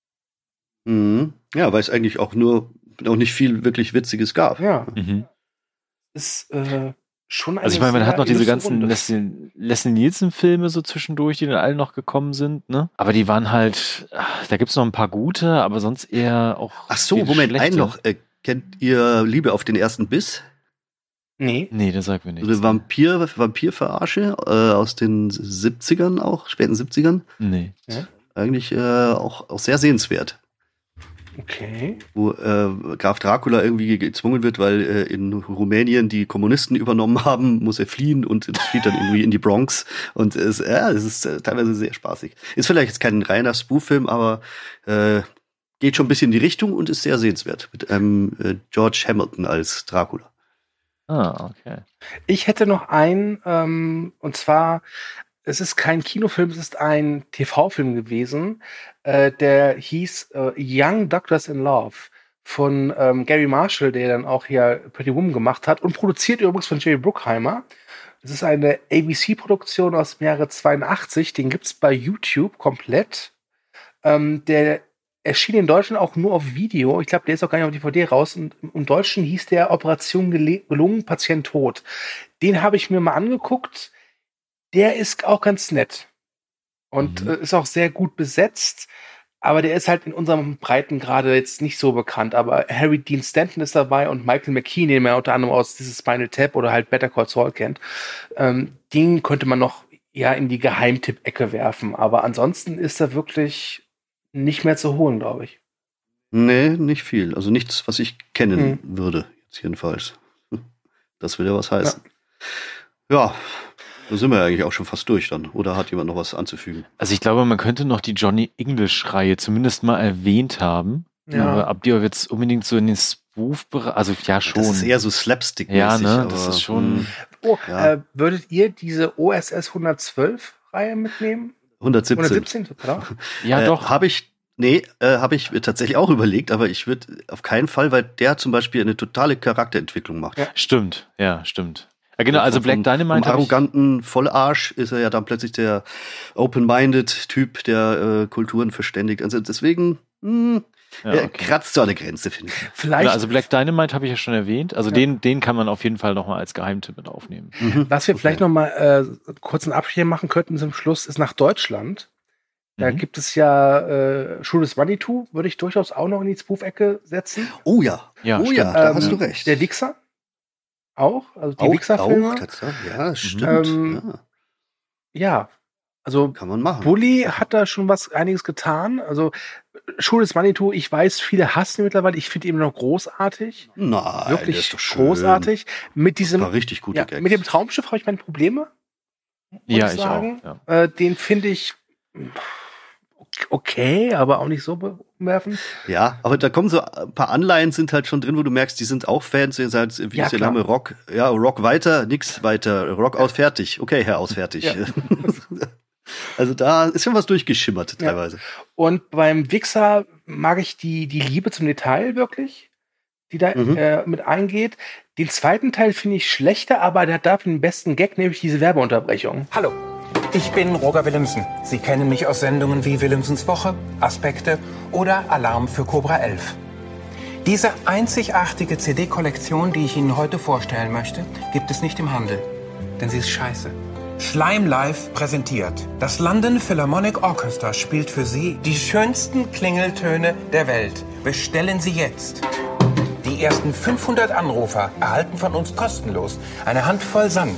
mhm. Ja, weil es eigentlich auch nur auch nicht viel wirklich Witziges gab. Ja. Mhm. Ist äh, schon eine Also ich meine, man sehr hat noch diese illustre ganzen Runde. Leslie, Leslie Nielsen-Filme so zwischendurch, die dann alle noch gekommen sind, ne? Aber die waren halt, ach, da gibt's noch ein paar gute, aber sonst eher auch. Ach so, viele Moment, schlechte. einen noch. Äh, kennt ihr Liebe auf den ersten Biss? Nee. Nee, das sagt mir So nichts. eine Vampir, Vampirverarsche äh, aus den siebzigern auch, späten siebzigern. Nee. Ja? Eigentlich äh, auch, auch sehr sehenswert. Okay. Wo äh, Graf Dracula irgendwie gezwungen wird, weil äh, in Rumänien die Kommunisten übernommen haben, muss er fliehen und es flieht dann irgendwie in die Bronx. Und es, ja, es ist äh, teilweise sehr spaßig. Ist vielleicht jetzt kein reiner Spoof-Film, aber äh, geht schon ein bisschen in die Richtung und ist sehr sehenswert. Mit einem äh, George Hamilton als Dracula. Ah, okay. Ich hätte noch einen, ähm, und zwar es ist kein Kinofilm, es ist ein T V-Film gewesen, äh, der hieß äh, Young Doctors in Love von ähm, Gary Marshall, der dann auch hier Pretty Woman gemacht hat und produziert übrigens von Jerry Bruckheimer. Das ist eine A B C-Produktion aus dem Jahre zweiundachtzig, den gibt's bei YouTube komplett. Ähm, der erschien in Deutschland auch nur auf Video. Ich glaube, der ist auch gar nicht auf D V D raus. Und im Deutschen hieß der Operation gelungen, Patient tot. Den habe ich mir mal angeguckt. Der ist auch ganz nett. Und mhm. äh, ist auch sehr gut besetzt. Aber der ist halt in unserem Breiten gerade jetzt nicht so bekannt. Aber Harry Dean Stanton ist dabei und Michael McKean, den man unter anderem aus dieses Spinal Tap oder halt Better Call Saul kennt. Ähm, den könnte man noch ja in die Geheimtipp-Ecke werfen. Aber ansonsten ist er wirklich nicht mehr zu holen, glaube ich. Nee, nicht viel. Also nichts, was ich kennen Mhm. würde, jetzt jedenfalls. Das will ja was heißen. Ja, da sind wir ja eigentlich auch schon fast durch dann. Oder hat jemand noch was anzufügen? Also ich glaube, man könnte noch die Johnny English-Reihe zumindest mal erwähnt haben. Ja. Aber ob die jetzt unbedingt so in den Spoof-Bereich, also ja schon. Das ist eher so Slapstick-mäßig. Ja, ne, aber, das ist schon. mh, Oh, Ja. äh, würdet ihr diese O S S hundertzwölf-Reihe mitnehmen? hundertsiebzehn. hundertsiebzehn, oder? Ja, äh, doch. Habe ich, nee, äh, habe ich mir tatsächlich auch überlegt, aber ich würde auf keinen Fall, weil der zum Beispiel eine totale Charakterentwicklung macht. Ja. Stimmt, ja, stimmt. Ja, genau, also Vom- Black vom- Dynamite. Vom hab ich- arroganten Vollarsch ist er ja dann plötzlich der open-minded Typ, der äh, Kulturen verständigt. Also deswegen, mh, Ja, er okay. kratzt so an der Grenze, finde ich. Vielleicht, Genau, also Black Dynamite habe ich ja schon erwähnt. Also Ja. den, den kann man auf jeden Fall nochmal als Geheimtipp mit aufnehmen. Mhm. was wir Okay. vielleicht noch mal äh, kurz einen Abschied machen könnten zum Schluss, ist nach Deutschland. Da Mhm. gibt es ja äh, Shoot is Money two, würde ich durchaus auch noch in die Spoof-Ecke setzen. Oh ja, Ja, oh stimmt. ja, da Ähm, hast du recht. Der Wichser auch, also die auch, Wichser-Filme. auch, tatsächlich. Ja, stimmt. Ähm, ja, Ja, also kann man machen. Bully hat da schon was einiges getan. Also Shoot is Money two, ich weiß, viele hassen ihn mittlerweile. Ich finde ihn immer noch großartig. Nein, der Wirklich ist doch schön. großartig. Mit Ein diesem, paar richtig gute ja, Gags. mit dem Traumschiff habe ich meine Probleme. muss Ja, ich ich sagen. auch. Ja. Äh, den finde ich okay, aber auch nicht so umwerfend. Ja, aber da kommen so ein paar Anleihen sind halt schon drin, wo du merkst, die sind auch Fans. Die sagen, wie Ja, ist der klar. Name? Rock. Ja, Rock weiter, nix weiter. Rock aus, fertig. Okay, Herr aus, fertig. Ja. Also da ist schon was durchgeschimmert Ja. teilweise. Und beim Wichser mag ich die, die Liebe zum Detail wirklich, die da Mhm. äh, mit eingeht. Den zweiten Teil finde ich schlechter, aber der hat dafür den besten Gag, nämlich diese Werbeunterbrechung. Hallo, ich bin Roger Willemsen. Sie kennen mich aus Sendungen wie Willemsens Woche, Aspekte oder Alarm für Cobra elf. Diese einzigartige C D-Kollektion, die ich Ihnen heute vorstellen möchte, gibt es nicht im Handel. Denn sie ist scheiße. Schleim Live präsentiert. Das London Philharmonic Orchestra spielt für Sie die schönsten Klingeltöne der Welt. Bestellen Sie jetzt. Die ersten fünfhundert Anrufer erhalten von uns kostenlos eine Handvoll Sand.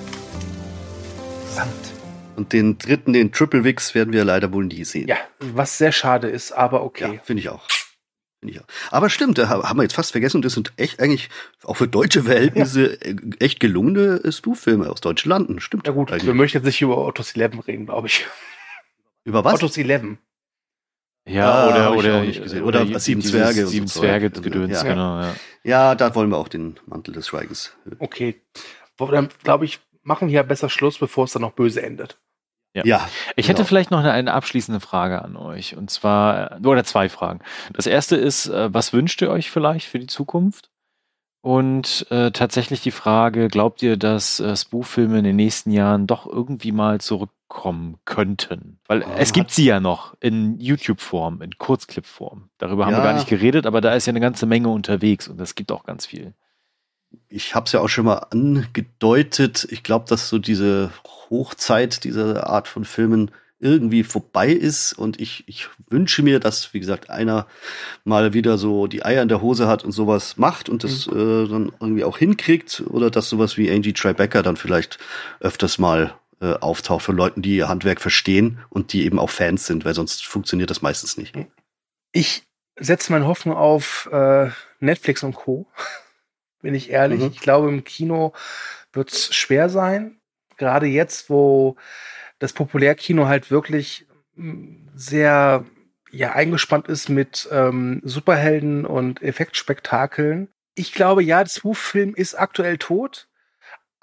Sand. Und den dritten, den Triple Wix, werden wir leider wohl nie sehen. Ja, was sehr schade ist, aber okay. Ja, finde ich auch. Finde ich auch. Aber stimmt, da haben wir jetzt fast vergessen, das sind echt eigentlich auch für deutsche Verhältnisse äh, echt gelungene äh, Spoof-Filme aus deutschen Landen. Stimmt. Ja gut, eigentlich. wir möchten jetzt nicht über Ottos elf reden, glaube ich. Über was? Ottos elf. Ja, Ah, oder, hab ich oder, auch nicht gesehen. Oder die- Sieben dieses Zwerge und so Sieben Zeug. Zwerge Gedöns, Ja. genau, ja. Ja, da wollen wir auch den Mantel des Schweigens. Okay. Wo- Dann glaube ich, machen wir ja besser Schluss, bevor es dann noch böse endet. Ja. Ja, Ich genau. hätte vielleicht noch eine, eine abschließende Frage an euch. Und zwar, äh, oder zwei Fragen. Das erste ist, äh, was wünscht ihr euch vielleicht für die Zukunft? Und äh, tatsächlich die Frage, glaubt ihr, dass äh, Spoof-Filme in den nächsten Jahren doch irgendwie mal zurückkommen könnten? Weil Ah, es gibt hat- sie ja noch in YouTube-Form, in Kurzclip-Form. Darüber haben wir Ja. gar nicht geredet, aber da ist ja eine ganze Menge unterwegs und es gibt auch ganz viel. Ich habe es ja auch schon mal angedeutet. Ich glaube, dass so diese Hochzeit dieser Art von Filmen irgendwie vorbei ist. Und ich, ich wünsche mir, dass, wie gesagt, einer mal wieder so die Eier in der Hose hat und sowas macht und das Mhm. äh, dann irgendwie auch hinkriegt. Oder dass sowas wie Angie Tribeca dann vielleicht öfters mal äh, auftaucht von Leuten, die ihr Handwerk verstehen und die eben auch Fans sind, weil sonst funktioniert das meistens nicht. Ich setze meine Hoffnung auf äh, Netflix und Co. Bin ich ehrlich. Mhm. Ich glaube, im Kino wird es schwer sein. Gerade jetzt, wo das Populärkino halt wirklich mh, sehr ja, eingespannt ist mit ähm, Superhelden und Effektspektakeln. Ich glaube, ja, der Spoof-Film ist aktuell tot.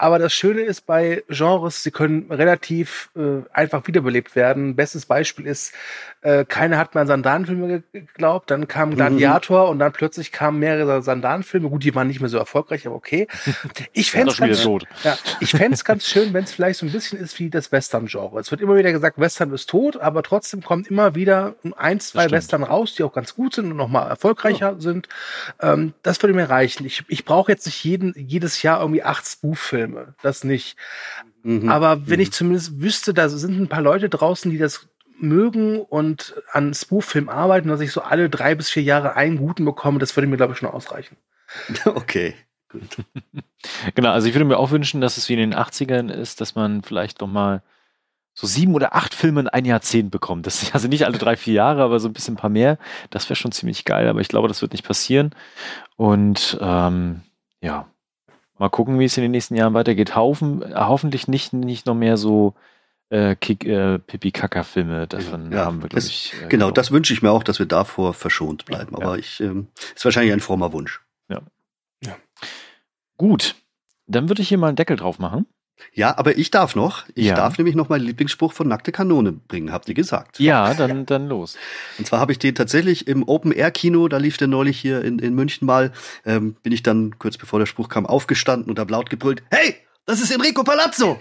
Aber das Schöne ist bei Genres, sie können relativ äh, einfach wiederbelebt werden. Bestes Beispiel ist, äh, keiner hat mehr an Sandan-Filme geglaubt, dann kam Gladiator mhm. und dann plötzlich kamen mehrere Sandan-Filme. Gut, die waren nicht mehr so erfolgreich, aber okay. Ich fände es ganz, ja, ich fänd's ganz schön, wenn es vielleicht so ein bisschen ist wie das Western-Genre. Es wird immer wieder gesagt, Western ist tot, aber trotzdem kommt immer wieder ein, zwei Western raus, die auch ganz gut sind und nochmal erfolgreicher ja. sind. Ähm, das würde mir reichen. Ich, ich brauche jetzt nicht jeden, jedes Jahr irgendwie acht Spoof-Filme. Das nicht. Mhm. Aber wenn mhm. ich zumindest wüsste, da sind ein paar Leute draußen, die das mögen und an Spoof-Film arbeiten, dass ich so alle drei bis vier Jahre einen guten bekomme, das würde mir, glaube ich, schon ausreichen. Okay, gut. Genau, also ich würde mir auch wünschen, dass es wie in den achtzigern ist, dass man vielleicht noch mal so sieben oder acht Filme in ein Jahrzehnt bekommt. Das ist also nicht alle drei, vier Jahre, aber so ein bisschen ein paar mehr. Das wäre schon ziemlich geil, aber ich glaube, das wird nicht passieren. Und ähm, ja, mal gucken, wie es in den nächsten Jahren weitergeht. Haufen, äh, hoffentlich nicht, nicht noch mehr so äh, Kick, äh, Pipi-Kaka-Filme. Davon ja, haben wir, glaube ich. Äh, genau, das wünsche ich mir auch, dass wir davor verschont bleiben. Aber ja. ich ähm, ist wahrscheinlich ein frommer Wunsch. Ja. ja. Gut, dann würde ich hier mal einen Deckel drauf machen. Ja, aber ich darf noch. Ich ja. darf nämlich noch meinen Lieblingsspruch von Nackte Kanone bringen, habt ihr gesagt. Ja, dann, dann los. Und zwar habe ich den tatsächlich im Open-Air-Kino, da lief der neulich hier in, in München mal, ähm, bin ich dann, kurz bevor der Spruch kam, aufgestanden und habe laut gebrüllt, hey, das ist Enrico Palazzo!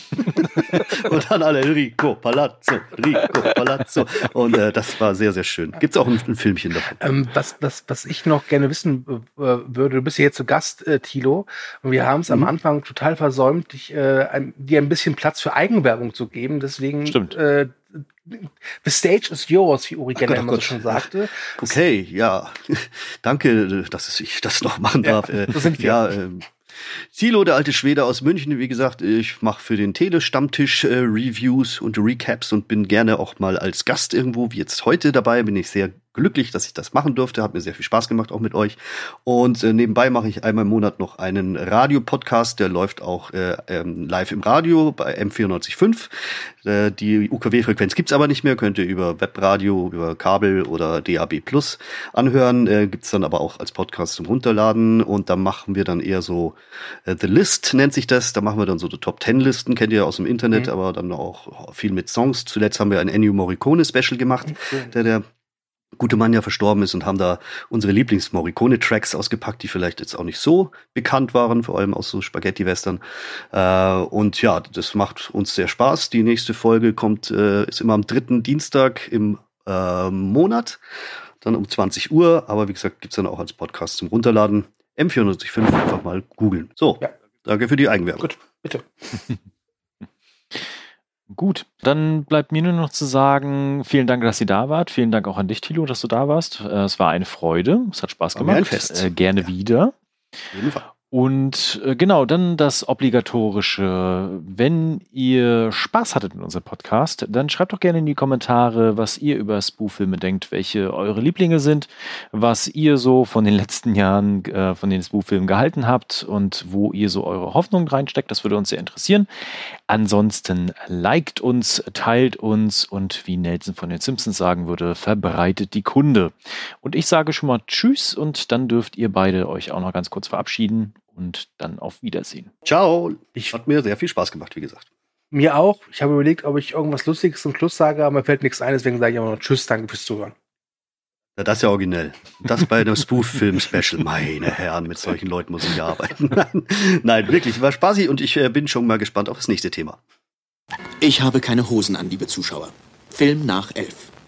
Und dann alle, Enrico Palazzo, Enrico Palazzo. Und äh, das war sehr, sehr schön. Gibt's auch ein, ein Filmchen davon. Ähm, was, was, was ich noch gerne wissen äh, würde, du bist ja jetzt zu Gast, äh, Thilo, und wir haben es mhm. am Anfang total versäumt, dich, äh, ein, dir ein bisschen Platz für Eigenwerbung zu geben. Deswegen Stimmt. Äh, The stage is yours, wie Uri Geller immer so schon sagte. Okay, ja. Danke, dass ich das noch machen darf. Ja, das sind wir. Ja, ähm, Thilo, der alte Schwede aus München, wie gesagt, ich mache für den Tele-Stammtisch äh, Reviews und Recaps und bin gerne auch mal als Gast irgendwo, wie jetzt heute dabei, bin ich sehr glücklich, dass ich das machen durfte, hat mir sehr viel Spaß gemacht, auch mit euch. Und äh, nebenbei mache ich einmal im Monat noch einen Radio-Podcast, der läuft auch äh, ähm, live im Radio bei M vierundneunzig Komma fünf. Äh, die U K W-Frequenz gibt's aber nicht mehr, könnt ihr über Webradio, über Kabel oder D A B Plus anhören. Äh, gibt's dann aber auch als Podcast zum Runterladen. Und da machen wir dann eher so äh, The List, nennt sich das. Da machen wir dann so die Top-Ten-Listen, kennt ihr aus dem Internet, mhm. aber dann auch viel mit Songs. Zuletzt haben wir ein Ennio Morricone-Special gemacht, mhm. der der gute Mann ja verstorben ist, und haben da unsere Lieblings-Morricone-Tracks ausgepackt, die vielleicht jetzt auch nicht so bekannt waren, vor allem aus so Spaghetti-Western. Äh, und ja, das macht uns sehr Spaß. Die nächste Folge kommt, äh, ist immer am dritten Dienstag im äh, Monat, dann um zwanzig Uhr. Aber wie gesagt, gibt's dann auch als Podcast zum Runterladen. M vierundneunzig Komma fünf einfach mal googeln. So, ja. Danke für die Eigenwerbung. Gut, bitte. Gut, dann bleibt mir nur noch zu sagen, vielen Dank, dass ihr da wart. Vielen Dank auch an dich, Thilo, dass du da warst. Es war eine Freude. Es hat Spaß gemacht. Ein Fest. Äh, gerne ja. wieder. Auf jeden Fall. Und äh, genau, dann das Obligatorische. Wenn ihr Spaß hattet mit unserem Podcast, dann schreibt doch gerne in die Kommentare, was ihr über Spoof-Filme denkt, welche eure Lieblinge sind, was ihr so von den letzten Jahren äh, von den Spoof-Filmen gehalten habt und wo ihr so eure Hoffnungen reinsteckt. Das würde uns sehr interessieren. Ansonsten liked uns, teilt uns und wie Nelson von den Simpsons sagen würde, verbreitet die Kunde. Und ich sage schon mal Tschüss und dann dürft ihr beide euch auch noch ganz kurz verabschieden. Und dann auf Wiedersehen. Ciao. Ich hat mir sehr viel Spaß gemacht, wie gesagt. Mir auch. Ich habe überlegt, ob ich irgendwas Lustiges zum Schluss sage, aber mir fällt nichts ein, deswegen sage ich aber noch Tschüss, danke fürs Zuhören. Ja, das ist ja originell. Das bei einem Spoof-Film-Special. Meine Herren, mit solchen Leuten muss ich arbeiten. Nein, wirklich, war spaßig und ich äh, bin schon mal gespannt auf das nächste Thema. Ich habe keine Hosen an, liebe Zuschauer. Film nach elf.